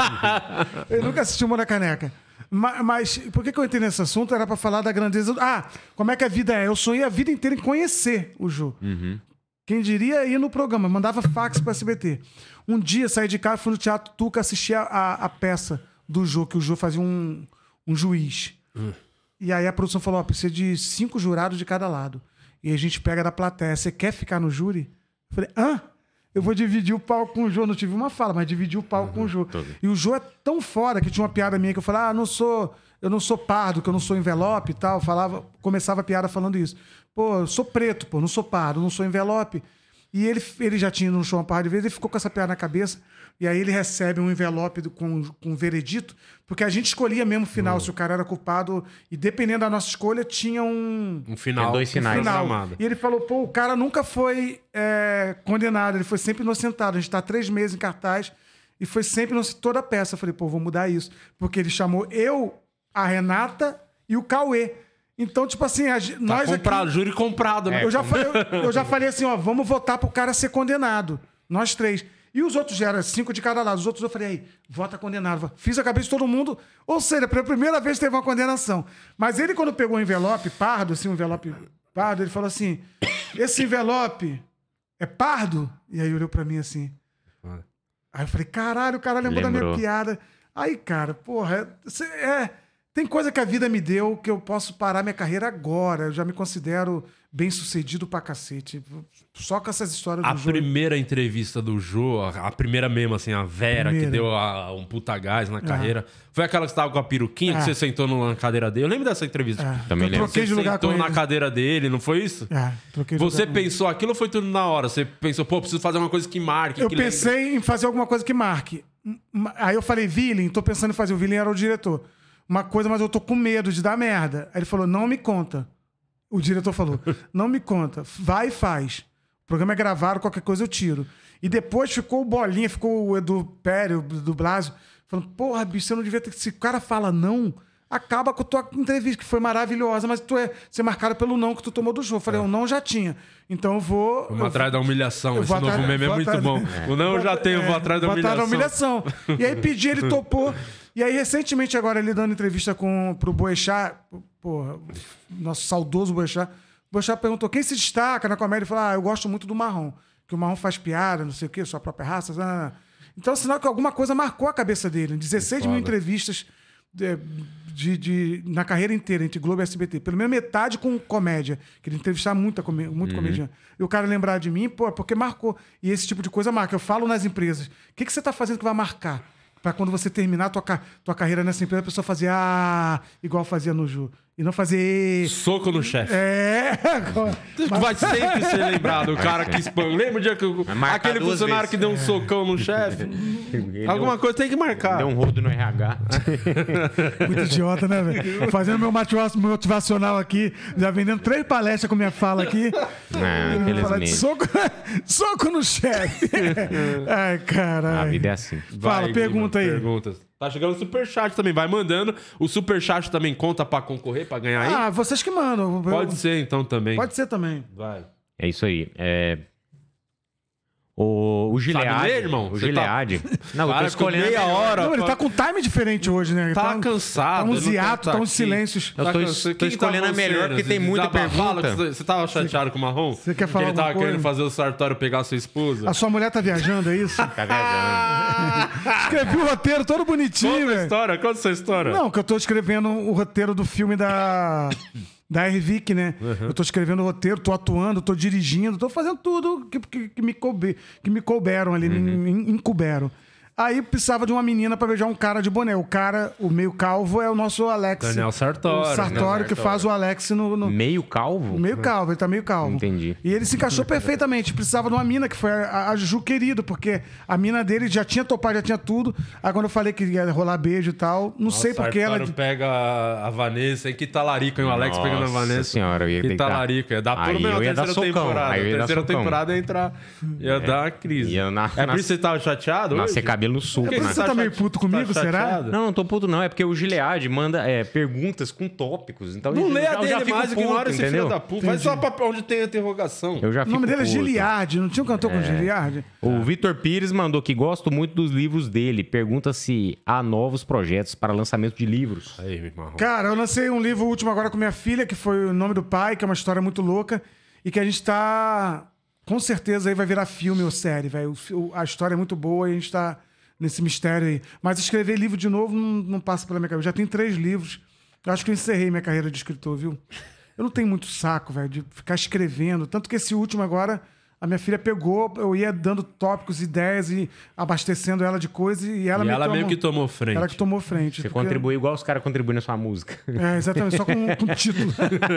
Ele nunca assistiu o Mundo da Caneca. Ma- Mas, por que, que eu entrei nesse assunto? Era pra falar da grandeza. do- Ah, como é que a vida é? Eu sonhei a vida inteira em conhecer o Jô. Quem diria ir no programa, mandava fax pro S B T. Um dia saí de casa, fui no Teatro Tuca assistir a, a, a peça do Jô, que o Jô fazia um, um juiz. E aí a produção falou: ó, precisa de cinco jurados de cada lado. E a gente pega da plateia. Você quer ficar no júri? Eu falei: hã? Eu vou dividir o palco com o Jô. Não tive uma fala, mas dividi o palco com o Jô. E o Jô é tão fora que tinha uma piada minha que eu falei: ah, não sou, eu não sou pardo, que eu não sou envelope e tal. Falava, começava a piada falando isso. Pô, eu sou preto, pô, não sou pardo, não sou envelope. E ele, ele já tinha ido no show uma par de vezes, ele ficou com essa piada na cabeça. E aí ele recebe um envelope do- com, com um veredito, porque a gente escolhia mesmo o final, se o cara era culpado. E dependendo da nossa escolha, tinha um, Um final. Tem dois finais. final. programado. E ele falou: pô, o cara nunca foi é, condenado, ele foi sempre inocentado. A gente tá três meses em cartaz e foi sempre inocentado toda a peça. Eu falei: pô, vou mudar isso. Porque ele chamou eu, a Renata e o Cauê. Então, tipo assim, a, gente- Tá nós comprado, aqui... júri comprado, né? Eu já, falei, eu, eu já falei assim, ó, vamos votar pro cara ser condenado. Nós três. E os outros já eram cinco de cada lado. Os outros eu falei: aí, vota condenado. Fiz a cabeça de todo mundo. Ou seja, pela primeira vez teve uma condenação. Mas ele, quando pegou o envelope pardo, assim, um envelope pardo, ele falou assim: esse envelope é pardo? E aí olhou pra mim assim. Aí eu falei: caralho, o cara lembrou, da minha Lembrou. piada. Aí, cara, porra, é, cê- é, tem coisa que a vida me deu que eu posso parar minha carreira agora. Eu já me considero bem sucedido pra cacete. Só com essas histórias A do jogo. primeira entrevista do Jô, a a primeira mesmo, assim, a Vera, Primeira. que deu a- um puta gás na carreira. Foi aquela que você tava com a peruquinha, que É. você sentou no- na cadeira dele. Eu lembro dessa entrevista. É, Também eu lembro. troquei Você de lugar com sentou ele. na cadeira dele, não foi isso? É, troquei de Você lugar com ele. pensou aquilo ou foi tudo na hora? Você pensou, pô, preciso fazer uma coisa que marque, Eu que lembre? pensei em fazer alguma coisa que marque. Aí eu falei: Villain, tô pensando em fazer. O Villain era o diretor. Uma coisa, mas eu tô com medo de dar merda. Aí ele falou: não me conta. O diretor falou: não me conta. Vai e faz. O programa é gravado, qualquer coisa eu tiro. E depois ficou o Bolinha, ficou o Edu Pério, do Blasio, falando: porra, bicho, você não devia ter... Se o cara fala não, acaba com a tua entrevista, que foi maravilhosa, mas tu é ser marcado pelo não que tu tomou do show. Eu falei: o não já tinha. Então eu vou... Vamos eu atrás da humilhação. eu Esse vou novo atrás- meme é vou muito atrás- bom. O não eu já tenho, vou atrás da Vou atrás humilhação. da humilhação. E aí pedi, ele topou. E aí, recentemente, agora, ele dando entrevista com, pro Boechat, porra, nosso saudoso Boechat, o Boechat perguntou: quem se destaca na comédia? Ele falou: ah, eu gosto muito do Marrom, que o Marrom faz piada, não sei o quê, sua própria raça. Ah. Então, sinal que alguma coisa marcou a cabeça dele. dezesseis mil entrevistas é, de, de, na carreira inteira, entre Globo e S B T. Pelo menos metade com comédia. Queria entrevistar muita, muito uhum. comediante. E o cara lembrar de mim, pô, porque marcou. E esse tipo de coisa marca. Eu falo nas empresas. O que, que você tá fazendo que vai marcar? Pra quando você terminar a tua, tua carreira nessa empresa, a pessoa fazer ah, igual fazia no Ju. E não fazer... Soco no chefe. É. Vai sempre ser lembrado o cara que expõe. Lembra o dia que eu... aquele funcionário vezes. que deu um socão no chefe? Alguma coisa tem que marcar. Deu um rodo no R H. Muito idiota, né, velho? Fazendo meu motivacional aqui, já vendendo três palestras com minha fala aqui. Não, infelizmente. Soco, soco no chefe. Ai, caralho. A vida é assim. Fala, Vai, pergunta Guima, aí. Perguntas. Tá chegando o superchat também, vai mandando. O superchat também conta pra concorrer, pra ganhar aí? Ah, vocês que mandam. Pode ser então também. Pode ser também. Vai. É isso aí. É... O, o Gilead. Sabe ler, irmão? O Você Gilead. Tá... Não, eu tô escolhendo meia hora. Não, ele tá com time diferente hoje, né? Ele Tá, tá cansado. Tá uns hiatos, tá uns silêncios. Eu tô, Tá tô escolhendo a melhor porque tem muita pergunta. Você tava chateado com o Marrom? Você quer falar que ele tava alguma querendo coisa? fazer o Sartório pegar a sua esposa? A sua mulher tá viajando, é isso? Tá viajando. Escrevi o roteiro todo bonitinho, Conta a velho. história, conta essa história. Não, que eu tô escrevendo o roteiro do filme da... Da R V I C, né? Uhum. Eu tô escrevendo o roteiro, tô atuando, tô dirigindo, tô fazendo tudo que, que, que, me, coube, que me couberam ali, uhum. me encuberam. Aí precisava de uma menina pra beijar um cara de boné. O cara, o meio calvo, é o nosso Alex. Daniel Sartório. O Sartório, que faz o Alex no... no... Meio calvo? Meio calvo, ele tá meio calvo. Entendi. E ele se encaixou perfeitamente. Precisava de uma mina, que foi a, a Ju Querido, porque a mina dele já tinha topado, já tinha tudo. Aí quando eu falei que ia rolar beijo e tal, não Nossa, sei porque ela... pega a Vanessa, hein? Que talarica, hein? O Alex Nossa pegando a Vanessa. Senhora, eu ia que deitar. talarica. Ia dar por menos a terceira temporada. A terceira temporada ia entrar... Ia é. dar uma crise. Ia na, é por isso que você tava chateado Nascer cabelo no sul, é né? Você tá meio puto comigo, tá será? Não, não tô puto não. É porque o Gilead manda é, perguntas com tópicos. Então não lê a já, dele já fico mais, puto, ignora esse entendeu? filho da puta. Vai só pra onde tem a interrogação. Eu já o fico nome dele é puto. Giliard. Não tinha um cantor é. com Giliard? O Vitor Pires mandou que gosto muito dos livros dele. Pergunta se há novos projetos para lançamento de livros. Aí, meu irmão. Cara, eu lancei um livro último agora com minha filha, que foi O Nome do Pai, que é uma história muito louca. E que a gente tá... Com certeza aí vai virar filme ou série, velho. A história é muito boa e a gente tá... nesse mistério aí. Mas escrever livro de novo não, não passa pela minha cabeça. Já tem três livros. Eu acho que eu encerrei minha carreira de escritor, viu? Eu não tenho muito saco, velho, de ficar escrevendo. Tanto que esse último agora, a minha filha pegou, eu ia dando tópicos, ideias e abastecendo ela de coisas. E ela, e meio, ela tomou, meio que tomou frente. Ela que tomou frente. Você porque... contribui igual os caras contribuem na sua música. É, exatamente. Só com, com título.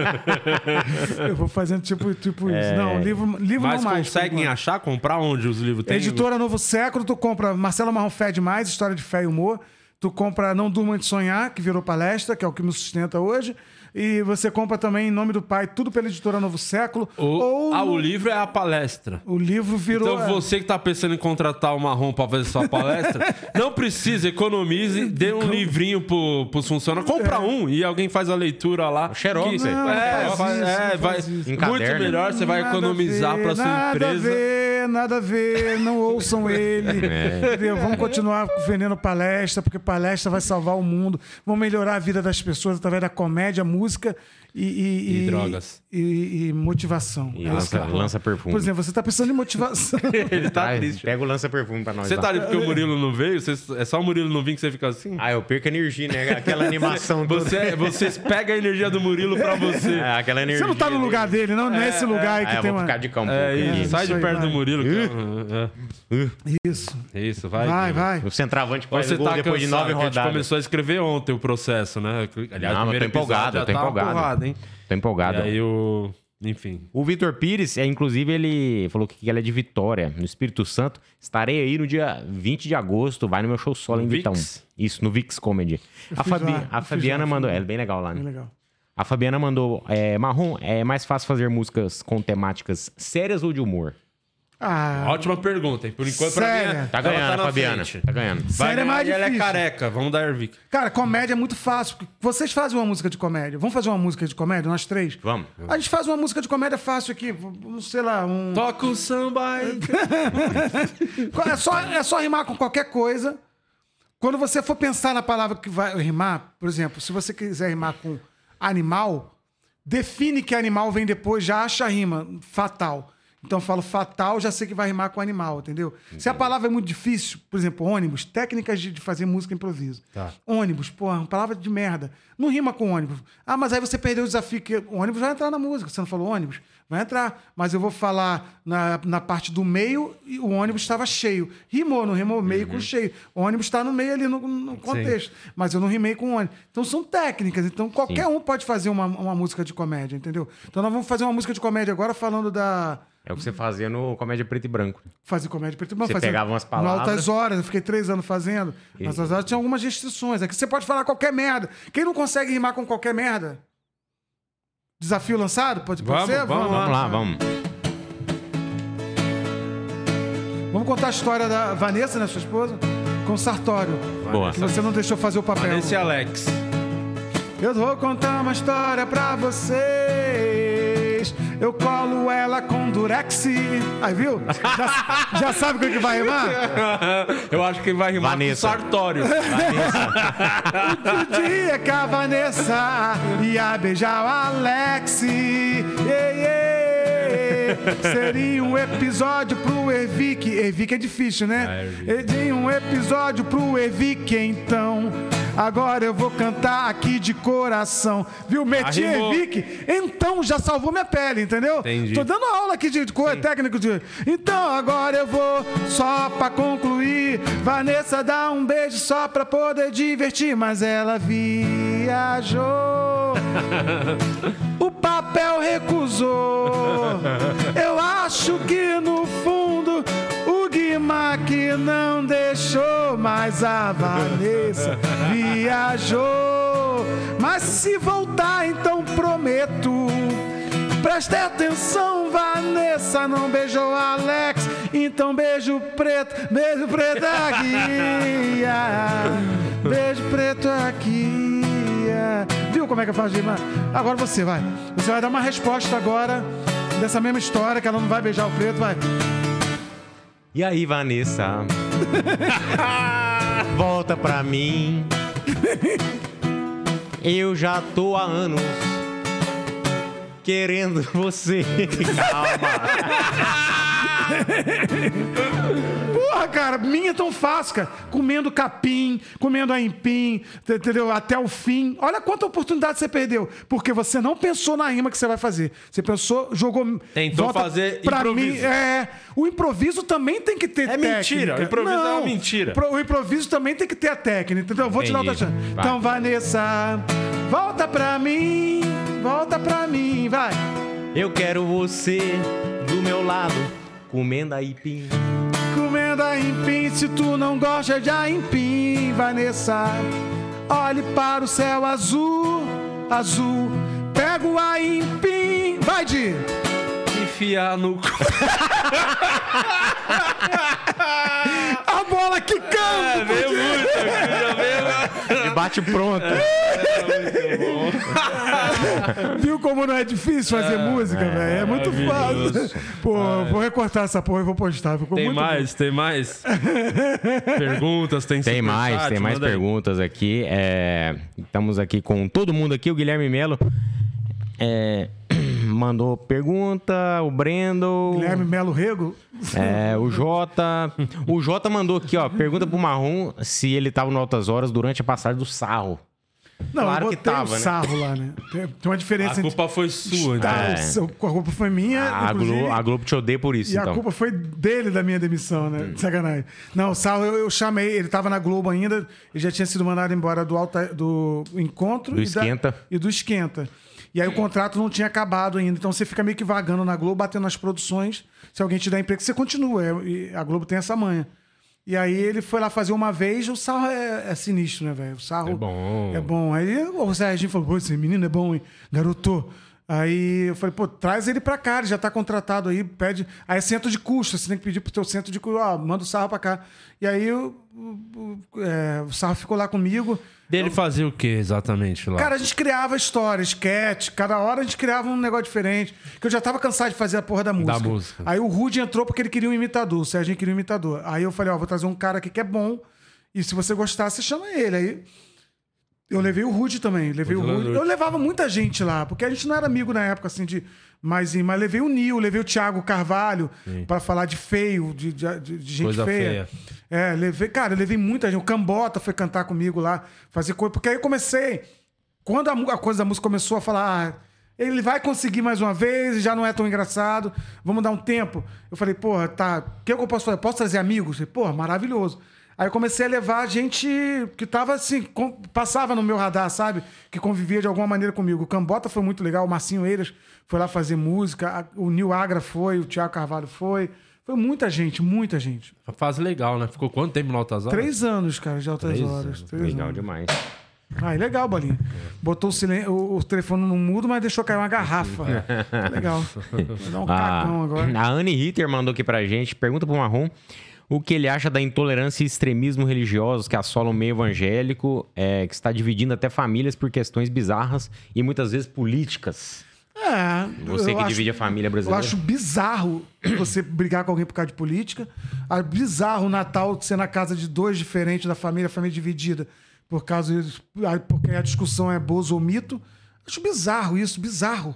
Eu vou fazendo tipo, tipo é... isso. Não, livro, livro Mas não mais. Mas conseguem achar, comprar onde os livros tem? Editora Novo Século, tu compra Marcelo Marrom Fé Demais, História de Fé e Humor. Tu compra Não Durma de Sonhar, que virou palestra, que é o que me sustenta hoje. E você compra também Em Nome do Pai, tudo pela editora Novo Século. O, ou... Ah, o livro é a palestra. O livro virou... Então você que tá pensando em contratar o Marrom pra fazer sua palestra, não precisa, economize, dê um livrinho pro, pros funcionários. Compra é. um e alguém faz a leitura lá. Xerox, que... não, é, faz vai, isso, é, vai muito melhor, você vai nada economizar ver, pra sua nada empresa. Nada a ver, nada a ver, não ouçam ele. É. Entendeu? Vamos continuar vendendo palestra, porque palestra vai salvar o mundo. Vamos melhorar a vida das pessoas através da comédia, música... E, e, e drogas. E, e motivação. E é lança, lança perfume. Por exemplo, você tá precisando de motivação. Ele tá Ai, triste. Pega o lança perfume pra nós. Você lá. Tá ali porque o Murilo não veio? Você, é só o Murilo não vir que você fica assim? Ah, eu perco energia, né? Aquela animação toda. Você, vocês pegam a energia do Murilo pra você. É, aquela energia. Você não tá no lugar dele, não? Não é, é esse lugar é, aí que é, tem eu vou uma... ficar de campo. É, um isso. Sai isso de aí, perto vai. do Murilo. Uh. Uh. Isso. Isso, vai. Vai, vai. O centroavante faz você gol tá depois de nove rodadas. A gente começou a escrever ontem o processo, né? Aliás, não, eu tô empolgado, eu tô empolgado. Porrada, hein? Tô empolgado. E aí o... Enfim. O Vitor Pires, é, inclusive, ele falou que ele é de Vitória, no Espírito Santo. Estarei aí no dia vinte de agosto, vai no meu show solo em Vitão. Isso, no Vix Comedy. A, Fabi, lá, a Fabiana lá, mandou... É bem legal lá, né? Bem legal. A Fabiana mandou... É, Marrom, é mais fácil fazer músicas com temáticas sérias ou de humor? Ah, ótima pergunta, hein? Por enquanto, séria. pra mim, tá ganhando, tá Fabiana. Frente. Tá ganhando. Vai séria é mais difícil. Ela é careca, vamos dar Ervic. Cara, comédia é muito fácil. Vocês fazem uma música de comédia. Vamos fazer uma música de comédia, nós três? Vamos. A gente faz uma música de comédia fácil aqui. Vamos, sei lá, um... Toca o samba aí. é, só, é só rimar com qualquer coisa. Quando você for pensar na palavra que vai rimar, por exemplo, se você quiser rimar com animal, define que animal vem depois, já acha a rima fatal. Então eu falo fatal, já sei que vai rimar com animal, entendeu? Entendi. Se a palavra é muito difícil, por exemplo, ônibus, técnicas de, de fazer música improviso. Tá. Ônibus, porra, uma palavra de merda. Não rima com ônibus. Ah, mas aí você perdeu o desafio, que o ônibus vai entrar na música. Você não falou ônibus? Vai entrar. Mas eu vou falar na, na parte do meio e o ônibus estava cheio. Rimou, não rimou meio uhum. com cheio. O ônibus está no meio ali no, no contexto. Sim. Mas eu não rimei com ônibus. Então são técnicas. Então qualquer Sim. um pode fazer uma, uma música de comédia, entendeu? Então nós vamos fazer uma música de comédia agora falando da... É o que você fazia no Comédia Preto e Branco. Fazer comédia preto e branco. Você fazia pegava umas palavras... No Altas Horas, eu fiquei três anos fazendo. E... Nas Altas Horas tinha algumas restrições. Aqui você pode falar qualquer merda. Quem não consegue rimar com qualquer merda? Desafio lançado? Pode, pode vamos, ser? Vamos, vamos lá, vamos. Vamos contar a história da Vanessa, né, sua esposa? Com o Sartório. Boa. Que você não deixou fazer o papel. Vanessa e Alex. Eu vou contar uma história pra vocês. Eu colo ela com durex. Aí, viu? Já, já sabe o que vai rimar? Eu acho que ele vai rimar Vanessa. com Sartório. O dia que a Vanessa ia beijar o Alex. Yeah, yeah. Seria um episódio pro Ervic. Ervic é difícil, né? Seria um episódio pro Ervic, então. Agora eu vou cantar aqui de coração. Viu? Meti Ervic, então já salvou minha pele, entendeu? Entendi. Tô dando aula aqui de cor técnico de... Então agora eu vou, só pra concluir, Vanessa dá um beijo só pra poder divertir, mas ela viajou. O papel recusou. Eu acho que no fundo o Guimarães não deixou, mas a Vanessa viajou. Mas se voltar, então prometo. Preste atenção, Vanessa não beijou Alex, então beijo preto, beijo preto aqui. Beijo preto aqui. Viu como é que eu faço de rimar? Agora você vai. Você vai dar uma resposta agora dessa mesma história, que ela não vai beijar o preto, vai. E aí, Vanessa? Volta pra mim. Eu já tô há anos querendo você. Calma. Porra, cara, minha é tão fácil, cara. Comendo capim, comendo aipim, entendeu? Até o fim. Olha quanta oportunidade você perdeu. Porque você não pensou na rima que você vai fazer. Você pensou, jogou... Tentou fazer pra improviso. Mim, é, o improviso também tem que ter é técnica. Mentira. O improviso não, é uma mentira. O improviso também tem que ter a técnica, entendeu? Eu vou Entendi. te dar outra chance. Vai. Então, Vanessa, volta pra mim, volta pra mim, vai. Eu quero você do meu lado, comendo aipim. Comendo aipim, se tu não gosta de aipim, Vanessa, olhe para o céu azul, azul. Pega o aipim, vai de... Enfiar no... A bola quicando! É, veio muito, já veio... De bate pronto. É, muito bom. Viu como não é difícil fazer é, música, é, velho? É muito fácil. Pô, é. Vou recortar essa porra e vou postar. Ficou tem muito mais, bom. tem mais perguntas, tem Tem mais, chat, tem mais perguntas aí. Aqui. É, estamos aqui com todo mundo aqui. O Guilherme Melo é, mandou pergunta, o Brendo... Guilherme Melo Rego? É, o Jota... O Jota mandou aqui, ó, pergunta pro Marrom se ele tava no Altas Horas durante a passagem do sarro. Não, claro eu que botei tava, um né? sarro lá, né? Tem, tem uma diferença. A culpa entre... foi sua, então. Tá, É. A culpa foi minha, A Globo, a Globo te odeia por isso, E então. a culpa foi dele da minha demissão, né? Hum. Sacanagem. Não, o Sarro eu, eu chamei, ele tava na Globo ainda, ele já tinha sido mandado embora do, alta, do Encontro Do e, Esquenta. Da, e do Esquenta. E aí o contrato não tinha acabado ainda, então você fica meio que vagando na Globo, batendo nas produções. Se alguém te dá emprego, você continua. E a Globo tem essa manha. E aí ele foi lá fazer uma vez, o Sarro é, é sinistro, né, velho? O Sarro É bom. É bom. Aí o Serginho falou, pô, esse menino é bom, hein? Garoto. Aí eu falei, pô, traz ele pra cá, ele já tá contratado aí, pede... Aí é centro de custo, você tem que pedir pro teu centro de custo, ó, manda o Sarro pra cá. E aí o, o, é, o Sarro ficou lá comigo. Dele fazer o que exatamente lá? Cara, a gente criava história, sketch, cada hora a gente criava um negócio diferente. Que eu já tava cansado de fazer a porra da música. Da música. Aí o Rudy entrou porque ele queria um imitador, o Serginho queria um imitador. Aí eu falei, ó, vou trazer um cara aqui que é bom, e se você gostar, você chama ele. Aí Eu levei o Rude também. Levei o Rude. Eu levava muita gente lá, porque a gente não era amigo na época, assim, de... Mas, mas levei o Nil, levei o Thiago Carvalho pra falar de feio, de, de, de gente Coisa feia. feia. É, levei... Cara, eu levei muita gente. O Cambota foi cantar comigo lá, fazer coisa. Porque aí eu comecei... Quando a, a coisa da música começou a falar... Ah, ele vai conseguir mais uma vez, já não é tão engraçado. Vamos dar um tempo. Eu falei, porra, tá... O que, é que eu posso fazer? Posso trazer amigos? Eu falei, porra, maravilhoso. Aí eu comecei a levar gente que tava assim, com, passava no meu radar, sabe? Que convivia de alguma maneira comigo. O Cambota foi muito legal, o Marcinho Eiras foi lá fazer música, o Nil Agra foi, o Thiago Carvalho foi. Foi muita gente, muita gente. Uma fase legal, né? Ficou quanto tempo no Altas Horas? Três anos, cara, de Altas Três Horas. anos. Três Legal anos. demais. Ah, legal, Bolinha. Botou o, silen... o, o telefone no mudo, mas deixou cair uma garrafa. Legal. Vou dar um cagão agora. A Anne Ritter mandou aqui pra gente, pergunta pro Marrom o que ele acha da intolerância e extremismo religiosos que assolam o meio evangélico, é, que está dividindo até famílias por questões bizarras e muitas vezes políticas. É, Você que acho, divide a família eu brasileira. acho bizarro você brigar com alguém por causa de política. É bizarro o Natal ser na casa de dois diferentes da família, a família dividida, por causa de, porque a discussão é bozo ou mito. Acho bizarro isso, bizarro.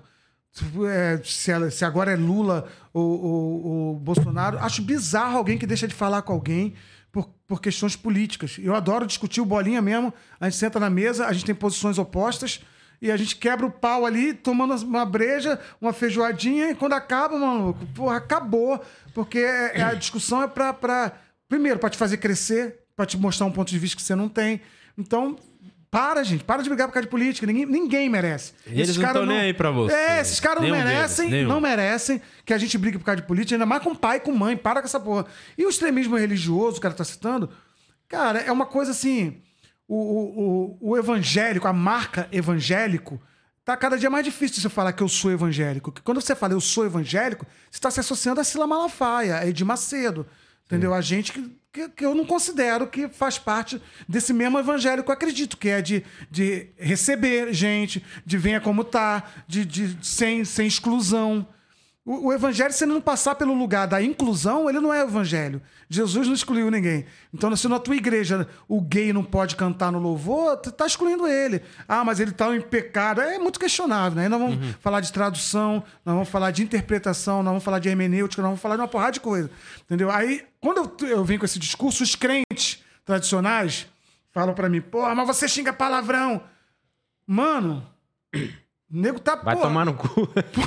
É, se, se agora é Lula ou, ou, ou Bolsonaro, acho bizarro alguém que deixa de falar com alguém por, por questões políticas. Eu adoro discutir o Bolinha mesmo. A gente senta na mesa, a gente tem posições opostas e a gente quebra o pau ali, tomando uma breja, uma feijoadinha, e quando acaba, maluco, porra, acabou. Porque é, a discussão é pra, pra primeiro, pra te fazer crescer, pra te mostrar um ponto de vista que você não tem. Então, para, gente. Para de brigar por causa de política. Ninguém, ninguém merece. E eles não estão nem aí pra você. É, esses caras não Nenhum merecem, deles, não merecem que a gente brigue por causa de política, ainda mais com pai e com mãe. Para com essa porra. E o extremismo religioso, o cara tá citando, cara, é uma coisa assim... O, o, o, o evangélico, a marca evangélico, tá cada dia mais difícil de você falar que eu sou evangélico. Porque quando você fala eu sou evangélico, você está se associando a Sila Malafaia, a Edir Macedo. Entendeu? Sim. A gente que, que, que eu não considero que faz parte desse mesmo evangélico, eu acredito, que é de, de receber gente, de venha como tá, de, de, sem, sem exclusão. O, o evangelho, se ele não passar pelo lugar da inclusão, ele não é evangelho. Jesus não excluiu ninguém. Então, se na tua igreja o gay não pode cantar no louvor, tu tá excluindo ele. Ah, mas ele tá em pecado. É muito questionável, né? Aí nós vamos uhum. falar de tradução, nós vamos falar de interpretação, nós vamos falar de hermenêutica, nós vamos falar de uma porrada de coisa. Entendeu? Aí, quando eu, eu venho com esse discurso, os crentes tradicionais falam pra mim, pô, mas você xinga palavrão. Mano... O nego tá, Vai pô... tomar no cu.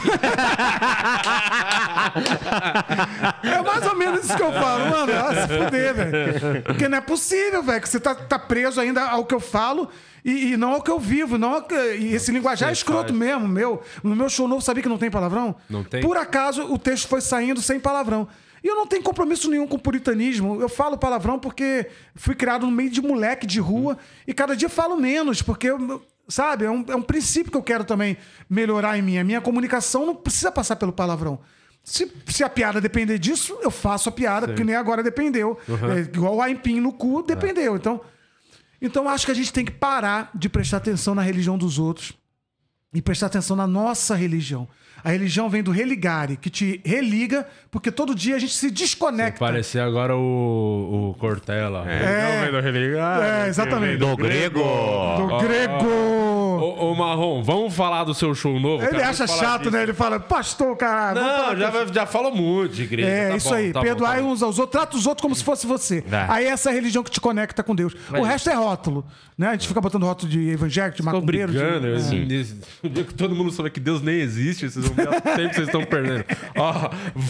É mais ou menos isso que eu falo, mano. Ah, se fuder, velho. Porque não é possível, velho, que você tá, tá preso ainda ao que eu falo e, e não ao que eu vivo. Não que... E esse linguajar é escroto faz. mesmo, meu. No meu show novo, sabia que não tem palavrão? Não tem? Por acaso, o texto foi saindo sem palavrão. E eu não tenho compromisso nenhum com o puritanismo. Eu falo palavrão porque fui criado no meio de moleque de rua hum. e cada dia falo menos, porque... Eu, sabe? É um, é um princípio que eu quero também melhorar em mim. A minha comunicação não precisa passar pelo palavrão. Se, se a piada depender disso, eu faço a piada, Sim. porque nem agora dependeu. Uhum. É, igual o aipim no cu, dependeu. É. Então, então, acho que a gente tem que parar de prestar atenção na religião dos outros e prestar atenção na nossa religião. A religião vem do religare, que te religa, porque todo dia a gente se desconecta. Vai parecer agora o, o Cortella. É. A religião vem do religare. É, exatamente. Do, do grego. Do grego. Ô, ô, Marrom, vamos falar do seu show novo? Ele cara, acha chato, disso. né? Ele fala, pastor, caralho. Não, já, já falou muito de igreja. É, tá isso bom, aí. Tá Perdoai bom, tá uns aos outros. Trata os outros como se fosse você. É. Aí essa é a religião que te conecta com Deus. Vai. O resto é rótulo. Né? A gente fica botando rótulo de evangélico, de macumbeiro. Brigando, de... assim, é. O dia que todo mundo souber que Deus nem existe, vocês vão ver o tempo que vocês estão perdendo. Ó...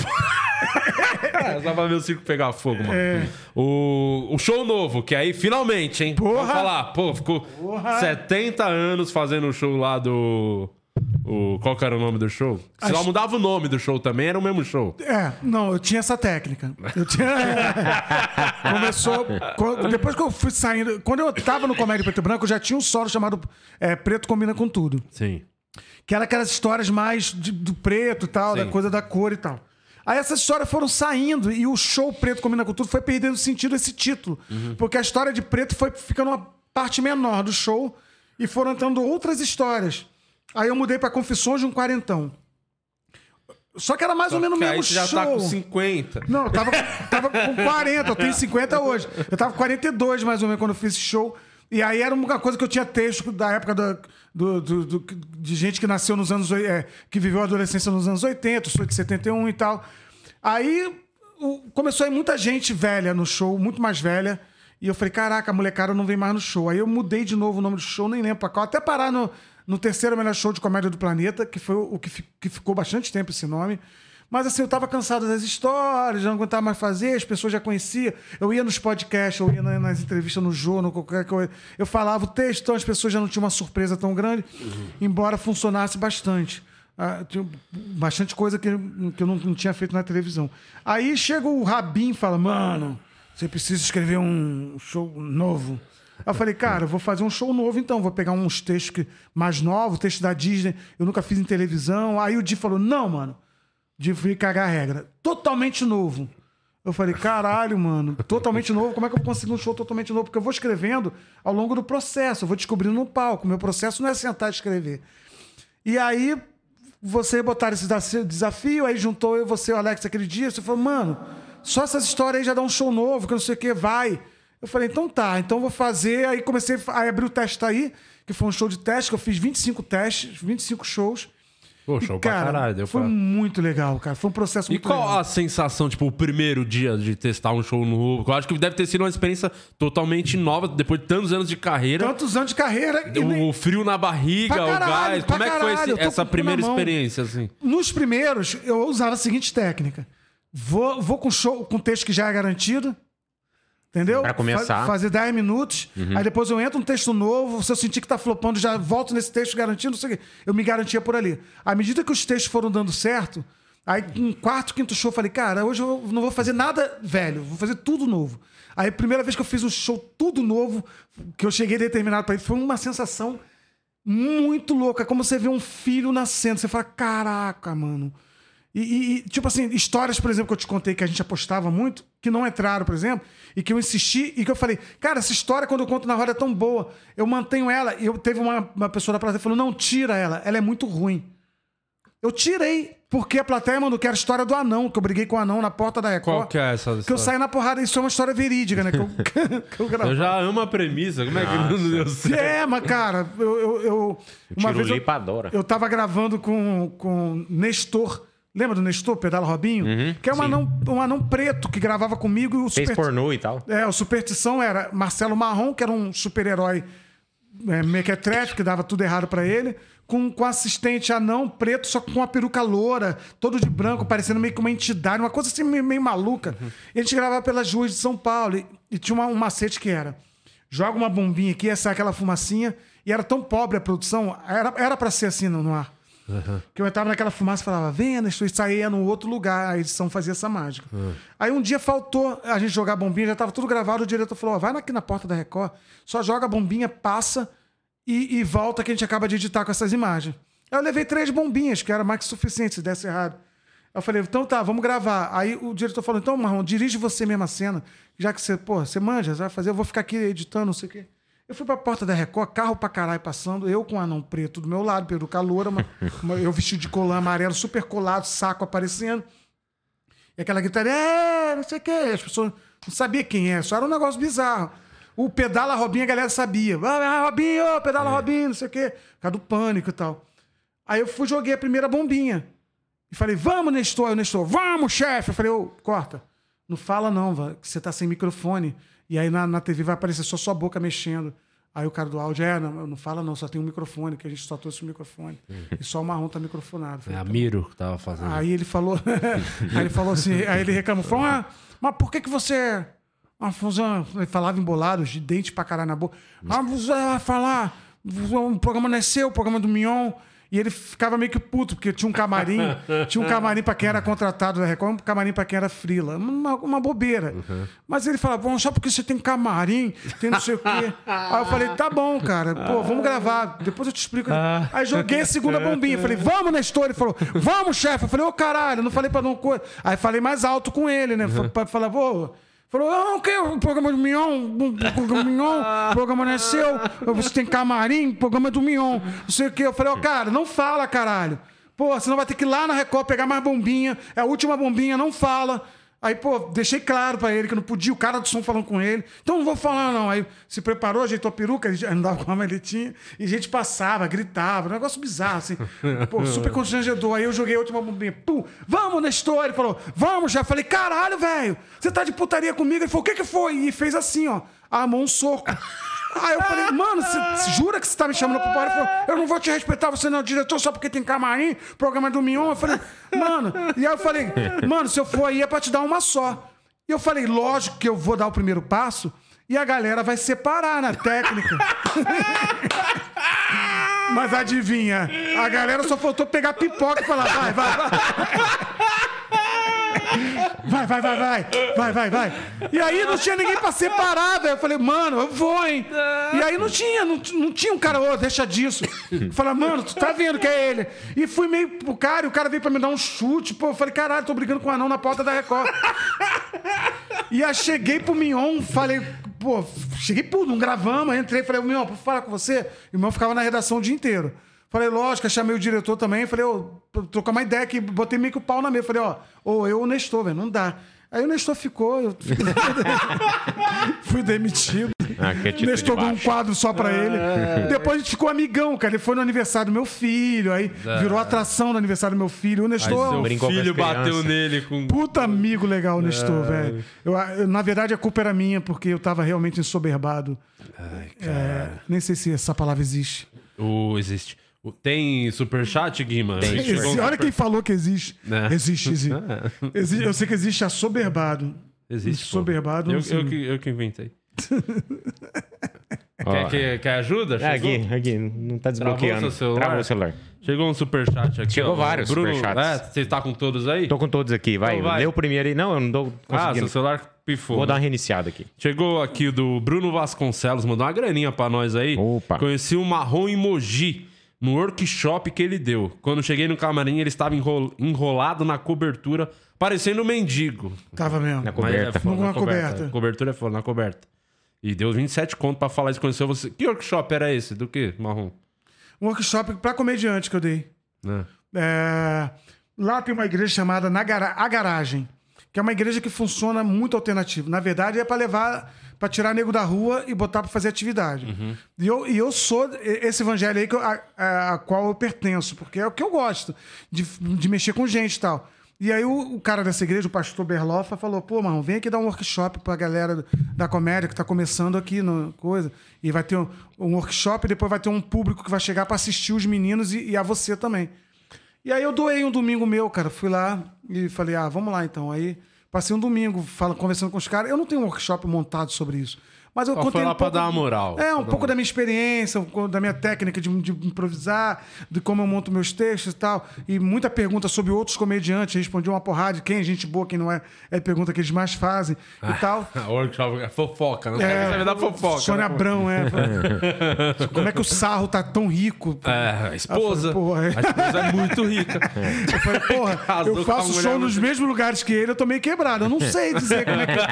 Só pra ver o circo pegar fogo, mano. É. O, o show novo, que aí finalmente, hein? Porra. Vamos falar. Pô, ficou Porra. setenta anos fazendo o show lá do... O, qual que era o nome do show? Se lá mudava o nome do show também, era o mesmo show. É, não, eu tinha essa técnica. Eu tinha... Começou... Depois que eu fui saindo... Quando eu tava no Comédia Preto e Branco, eu já tinha um solo chamado é, Preto Combina Com Tudo. Sim. Que era aquelas histórias mais de, do preto e tal, Sim. da coisa da cor e tal. Aí essas histórias foram saindo e o show Preto Combina Com Tudo foi perdendo sentido esse título. Uhum. Porque a história de preto foi ficando uma parte menor do show e foram entrando outras histórias. Aí eu mudei pra Confissões de um Quarentão. Só que era mais Só ou menos o mesmo show. Aí você já tá com cinquenta. Não, eu tava, tava com quarenta, eu tenho cinquenta hoje. Eu tava com quarenta e dois mais ou menos quando eu fiz esse show. E aí era uma coisa que eu tinha texto da época do, do, do, do, de gente que nasceu nos anos... É, que viveu a adolescência nos anos oitenta, eu sou de setenta e um e tal. Aí o, começou a ir muita gente velha no show, muito mais velha. E eu falei, caraca, a molecada não vem mais no show. Aí eu mudei de novo o nome do show, nem lembro pra qual. Até parar no, no terceiro melhor show de comédia do planeta, que foi o que, fi, que ficou bastante tempo esse nome. Mas assim, eu tava cansado das histórias, já não aguentava mais fazer, as pessoas já conheciam. Eu ia nos podcasts, eu ia nas entrevistas no Jô, no qualquer coisa. Eu falava o texto, então as pessoas já não tinham uma surpresa tão grande, uhum. embora funcionasse bastante. Ah, tinha bastante coisa que, que eu não, não tinha feito na televisão. Aí chega o Rabin e fala, mano, você precisa escrever um show novo. Aí eu falei, cara, eu vou fazer um show novo então, vou pegar uns textos que, mais novos, textos da Disney, eu nunca fiz em televisão. Aí o Di falou, não, mano, de vir cagar a regra. Totalmente novo. Eu falei, caralho, mano, totalmente novo. Como é que eu vou conseguir um show totalmente novo? Porque eu vou escrevendo ao longo do processo. Eu vou descobrindo no palco. Meu processo não é sentar e escrever. E aí, você botaram esse desafio, aí juntou eu, você e o Alex aquele dia. Você falou, mano, só essas histórias aí já dá um show novo, que não sei o que, vai. Eu falei, então tá, então vou fazer. Aí comecei a abrir o teste aí, que foi um show de teste, que eu fiz vinte e cinco testes, vinte e cinco shows. Pô, show e, cara, pra caralho. Deu foi pra... muito legal, cara. Foi um processo muito legal. E qual a sensação, tipo, o primeiro dia de testar um show novo? Eu acho que deve ter sido uma experiência totalmente nova, depois de tantos anos de carreira. Tantos anos de carreira. O nem... frio na barriga, caralho, o gás. Como é que foi esse, essa primeira experiência, assim? Nos primeiros, eu usava a seguinte técnica. Vou, vou com show, com texto que já é garantido. Entendeu? Pra começar. Fa- fazer dez minutos, uhum. Aí depois eu entro um texto novo, se eu sentir que tá flopando, já volto nesse texto garantindo, não sei o quê. Eu me garantia por ali. À medida que os textos foram dando certo, aí um quarto, quinto show, eu falei, cara, hoje eu não vou fazer nada velho, vou fazer tudo novo. Aí a primeira vez que eu fiz um show tudo novo, que eu cheguei determinado pra ele, foi uma sensação muito louca, como você vê um filho nascendo, você fala, caraca, mano. E, e, tipo assim, histórias, por exemplo, que eu te contei que a gente apostava muito, que não entraram, por exemplo, e que eu insisti, e que eu falei, cara, essa história, quando eu conto na roda, é tão boa, eu mantenho ela. E eu teve uma, uma pessoa da plateia que falou, não, tira ela, ela é muito ruim. Eu tirei, porque a plateia mandou que era a história do anão, que eu briguei com o anão na porta da Record. Qual que é essa história? Que eu saí na porrada, isso é uma história verídica, né? Que eu, que eu, eu já amo a premissa, como é que não deu certo? É, mas cara, eu... eu, eu uma vez eu, eu tava gravando com, com Nestor. Lembra do Nestor, Pedala Robinho? Uhum, que é um anão, um anão preto que gravava comigo. E o Fez super... pornô e tal. É, o Superstição era Marcelo Marrom, que era um super-herói é, mequetrefe, que dava tudo errado pra ele, com, com assistente anão preto, só com uma peruca loura, todo de branco, parecendo meio que uma entidade, uma coisa assim meio, meio maluca. Uhum. E a gente gravava pelas ruas de São Paulo. E, e tinha uma, um macete que era, joga uma bombinha aqui, essa aquela fumacinha, e era tão pobre a produção, era, era pra ser assim no, no ar. Uhum. Que eu entrava naquela fumaça e falava, venha, Nestor, e saía num outro lugar, a edição fazia essa mágica. Uhum. Aí um dia faltou a gente jogar a bombinha, já estava tudo gravado, o diretor falou, ó, vai aqui na porta da Record, só joga a bombinha, passa e, e volta que a gente acaba de editar com essas imagens. Aí eu levei três bombinhas, que era mais que suficiente se desse errado. Eu falei, então tá, vamos gravar. Aí o diretor falou, então, Marrom, dirige você mesmo a cena, já que você, pô, você manja, você vai fazer, eu vou ficar aqui editando, não sei o quê. Eu fui pra porta da Record, carro pra caralho passando, eu com um anão preto do meu lado, peruca loura, uma, uma, eu vestido de colã amarelo, super colado, saco aparecendo. E aquela gritaria, é, não sei o quê. As pessoas não sabiam quem é, só era um negócio bizarro. O Pedala Robinho, a galera sabia. Ah, Robinho, Pedala é. Robinho, não sei o quê. Por causa do pânico e tal. Aí eu fui, joguei a primeira bombinha. E falei, vamos, Nestor. Aí o Nestor, vamos, chefe. Eu falei, ô, corta. Não fala não, que você tá sem microfone. E aí na, na T V vai aparecer só sua boca mexendo. Aí o cara do áudio, é, não, não fala não, só tem um microfone, que a gente só trouxe o microfone. Uhum. E só o Marrom tá microfonado. Falei, é a Miro que tava fazendo. Aí ele falou, aí ele falou assim, aí ele reclamou, falou, ah, mas por que que você... Ah, ele falava embolado, de dente pra caralho na boca. Ah, você vai falar, o programa não é seu, o programa é do Mignon. E ele ficava meio que puto, porque tinha um camarim, tinha um camarim pra quem era contratado da Record, um camarim pra quem era frila. Uma, uma bobeira. Uhum. Mas ele falava, bom, só porque você tem camarim, tem não sei o quê. Aí eu falei, tá bom, cara, pô, vamos gravar, depois eu te explico. Aí joguei a segunda bombinha, falei, vamos, Nestor. Ele falou, vamos, chefe. Eu falei, ô, caralho, eu não falei pra não coisa. Aí falei mais alto com ele, né? Uhum. Falei, pô... Falou, ah, o quê? O programa do Mignon, o programa do Mignon, o programa não é seu, você tem camarim, o programa é do Mignon, não sei o quê. Eu falei, ó, oh, cara, não fala, caralho. Pô, senão vai ter que ir lá na Record pegar mais bombinha, é a última bombinha, não fala. Aí, pô, deixei claro pra ele que não podia, o cara do som falando com ele. Então não vou falar, não. Aí se preparou, ajeitou a peruca, ele andava com a maletinha, e a gente passava, gritava, um negócio bizarro, assim. Pô, super constrangedor. Aí eu joguei a última bombinha. Pum, vamos, Nestor. Ele falou, vamos já. Eu falei, caralho, velho, você tá de putaria comigo? Ele falou, o que que foi? E fez assim, ó, armou um soco. Aí eu falei, mano, você jura que você tá me chamando pro bar? Ele falou, eu não vou te respeitar, você não é o diretor só porque tem camarim, programa do Mion. Eu falei, mano, e aí eu falei, mano, se eu for aí é pra te dar uma só. E eu falei, lógico que eu vou dar o primeiro passo e a galera vai separar na técnica. Mas adivinha, a galera só faltou pegar pipoca e falar, vai, vai, vai. Vai, vai, vai, vai, vai, vai, vai. E aí não tinha ninguém pra separar, velho. Eu falei, mano, eu vou, hein? E aí não tinha, não, não tinha um cara, ô, oh, deixa disso. Eu falei, mano, tu tá vendo que é ele. E fui meio pro cara, e o cara veio pra me dar um chute. Pô, eu falei, caralho, tô brigando com o anão na porta da Record. E aí cheguei pro Mion, falei, pô, cheguei puto, não gravamos, entrei, falei, Mion, vou falar com você. E o Mion ficava na redação o dia inteiro. Falei, lógico, chamei o diretor também. Falei, ô, trocar uma ideia aqui, botei meio que o pau na mesa. Falei, ó, ô, eu o Nestor, velho, não dá. Aí o Nestor ficou, eu fui demitido. Ah, o Nestor deu um quadro só pra ele. É. Depois a gente ficou amigão, cara. Ele foi no aniversário do meu filho, aí é. virou atração no aniversário do meu filho. O Nestor... Aí seu filho bateu nele com... Puta amigo legal o Nestor, é. velho. Eu, eu, na verdade, a culpa era minha, porque eu tava realmente ensoberbado. Ai, é, nem sei se essa palavra existe. Uh, existe. Tem superchat, Guima? Tem. Existe, olha super... quem falou que existe. É. Existe, existe. existe. Eu sei que existe assoberbado. Existe. Soberbado. Eu, eu, que, eu que inventei. quer, quer, quer ajuda? É, aqui, aqui, não tá desbloqueando. Travou, Travou o celular. Chegou um superchat aqui. Chegou ó, vários Bruno, superchats. É, você tá com todos aí? Tô com todos aqui, vai. Então vai. Lê o primeiro aí. Não, eu não tô conseguindo. Ah, seu celular pifou. Vou dar uma reiniciada aqui. Chegou aqui do Bruno Vasconcelos, mandou uma graninha pra nós aí. Opa. Conheci o Marrom em Mogi, no workshop que ele deu. Quando cheguei no camarim, ele estava enrolado na cobertura, parecendo um mendigo. Tava mesmo. Na coberta. É foda, na na coberta. coberta. Cobertura é foda, na coberta. E deu vinte e sete conto pra falar isso. Conheceu você. Que workshop era esse? Do que, Marrom? Um workshop pra comediante que eu dei. É. É... Lá tem uma igreja chamada Na Gara... A Garagem, que é uma igreja que funciona muito alternativo. Na verdade, é pra levar... pra tirar nego da rua e botar pra fazer atividade. Uhum. E, eu, e eu sou esse evangelho aí que eu, a, a, a qual eu pertenço, porque é o que eu gosto, de, de mexer com gente e tal. E aí o, o cara dessa igreja, o pastor Berlofa, falou, pô, mano, vem aqui dar um workshop pra galera da comédia que tá começando aqui no coisa. E vai ter um, um workshop e depois vai ter um público que vai chegar pra assistir os meninos e, e a você também. E aí eu doei um domingo meu, cara. Fui lá e falei, ah, vamos lá então. Aí... Passei um domingo fala, conversando com os caras. Eu não tenho um workshop montado sobre isso. Mas eu Só contei foi lá um pra pouco, dar uma moral. É, um pouco da minha experiência, um pouco da minha técnica de, de improvisar, de como eu monto meus textos e tal. E muita pergunta sobre outros comediantes. Respondi uma porrada de quem é gente boa, quem não é. É a pergunta que eles mais fazem e ah, tal. Workshop é fofoca, não é, sabe dar fofoca. Sônia né? Abrão, é. Como é que o Sarro tá tão rico? É, a esposa. Falei, é. A esposa é muito rica. Eu falei, porra, eu faço show nos mesmos lugares que ele, eu tô meio quebrado. Eu não sei dizer como é que...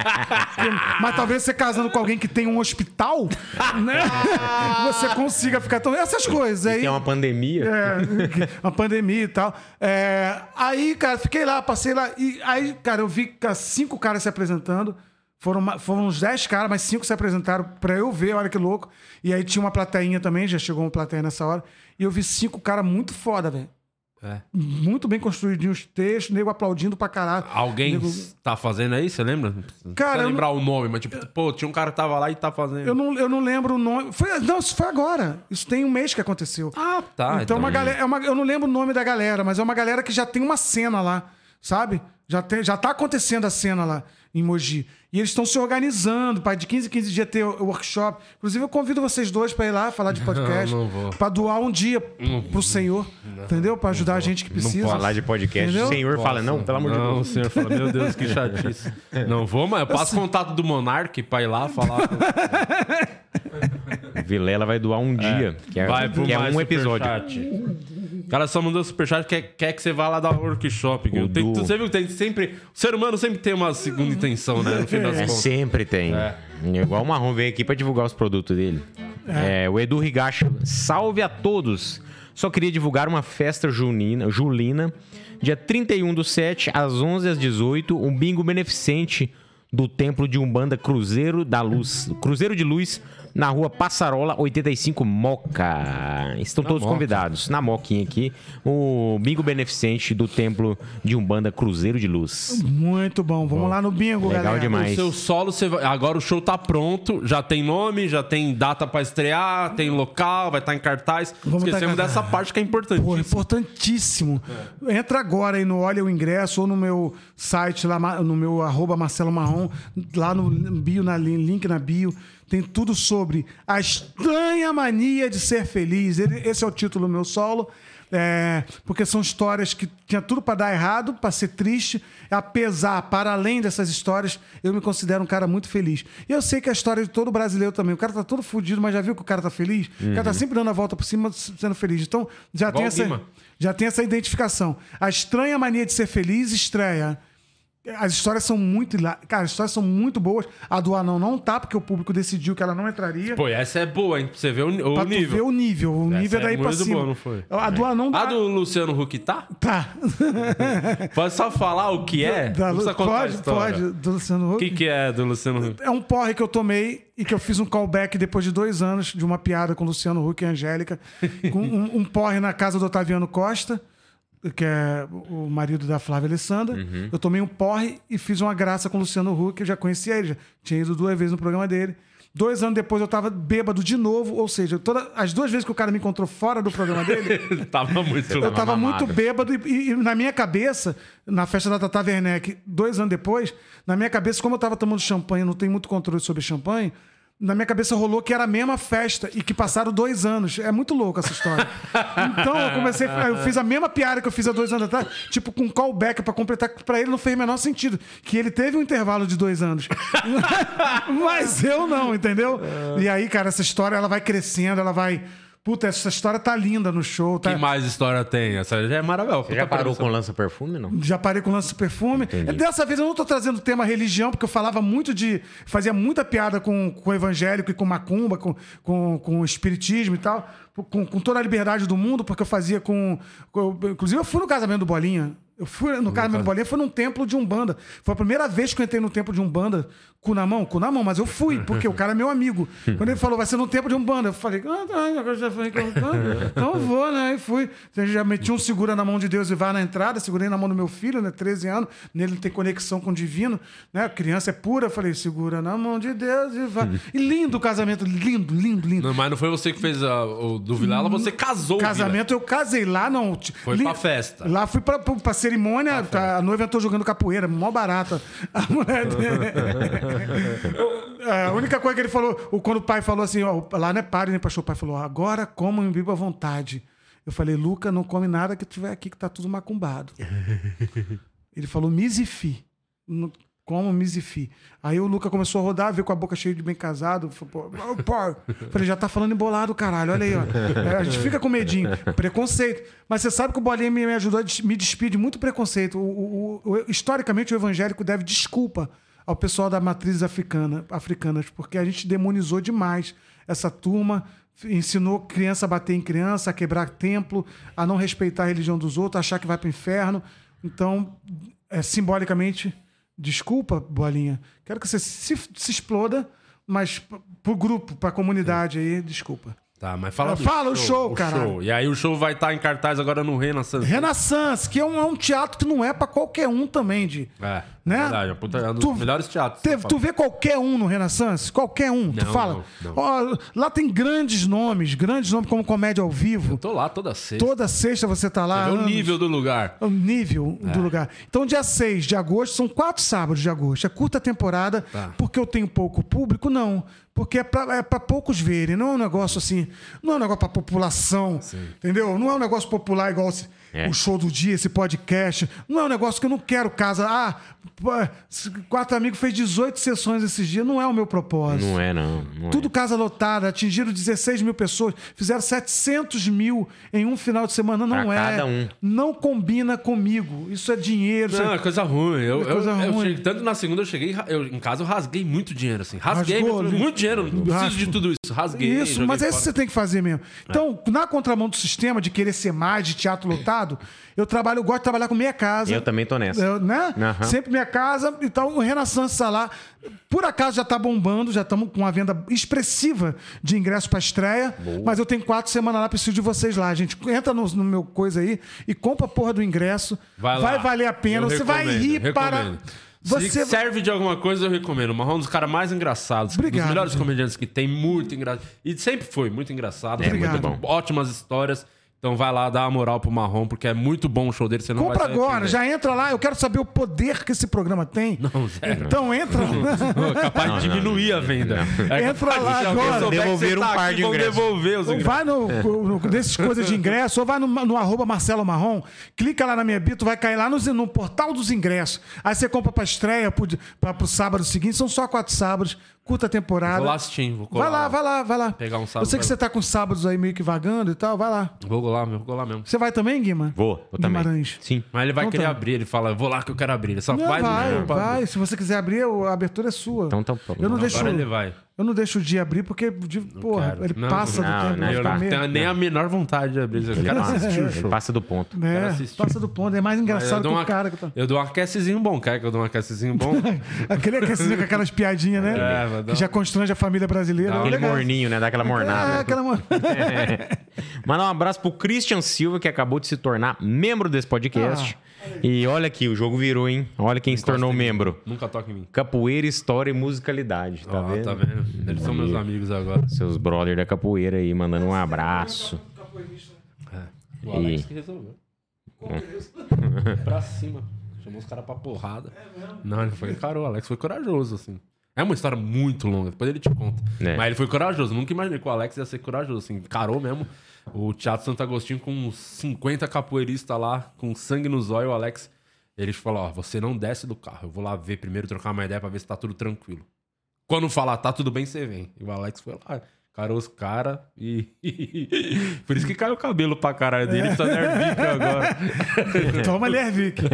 Mas talvez você casando com alguém que tem um hospital, né? Você consiga ficar tão... Essas coisas. Aí, que é uma pandemia. É, uma pandemia e tal. É, aí, cara, fiquei lá, passei lá. E aí, cara, eu vi cinco caras se apresentando. Foram, foram uns dez caras, mas cinco se apresentaram pra eu ver, olha que louco. E aí tinha uma plateinha também, já chegou uma plateia nessa hora. E eu vi cinco caras muito foda, velho. É. Muito bem construídos os textos, nego aplaudindo pra caralho. Alguém nego... tá fazendo aí, você lembra? Não cara, precisa lembrar não... o nome, mas tipo, pô, tinha um cara que tava lá e tá fazendo. Eu não, eu não lembro o nome. Foi, não, isso foi agora. Isso tem um mês que aconteceu. Ah, tá. Então, então... uma galera, é uma, eu não lembro o nome da galera, mas é uma galera que já tem uma cena lá, sabe? Já, tem, já tá acontecendo a cena lá em Mogi. E eles estão se organizando para de quinze em quinze dias ter o workshop. Inclusive, eu convido vocês dois para ir lá falar de podcast. Não, não vou. Para doar um dia não, pro Senhor. Não, entendeu? Para ajudar a gente que precisa. Não pode falar de podcast. Entendeu? O Senhor Posso. fala, não, pelo amor de Deus. Não, o Senhor fala, meu Deus, que chatice. Não vou, mas eu passo contato do Monark para ir lá falar. Com... Vilela vai doar um dia, é. que é, vai que é um episódio. O cara só mandou superchat, quer, quer que você vá lá dar workshop. Tem, você viu que tem sempre... O ser humano sempre tem uma segunda intenção, né? No fim das é, contas. Sempre tem. É. Igual o Marrom veio aqui pra divulgar os produtos dele. É. É, o Edu Higashi, salve a todos. Só queria divulgar uma festa junina, julina, dia trinta e um do sete, às onze às dezoito, um bingo beneficente do Templo de Umbanda Cruzeiro da Luz, Cruzeiro de Luz, na rua Passarola, oitenta e cinco, Moca. Estão na todos Moca. Convidados. Na Moquinha aqui, o bingo beneficente do Templo de Umbanda Cruzeiro de Luz. Muito bom. Vamos bom. lá no bingo, Legal galera. demais. O seu solo, você vai... agora o show tá pronto, já tem nome, já tem data pra estrear, tem local, vai estar tá em cartaz. Vamos Esquecemos tá dessa parte que é importantíssima. Pô, importantíssimo. É. Entra agora aí no Olha o Ingresso ou no meu site, lá no meu arroba Marcelo Marrom, lá no bio, na link na bio. Tem tudo sobre a estranha mania de ser feliz. Esse é o título do meu solo. É, porque são histórias que tinha tudo para dar errado, para ser triste. Apesar, para além dessas histórias, eu me considero um cara muito feliz. E eu sei que a história de todo brasileiro também. O cara tá todo fudido, mas já viu que o cara tá feliz? Uhum. O cara tá sempre dando a volta por cima, sendo feliz. Então, já tem, essa, já tem essa identificação. A estranha mania de ser feliz estreia. As histórias são muito... Cara, as histórias são muito boas. A do Anão não tá, porque o público decidiu que ela não entraria. Pô, essa é boa, hein? Pra você ver o, o pra nível. Pra ver o nível. O essa nível é daí pra cima. Boa, não foi? A do Anão... A do Luciano Huck tá? Tá. Pode só falar o que é? Da, não precisa contar pode, a história. Pode. Do Luciano Huck. O que, que é do Luciano Huck? É um porre que eu tomei e que eu fiz um callback depois de dois anos de uma piada com o Luciano Huck e a Angélica. Com um, um porre na casa do Otaviano Costa, que é o marido da Flávia Alessandra. Uhum. Eu tomei um porre e fiz uma graça com o Luciano Huck. Eu já conhecia ele, já tinha ido duas vezes no programa dele. Dois anos depois eu tava bêbado de novo, ou seja, toda, as duas vezes que o cara me encontrou fora do programa dele... tava muito Eu tava mamado. muito bêbado e, e, e na minha cabeça, na festa da Tata Werneck, dois anos depois, na minha cabeça, como eu tava tomando champanhe, não tenho muito controle sobre champanhe, na minha cabeça rolou que era a mesma festa e que passaram dois anos. É muito louco essa história. Então eu comecei, eu fiz a mesma piada que eu fiz há dois anos atrás, tipo com um callback pra completar, que pra ele não fez o menor sentido. Que ele teve um intervalo de dois anos. Mas eu não, entendeu? E aí, cara, essa história ela vai crescendo, ela vai... Puta, essa história tá linda no show. Tá... Que mais história tem? Essa já é maravilhosa. Você já parou com lança-perfume, não? Já parei com lança-perfume. Dessa vez eu não tô trazendo o tema religião, porque eu falava muito de... Fazia muita piada com, com o evangélico e com macumba, com, com, com o espiritismo e tal. Com, com toda a liberdade do mundo, porque eu fazia com, com... Inclusive, eu fui no casamento do Bolinha. Eu fui no casamento do Bolinha, foi num templo de Umbanda. Foi a primeira vez que eu entrei no templo de Umbanda, cu na mão, cu na mão, mas eu fui, porque o cara é meu amigo. Quando ele falou, vai ser no templo de Umbanda, eu falei, ah, tá, agora já falei que eu então eu vou, né? Aí fui. Eu já meti um segura na mão de Deus e vai na entrada, segurei na mão do meu filho, né? treze anos, nele tem conexão com o divino, né? A criança é pura, eu falei, segura na mão de Deus e vai. E lindo o casamento, lindo, lindo, lindo. Não, mas não foi você que fez a, o do Vilela, você casou. Casamento eu casei lá, não. Foi li, pra festa. Lá fui pra, pra, pra cerimônia, pra a noiva entrou jogando capoeira, mó barata. A mulher a única coisa que ele falou, quando o pai falou assim, ó, lá não é padre, nem pastor, o pai falou, agora coma e beba à vontade. Eu falei, Luca, não come nada que tiver aqui, que tá tudo macumbado. Ele falou, misifi. Como misifi. Aí o Luca começou a rodar, veio com a boca cheia de bem casado. Falei, falei, já tá falando embolado, caralho. Olha aí, ó. A gente fica com medinho. Preconceito. Mas você sabe que o Bolinha me ajudou a me despir de muito preconceito. O, o, o, historicamente, o evangélico deve desculpa ao pessoal da matriz africana, africanas, porque a gente demonizou demais essa turma, ensinou criança a bater em criança, a quebrar templo, a não respeitar a religião dos outros, a achar que vai pro inferno. Então, é, simbolicamente... Desculpa, Bolinha. Quero que você se, se exploda, mas pro grupo, pra comunidade aí, desculpa. Tá, mas fala do Fala show, o show, o cara. E aí o show vai estar em cartaz agora no Renaissance. Renaissance, que é um, é um teatro que não é pra qualquer um também, de. É, né? verdade. É, puta, é um dos tu, melhores teatros. Te, tu vê qualquer um no Renaissance? Qualquer um. Não, tu fala. não, não. Ó, lá tem grandes nomes, grandes nomes como Comédia ao Vivo. Eu tô lá toda sexta. Toda sexta você tá lá. Você vê o nível do lugar. O nível é. do lugar. Então, dia seis de agosto, são quatro sábados de agosto. É curta temporada, tá. Porque eu tenho pouco público? Não. Porque é pra, é pra poucos verem. Não é um negócio assim... Não é um negócio pra população. Sim. Entendeu? Não é um negócio popular igual... É. o show do dia, esse podcast. Não é um negócio que eu não quero casa. Ah, pô, quatro amigos fez dezoito sessões esses dias. Não é o meu propósito. Não é, não. não Tudo é. casa lotada, atingiram dezesseis mil pessoas, fizeram setecentos mil em um final de semana. Não Pra é. cada um. Não combina comigo. Isso é dinheiro. isso Não, é... é coisa ruim. Eu, É coisa eu, eu ruim. cheguei, tanto na segunda eu cheguei, eu, em casa eu rasguei muito dinheiro, assim. Rasguei, Rasgou, muito, né? muito dinheiro. Não preciso Rasgo. de tudo isso. Rasguei. Isso, joguei mas é isso fora. que você tem que fazer mesmo. Então, na contramão do sistema de querer ser mais, de teatro lotado, eu trabalho, eu gosto de trabalhar com minha casa. Eu também tô nessa. Eu, né? Aham. Sempre minha casa. Então, o Renaissance tá lá. Por acaso já tá bombando, já estamos com uma venda expressiva de ingresso pra estreia. Mas eu tenho quatro semanas lá, preciso de vocês lá, gente. Entra no, no meu coisa aí e compra a porra do ingresso. Vai lá. Vai valer a pena. Eu Você vai recomendo, rir recomendo. para. Se Você serve de alguma coisa, eu recomendo. O Marrom é um dos caras mais engraçados. Obrigado, Um dos melhores gente. comediantes que tem, muito engraçado. E sempre foi muito engraçado. É, muito bom. Ótimas histórias. Então vai lá, dá uma moral pro Marrom, porque é muito bom o show dele. Você não compra vai se agora, arrepender. já entra lá. Eu quero saber o poder que esse programa tem. Não, zero. Então entra lá. É capaz de diminuir a venda. É Entra capaz lá de alguém agora. souber que Devolver você um tá par aqui, de vão ingressos. devolver os Ou ingressos. vai no, no, desses coisas de ingresso, ou vai no, no arroba Marcelo Marrom, clica lá na minha bio, tu vai cair lá no, no portal dos ingressos. Aí você compra pra estreia, pro, pra, pro sábado seguinte, são só quatro sábados, curta temporada. Vou lá assistir, vou colar. Vai lá, vai lá, vai lá. Pegar um sábado Eu sei que pra- você tá com sábados aí meio que vagando e tal, vai lá. Vou lá, meu, vou lá mesmo. Você vai também, Guima? Vou, eu também. Guimarães. Sim. Mas ele vai Então querer tá. abrir, ele fala, eu vou lá que eu quero abrir. Ele só Não, vai, vai, não, vai. Se você quiser abrir, a abertura é sua. Então tá bom. Eu não, Não, deixo, agora ele vai. eu não deixo o dia abrir porque, de, porra, quero. ele Não, passa não, do tempo. não, vai Eu ficar não meio- tenho nem a menor vontade de abrir. Eu Ele quero passa, assistir o ele show. passa do ponto. Quero É, assistir. passa do ponto. É mais Eu engraçado dou, que uma, o cara que tá... eu dou um aquecezinho bom. Quer que eu dou um aquecezinho bom? Aquele aquecimento com aquelas piadinhas, né? É, vai dar que já um- constrange a família brasileira. Dá É Aquele legal. morninho, né? Dá aquela mornada. É, aquela mor- Mandar um abraço pro Christian Silva, que acabou de se tornar membro desse podcast. E olha aqui, o jogo virou, hein? Olha quem se tornou Encosta em mim. membro. Nunca toca em mim. Capoeira, história e musicalidade, tá Ó, vendo? tá vendo? Eles são meus amigos agora. Seus brothers da capoeira aí, mandando um abraço. O Alex E- que resolveu. Pra cima. Chamou os caras pra porrada. Não, ele foi encarou. O Alex foi corajoso, assim. É uma história muito longa, depois ele te conta. É. Mas ele foi corajoso. Nunca imaginei que o Alex ia ser corajoso, assim. Encarou mesmo. O Teatro Santo Agostinho com uns cinquenta capoeiristas lá, com sangue nos olhos. O Alex, ele falou, ó, você não desce do carro. Eu vou lá ver primeiro, trocar uma ideia pra ver se tá tudo tranquilo. Quando falar, tá tudo bem, você vem. E o Alex foi lá, encarou os caras e... Por isso que caiu o cabelo pra caralho dele. Ele tá nervico agora. Toma Lervic.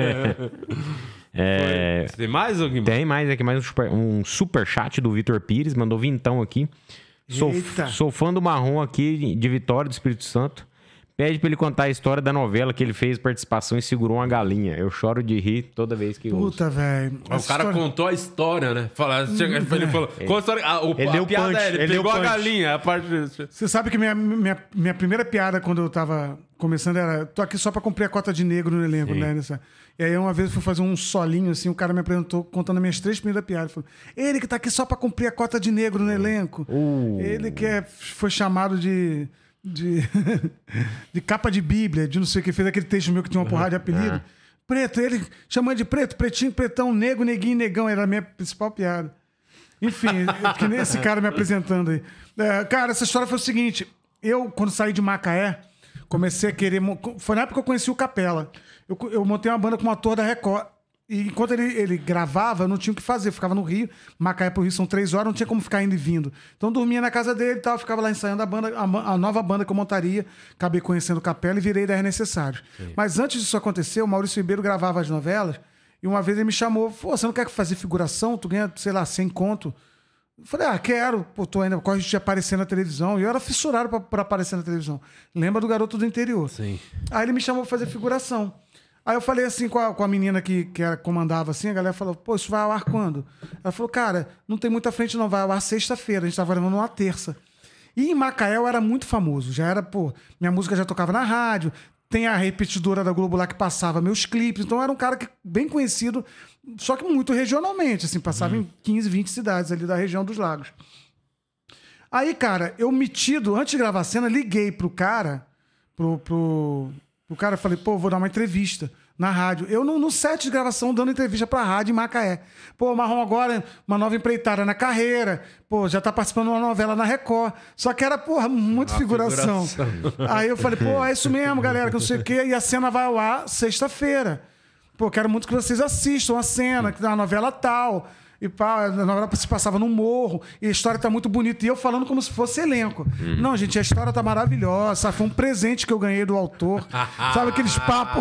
É, Tem mais, Guilherme? tem mais aqui, mais um super, um super chat do Vitor Pires, mandou vintão aqui. Sou, Eita. sou fã do Marrom aqui de Vitória do Espírito Santo. Pede pra ele contar a história da novela que ele fez participação e segurou uma galinha. Eu choro de rir toda vez que eu ouço. Puta, velho. O cara contou a história, né? Fala, chega, ele falou, conta a história. Ah, o, Ele a deu piada punch, é, ele, ele deu pegou a punch. galinha. A parte... Você sabe que minha, minha, minha primeira piada quando eu tava começando era tô aqui só pra cumprir a cota de negro no elenco, né? Nessa... E aí uma vez eu fui fazer um solinho assim, o cara me apresentou contando minhas três primeiras piadas. Falou, ele que tá aqui só pra cumprir a cota de negro no elenco. Uh. Ele que é, foi chamado de... De, de capa de Bíblia, de não sei o que, fez aquele texto meu que tinha uma porrada de apelido. Preto, ele chamando de preto, pretinho, pretão, nego, neguinho, negão, era a minha principal piada. Enfim, que nem esse cara me apresentando aí. É, cara, essa história foi o seguinte: eu, quando saí de Macaé, comecei a querer. mo- Foi na época que eu conheci o Capela. Eu, co- eu montei uma banda com um ator da Record. E enquanto ele, ele gravava, eu não tinha o que fazer. Eu ficava no Rio, Macaé pro Rio são três horas, não tinha como ficar indo e vindo. Então eu dormia na casa dele e tal, ficava lá ensaiando a banda, a, ma- a nova banda que eu montaria. Acabei conhecendo o Capela e virei dez Necessários. Mas antes disso acontecer, o Maurício Ribeiro gravava as novelas. E uma vez ele me chamou, pô, você não quer fazer figuração? Tu ganha, sei lá, cem conto. Eu falei, ah, quero. Pô, tô ainda, corre de aparecer na televisão. E eu era fissurado pra, pra aparecer na televisão. Lembra do Garoto do Interior? Sim. Aí ele me chamou pra fazer figuração. Aí eu falei assim com a, com a menina que, que era, comandava assim, a galera falou, pô, isso vai ao ar quando? Ela falou, cara, não tem muita frente não, vai ao ar sexta-feira, a gente tava gravando uma terça. E em Macaé eu era muito famoso, já era, pô, minha música já tocava na rádio, tem a repetidora da Globo lá que passava meus clipes, então eu era um cara que, bem conhecido, só que muito regionalmente, assim, passava em quinze, vinte cidades ali da região dos lagos. Aí, cara, eu metido, antes de gravar a cena, liguei pro cara, pro... pro O cara, falei, pô, vou dar uma entrevista na rádio. Eu no, no set de gravação dando entrevista pra rádio em Macaé. Pô, Marrom agora, uma nova empreitada na carreira. Pô, já tá participando de uma novela na Record. Só que era, porra, muita figuração. figuração. Aí eu falei, pô, é isso mesmo, galera, que não sei o quê. E a cena vai ao ar sexta-feira. Pô, quero muito que vocês assistam a cena, que é uma novela tal. E pá, a novela se passava num morro, e a história tá muito bonita. E eu falando como se fosse elenco. Uhum. Não, gente, a história tá maravilhosa. Sabe? Foi um presente que eu ganhei do autor. Sabe aqueles papos?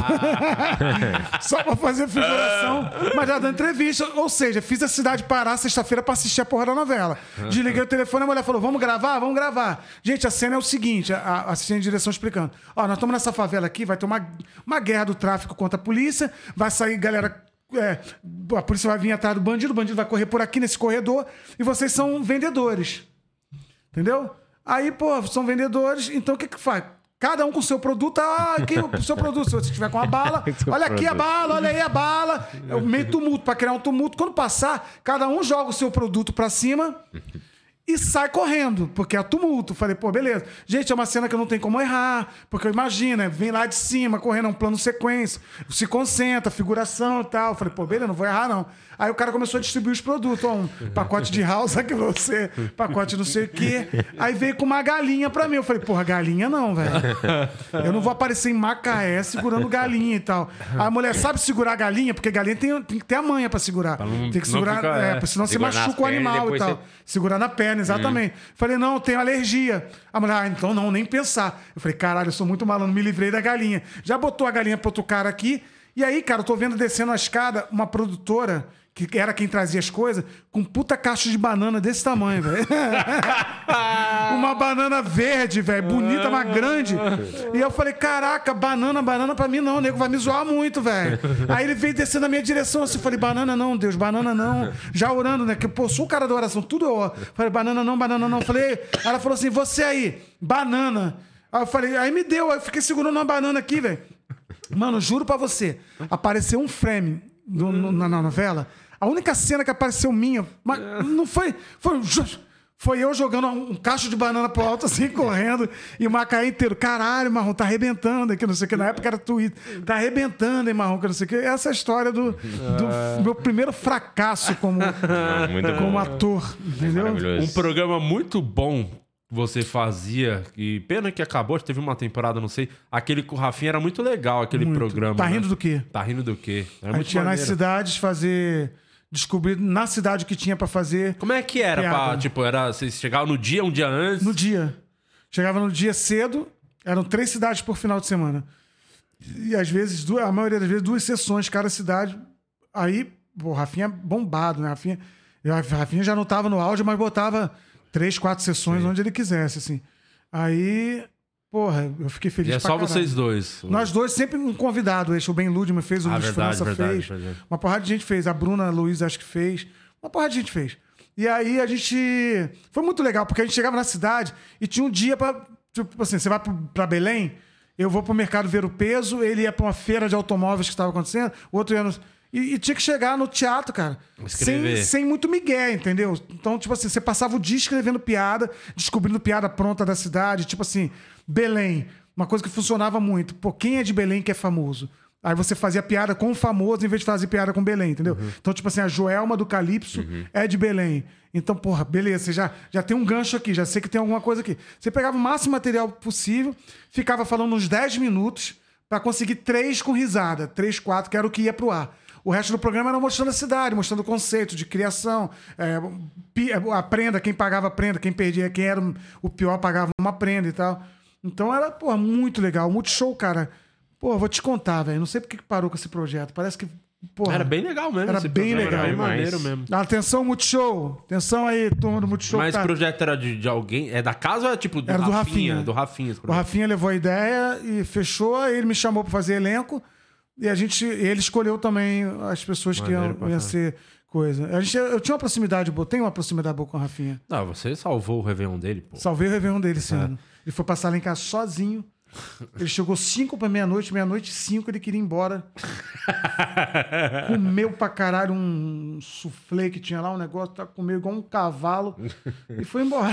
Só pra fazer figuração. Mas já dando entrevista. Ou seja, fiz a cidade parar sexta-feira pra assistir a porra da novela. Desliguei o telefone, a mulher falou, vamos gravar? Vamos gravar. Gente, a cena é o seguinte, a, a assistente de direção explicando. Ó, nós estamos nessa favela aqui, vai ter uma, uma guerra do tráfico contra a polícia, vai sair galera... É, a polícia vai vir atrás do bandido, o bandido vai correr por aqui nesse corredor e vocês são vendedores. Entendeu? Aí, pô, são vendedores, então o que que faz? Cada um com o seu produto. Ah, aqui o seu produto. Se você estiver com a bala, olha aqui a bala, olha aí a bala. É meio tumulto, para criar um tumulto. Quando passar, cada um joga o seu produto para cima e sai correndo, porque é tumulto. Falei, pô, beleza. Gente, é uma cena que eu não tenho como errar, porque eu imagino, vem lá de cima, correndo, é um plano sequência, se concentra, figuração e tal. Falei, pô, beleza, não vou errar, não. Aí o cara começou a distribuir os produtos. Ó, um pacote de house aqui pra você, pacote não sei o quê. Aí veio com uma galinha pra mim. Eu falei, porra, galinha não, velho. Eu não vou aparecer em Macaé segurando galinha e tal. Aí a mulher sabe segurar a galinha, porque galinha tem, tem que ter a manha pra segurar. Pra não, tem que segurar, fica, é, é, senão você machuca o animal e tal. Você... Segurar na perna, exatamente. Hum. Falei, não, eu tenho alergia. A mulher, ah, então não, nem pensar. Eu falei, caralho, eu sou muito malandro, me livrei da galinha. Já botou a galinha pro outro cara aqui. E aí, cara, eu tô vendo descendo a escada uma produtora, que era quem trazia as coisas, com puta caixa de banana desse tamanho, velho. Uma banana verde, velho, bonita, mas grande. E eu falei, caraca, banana, banana pra mim não, o nego vai me zoar muito, velho. Aí ele veio descendo na minha direção, assim, eu falei, banana não, Deus, banana não. Já orando, né, que pô, sou o cara da oração, tudo eu falei, banana não, banana não. Falei, ela falou assim, você aí, banana. Aí eu falei, aí me deu, aí eu fiquei segurando uma banana aqui, velho. Mano, juro pra você, apareceu um frame no, no, na, na novela. A única cena que apareceu minha, mas não foi, foi. Foi eu jogando um cacho de banana pro alto, assim, correndo, e o Macaé inteiro. Caralho, Marrom, tá arrebentando aqui, não sei o que. Na época era Twitter. Tá arrebentando, hein, Marrom, que não sei o que. Essa é a história do, do meu primeiro fracasso como, como ator, entendeu? Um programa muito bom você fazia, e pena que acabou, teve uma temporada, não sei, aquele com o Rafinha era muito legal, aquele muito. programa. Tá rindo né? do quê? Tá rindo do quê? Era a gente ia nas cidades fazer... Descobrir na cidade que tinha pra fazer. Como é que era? Pra, tipo, era, vocês chegavam no dia, um dia antes? No dia. Chegava no dia cedo, eram três cidades por final de semana. E às vezes, duas, a maioria das vezes, duas sessões cada cidade. Aí, pô, Rafinha bombado, né? Rafinha, Rafinha já não tava no áudio, mas botava três, quatro sessões Sim. onde ele quisesse, assim. Aí, porra, eu fiquei feliz. E é pra só caralho. Vocês dois. Nós dois, sempre um convidado. O Ben Ludman fez, o ah, Luiz verdade, França verdade, fez. verdade. Uma porrada de gente fez. A Bruna Luiz acho que fez. Uma porrada de gente fez. E aí a gente... Foi muito legal, porque a gente chegava na cidade e tinha um dia pra... Tipo assim, você vai pra Belém, eu vou pro mercado ver o peso, ele ia pra uma feira de automóveis que estava acontecendo, o outro ia no... E, e tinha que chegar no teatro, cara, sem, sem muito migué, entendeu? Então, tipo assim, você passava o dia escrevendo piada, descobrindo piada pronta da cidade, tipo assim, Belém, uma coisa que funcionava muito. Pô, quem é de Belém que é famoso? Aí você fazia piada com o famoso em vez de fazer piada com Belém, entendeu? Uhum. Então, tipo assim, a Joelma do Calypso uhum. é de Belém. Então, porra, beleza, você já, já tem um gancho aqui, já sei que tem alguma coisa aqui. Você pegava o máximo material possível, ficava falando uns dez minutos pra conseguir três com risada, três, quatro, que era o que ia pro ar. O resto do programa era mostrando a cidade, mostrando o conceito de criação. É, a prenda, quem pagava a prenda, quem perdia, quem era o pior pagava uma prenda e tal. Então era, porra, muito legal. O Multishow, cara, pô, vou te contar, velho. Não sei por que parou com esse projeto. Parece que, porra... Era bem legal mesmo. Era bem legal. Era bem maneiro mesmo. Atenção, Multishow. Atenção aí, turma do Multishow. Mas tá... esse projeto era de, de alguém? É da casa ou é tipo do era Rafinha? do Rafinha. Do Rafinha. O Rafinha levou a ideia e fechou. Aí ele me chamou pra fazer elenco. E a gente, ele escolheu também as pessoas maneiro, que iam, iam ser coisa. A gente, eu tinha uma proximidade boa, tenho uma proximidade boa com o Rafinha. Não, você salvou o Réveillon dele, pô. Salvei o Réveillon dele esse é. ano. Ele foi passar lá em casa sozinho. Ele chegou cinco pra meia-noite, meia-noite e cinco ele queria ir embora. Comeu pra caralho um soufflé que tinha lá, um negócio, tá, comeu igual um cavalo e foi embora.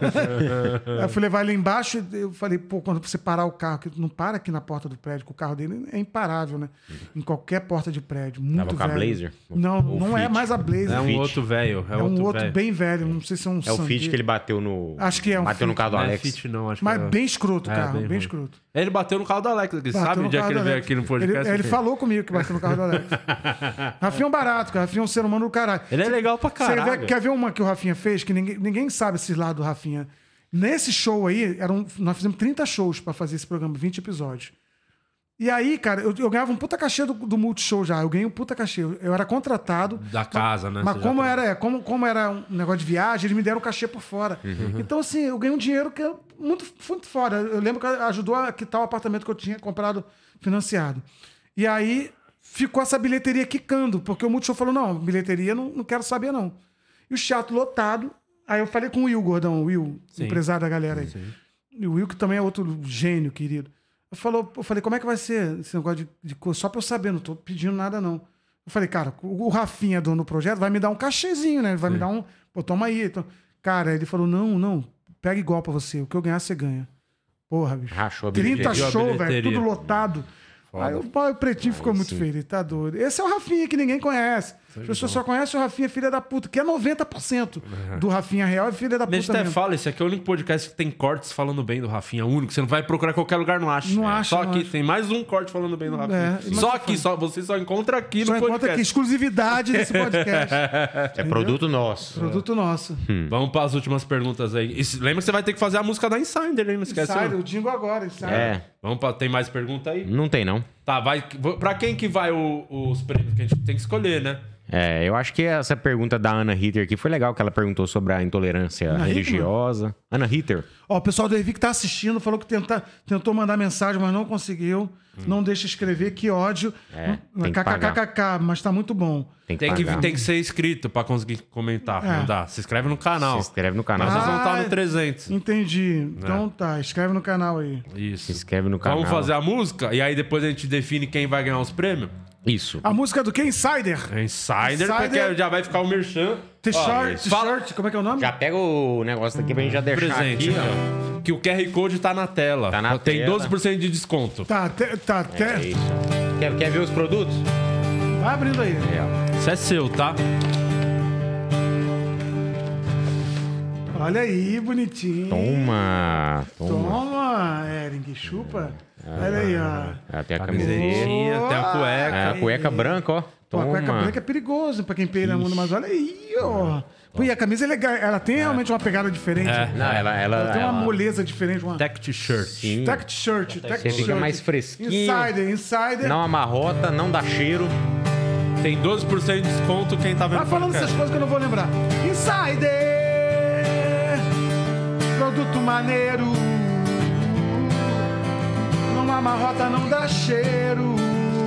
Aí eu fui levar ele embaixo e eu falei, pô, quando você parar o carro, que não para aqui na porta do prédio, que o carro dele é imparável, né? Em qualquer porta de prédio, muito Tava com a velho. Blazer? Não, Ou não é Fit? mais a Blazer. É um Fit. outro velho. É, um outro bem velho, não sei se é um É o Fit que ele bateu no... Acho que é um Bateu no Fit. carro do Não é Alex. Fit, não, acho Mas que é... bem escroto o É, carro, bem bem, ruim. escroto. Ele bateu no carro do Alex, ele Bateu sabe no o dia carro que ele do veio Alex. aqui no podcast? Ele, ele falou comigo que bateu no carro do Alex. Rafinha é um barato, cara. Rafinha é um ser humano do caralho. Ele é legal pra Você caralho. vê- quer ver uma que o Rafinha fez, que ninguém, ninguém sabe esse lado do Rafinha. Nesse show aí, eram, nós fizemos trinta shows pra fazer esse programa, vinte episódios. E aí, cara, eu, eu ganhava um puta cachê do, do Multishow já. Eu ganhei um puta cachê. Eu, eu era contratado. Da casa, né? Mas Você já como tá- era, é, como, como era um negócio de viagem, eles me deram cachê por fora. Então, assim, eu ganhei um dinheiro que é muito, muito fora. Eu lembro que ajudou a quitar o apartamento que eu tinha comprado financiado. E aí ficou essa bilheteria quicando, porque o Multishow falou: não, bilheteria não, não quero saber, não. E o teatro lotado. Aí eu falei com o Will Gordão, o Will, Sim. empresário da galera aí. Sim. E o Will, que também é outro gênio, querido. Eu, falou, eu falei, como é que vai ser esse negócio de, de coisa? Só pra eu saber, não tô pedindo nada, não. Eu falei, cara, o, o Rafinha, dono do projeto, vai me dar um cachezinho, né? Vai me dar um... Pô, toma aí. Então... Cara, ele falou, não, não, pega igual pra você. O que eu ganhar, você ganha. Porra, bicho. Rachou a trinta bilheteria. show, velho, bilheteria. tudo lotado. Aí o, pai, o Pretinho ficou muito sim. feliz, tá doido. Esse é o Rafinha que ninguém conhece. As pessoas só conhecem o Rafinha filha da puta, que é noventa por cento do Rafinha real é filha da A gente puta até mesmo. fala, esse aqui é o único podcast que tem cortes falando bem do Rafinha, único. Você não vai procurar em qualquer lugar, não acha. Não É. acha, Só não aqui acha. tem mais um corte falando bem do Rafinha. É, mas só que aqui, só, você só encontra aqui Só no encontra podcast. aqui, exclusividade desse podcast. É produto nosso. Produto nosso. Vamos para as últimas perguntas aí. E se- lembra que você vai ter que fazer a música da Insider, hein? Não esquece. Sai, não. eu digo agora, sai. É, Vamos pra... Tem mais pergunta aí? não tem não. Tá, vai. Pra quem que vai o- os prêmios? Que a gente tem que escolher, né? É, eu acho que essa pergunta da Ana Ritter aqui foi legal, que ela perguntou sobre a intolerância Ana Hitter, religiosa. Ana Ritter. Ó, o pessoal do Evi que tá assistindo falou que tenta, tentou mandar mensagem, mas não conseguiu. Não deixa escrever, que ódio. É, tem que KKKK, mas tá muito bom. Tem que Tem que, pagar. tem que ser inscrito pra conseguir comentar. É. Mandar. Se inscreve no canal. Se inscreve no canal. Nós vamos Ah, estar no trezentos. Entendi. Então tá, escreve no canal aí. Isso. Se inscreve no canal. Vamos fazer a música e aí depois a gente define quem vai ganhar os prêmios. Isso. A música do que? Insider. É Insider, Insider. porque já vai ficar o merchan. T-shirt, fala- t-shirt, como é que é o nome? Já pega o negócio daqui pra gente já deixar Presente. aqui, ó. Que o Q R Code tá na tela. Tá na Tem tela. doze por cento de desconto. Tá, até, tá, até. É isso. Quer, quer ver os produtos? Vai abrindo aí. É, ó. Isso é seu, tá? Olha aí, bonitinho. Toma. Toma. Toma, Ering, chupa. Olha aí, ó. Ah, tem a camiseta. Camisetinha, tem a cueca. É, a cueca branca, ó. Pô, a Toma. cueca branca é perigoso pra quem peida mundo, mas olha aí, ó. Pô, e a camisa é legal, ela tem realmente uma pegada diferente. É. Não, ela... ela, Ela tem uma ela- moleza diferente, uma Tech T-shirt. Sim. tech shirt, tech Você shirt. fica mais fresquinho. Insider, insider. Não amarrota, não dá cheiro. Tem doze por cento de desconto quem tá vendo Vai o falando podcast. essas coisas que eu não vou lembrar. Insider, produto maneiro. Não amarrota, não dá cheiro.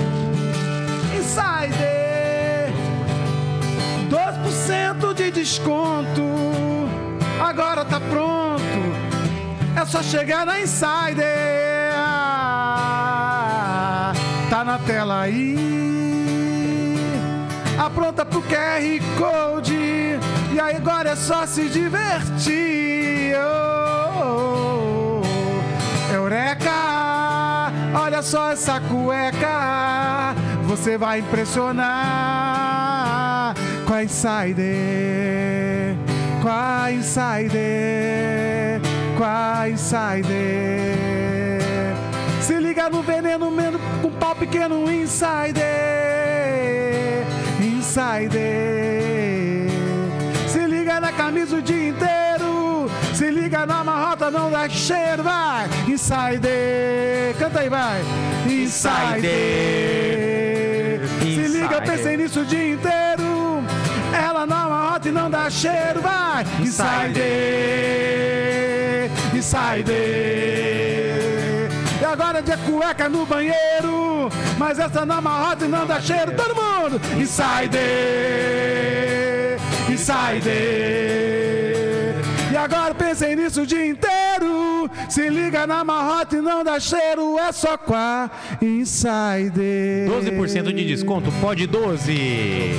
Insider, doze por cento de desconto. Agora tá pronto. É só chegar na Insider. Tá na tela aí. Apronta pro Q R Code. E aí agora é só se divertir. Oh, oh, oh. Eureka! Olha só essa cueca. Você vai impressionar com a Insider. Com a Insider. Com a Insider. Se liga no veneno, menos com pau pequeno, Insider. Insider. Se liga na camisa o dia inteiro. Se liga na amarrota, não dá cheiro, vai. Insider. Canta aí, vai. Insider. Se liga, eu pensei nisso o dia inteiro. Ela não amarrota e não dá cheiro, vai. Insider. Insider. E agora de cueca no banheiro. Mas essa não amarrota e não dá cheiro. Todo mundo. Insider. Insider. E agora pensei nisso o dia inteiro. Se liga na marrota e não dá cheiro, é só com a Insider. doze por cento de desconto, pode doze.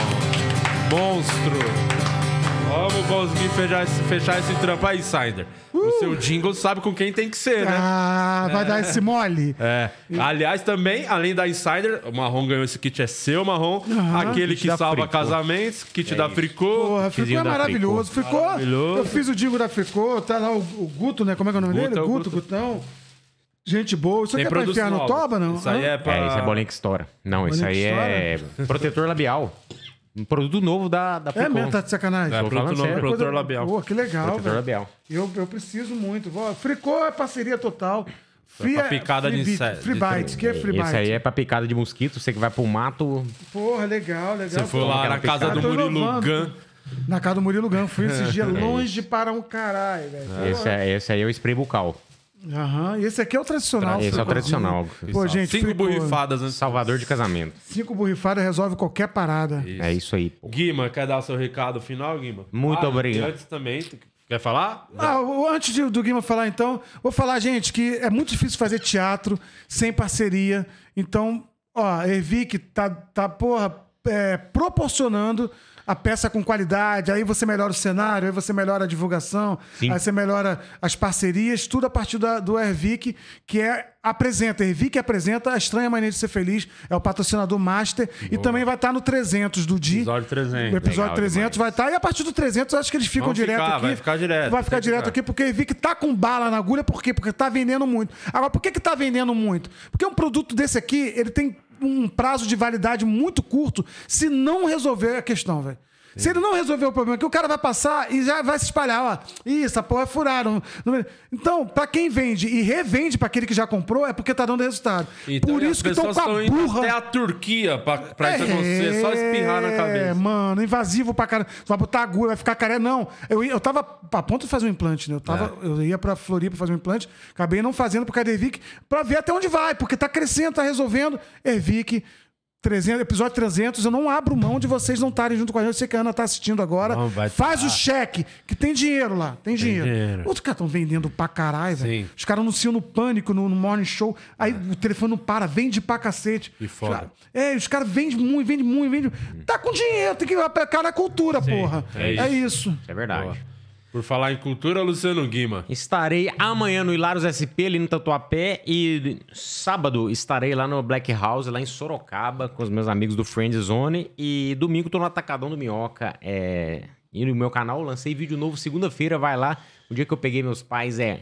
Monstro. Vamos conseguir fechar esse, fechar esse trampo aí, Insider. Uh. O seu jingle sabe com quem tem que ser, né? Ah, vai é. dar esse mole. É. Aliás, também, além da Insider, o Marrom ganhou esse kit, é seu, Marrom. Uhum. Aquele que salva fricô. casamentos, kit é da Fricô. Porra, Fricô é maravilhoso. Fricô, maravilhoso. Eu fiz o jingle da Fricô, tá lá o, o Guto, né? Como é que é o nome Guto, dele? É o Guto, Guto, Gutão. Gente boa. Isso aqui é pra enfiar no toba, não? Isso aí é pra... É, isso é bolinha que estoura. Não, bolinha isso aí é protetor labial. Um produto novo da, da Fricô. É mesmo, tá de sacanagem. É, produto novo, protetor labial. Pô, que legal, protetor velho. labial. Eu, eu preciso muito. Fricô é parceria total. Free, pra picada free de inseto. Free bite, que é free bite? Esse aí é pra picada de mosquito, você que vai pro mato. Porra, legal, legal. Você foi lá na casa do Murilo Gun. Na casa do Murilo Gun. Fui esses dias longe para um caralho, velho. Esse, é, esse aí é o spray bucal. Aham, e esse aqui é o tradicional. Esse é o tradicional. Pô, gente, Cinco fricô, borrifadas, né? Salvador de casamento. Cinco borrifadas resolve qualquer parada. Isso. É isso aí. Pô. Guima, quer dar o seu recado final, Guima? Muito ah, obrigado. Antes também, quer falar? Ah, antes de, do Guima falar, então, vou falar, gente, que é muito difícil fazer teatro sem parceria. Então, ó, a Ervic tá, tá porra, é, proporcionando a peça com qualidade, aí você melhora o cenário, aí você melhora a divulgação, Sim. aí você melhora as parcerias, tudo a partir da, do Ervic, que é apresenta, Ervic apresenta A Estranha Maneira de Ser Feliz, é o patrocinador master, Boa. E também vai estar no trezentos do dia. Episódio trezentos. O episódio Legal trezentos demais. Vai estar, e a partir do trezentos eu acho que eles ficam Vamos direto ficar, aqui. Vai ficar direto. Vai ficar direto ficar. aqui, porque o Ervic tá com bala na agulha, por quê? Porque tá vendendo muito. Agora, por que que tá vendendo muito? Porque um produto desse aqui, ele tem um prazo de validade muito curto se não resolver a questão, velho. Se ele não resolver o problema, que o cara vai passar e já vai se espalhar, ó. Ih, essa porra é furada. Então, pra quem vende e revende pra aquele que já comprou, é porque tá dando resultado. Então, Por isso que estão com a burra... até a Turquia pra, pra é, isso acontecer, só espirrar na cabeça. É, mano, invasivo pra caramba. Vai botar agulha, vai ficar careca. Não, eu, eu tava a ponto de fazer um implante, né? Eu, tava, é. eu ia pra Floripa fazer um implante, acabei não fazendo por causa da Ervic, pra ver até onde vai, porque tá crescendo, tá resolvendo. Ervic... trezentos, episódio trezentos, eu não abro mão de vocês não estarem junto com a gente. Eu sei que a Ana está assistindo agora. Não, Faz tá. o cheque, que tem dinheiro lá. Tem, tem dinheiro. dinheiro. Outros caras estão vendendo pra caralho, velho. Os caras anunciam no Pânico, no, no Morning Show. Aí é. o telefone não para, vende pra cacete. E foda. É, os caras vendem muito, vendem muito, vendem. Tá com dinheiro, tem que aplicar na cultura, Sim, porra. É isso. É isso. Isso é verdade. Boa. Por falar em cultura, Luciano Guima. Estarei amanhã no Hilários S P, ali no Tatuapé. E sábado estarei lá no Black House, lá em Sorocaba, com os meus amigos do Friend Zone. E domingo tô no Atacadão do Minhoca. É... E no meu canal lancei vídeo novo segunda-feira, vai lá. O dia que eu peguei meus pais é...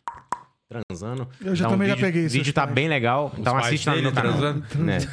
transando. Eu já então, também vídeo, já peguei isso. O vídeo tá bem legal. Os então assiste lá no meu canal. Transando?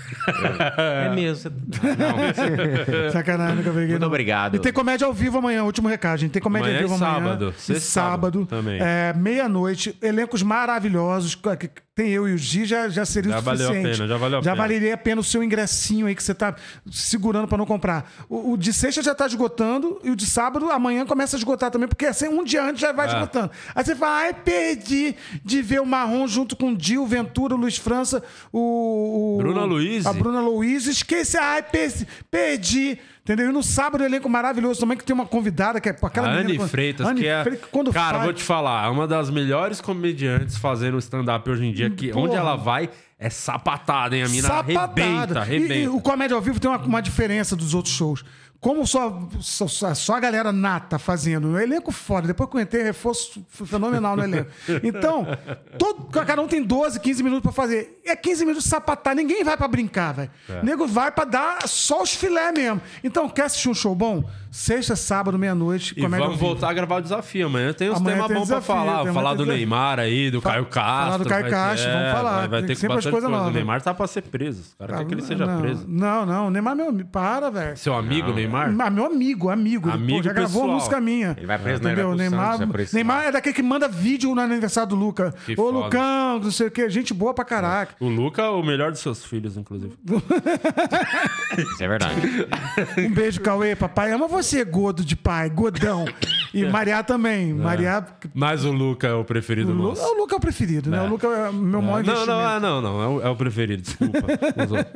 É, é mesmo. Não. Sacanagem, nunca peguei. Muito não. obrigado. E tem comédia ao vivo amanhã, último recado. A gente tem comédia amanhã ao vivo é amanhã. Sábado. E sábado. sábado também. É, meia-noite. Elencos maravilhosos. Tem eu e o Gi, já, já seria já o suficiente. Valeu a pena, já valeu a já pena. valeria a pena o seu ingressinho aí que você tá segurando pra não comprar. O, o de sexta já tá esgotando e o de sábado amanhã começa a esgotar também, porque assim, um dia antes já vai é. esgotando. Aí você fala, ai, perdi de ver o Marrom junto com o Dil, Ventura, o Luiz França, o... o Bruna Luiz. A Bruna Luiz. Esqueci, ai, perdi. perdi. Entendeu? E no sábado, o elenco maravilhoso também, que tem uma convidada, que é aquela a menina... Anne quando... Freitas, Anne que é... Freitas, quando Cara, faz... vou te falar, é uma das melhores comediantes fazendo stand-up hoje em dia, que Porra. onde ela vai é sapatada, hein? A mina sapatada. arrebenta, arrebenta. E, e o Comédia ao Vivo tem uma, uma diferença dos outros shows. Como só, só, só a galera nata fazendo, o elenco foda. Depois que eu entrei, reforço fenomenal no elenco. Então, todo, cada um tem doze, quinze minutos pra fazer. É quinze minutos de sapatar. Ninguém vai pra brincar, velho. É. O nego vai pra dar só os filé mesmo. Então, quer assistir um show bom? Sexta, sábado, meia-noite. E vamos voltar a gravar o desafio. Amanhã tem uns temas bons pra falar. Vou falar do desafio. Neymar aí, do Fa Caio Castro. Falar do Caio Castro, é, vamos falar. Vai, vai ter que sempre as coisas novas. O Neymar tá pra ser preso. Os caras querem que ele seja não, preso. Não, não. O Neymar é meu amigo. Para, velho. Seu amigo, não, Neymar? Ah, meu amigo, amigo. Amigo Pô, já pessoal. gravou uma música minha. Ele vai preso, entendeu? Não, ele vai Neymar, Santos, Neymar é daquele que manda vídeo no aniversário do Luca. Que Ô, foda. Lucão, não sei o quê. Gente boa pra caraca. O Luca é o melhor dos seus filhos, inclusive. Isso é verdade. Um beijo, Cauê. Papai ama você, gordo de pai. Godão. E Mariá também. Mariá... Mas o Luca é o preferido O, Lu... nosso. o Luca é o preferido, né? É. O Luca é o meu maior Não, investimento. não, ah, não, não. É o, é o preferido, desculpa. Os outros.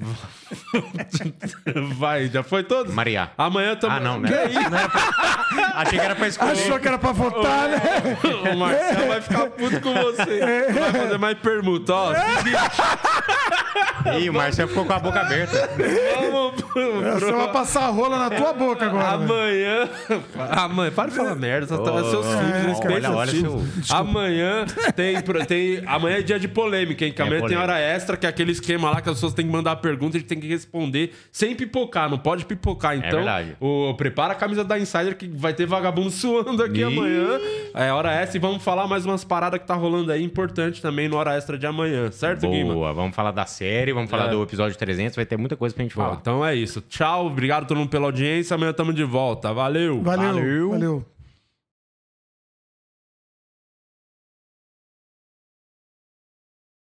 Vai, já foi todos? Maria. Amanhã também. Ah, não, né? Não era pra... Achei que era pra escolher. Achou que era pra votar, né? O Marcelo vai ficar puto com você. Vai fazer mais permuta. Ó, seguinte. Ih, o Marcelo ficou com a boca aberta. Vamos pro... Você vai passar a rola na tua boca agora. velho. Amanhã. Amanhã. Para de falar merda. Só tá seus filhos. olha, Respeita olha seus filhos. seu- Amanhã tem, tem. Amanhã é dia de polêmica, hein? Que amanhã tem polêmica. hora extra, que é aquele esquema lá que as pessoas têm que mandar pergunta e a gente tem que responder sem pipocar. Não pode pipocar. Então, verdade. o, prepara a camisa da Insider que vai ter vagabundo suando aqui Ih. amanhã. É hora extra e vamos falar mais umas paradas que tá rolando aí importante também no hora extra de amanhã. Certo, Guima? Boa, vamos falar da série, vamos falar É. do episódio trezentos, vai ter muita coisa pra gente Ó, falar. então é isso. Tchau, obrigado a todo mundo pela audiência. Amanhã tamo de volta. Valeu. Valeu. Valeu. Valeu.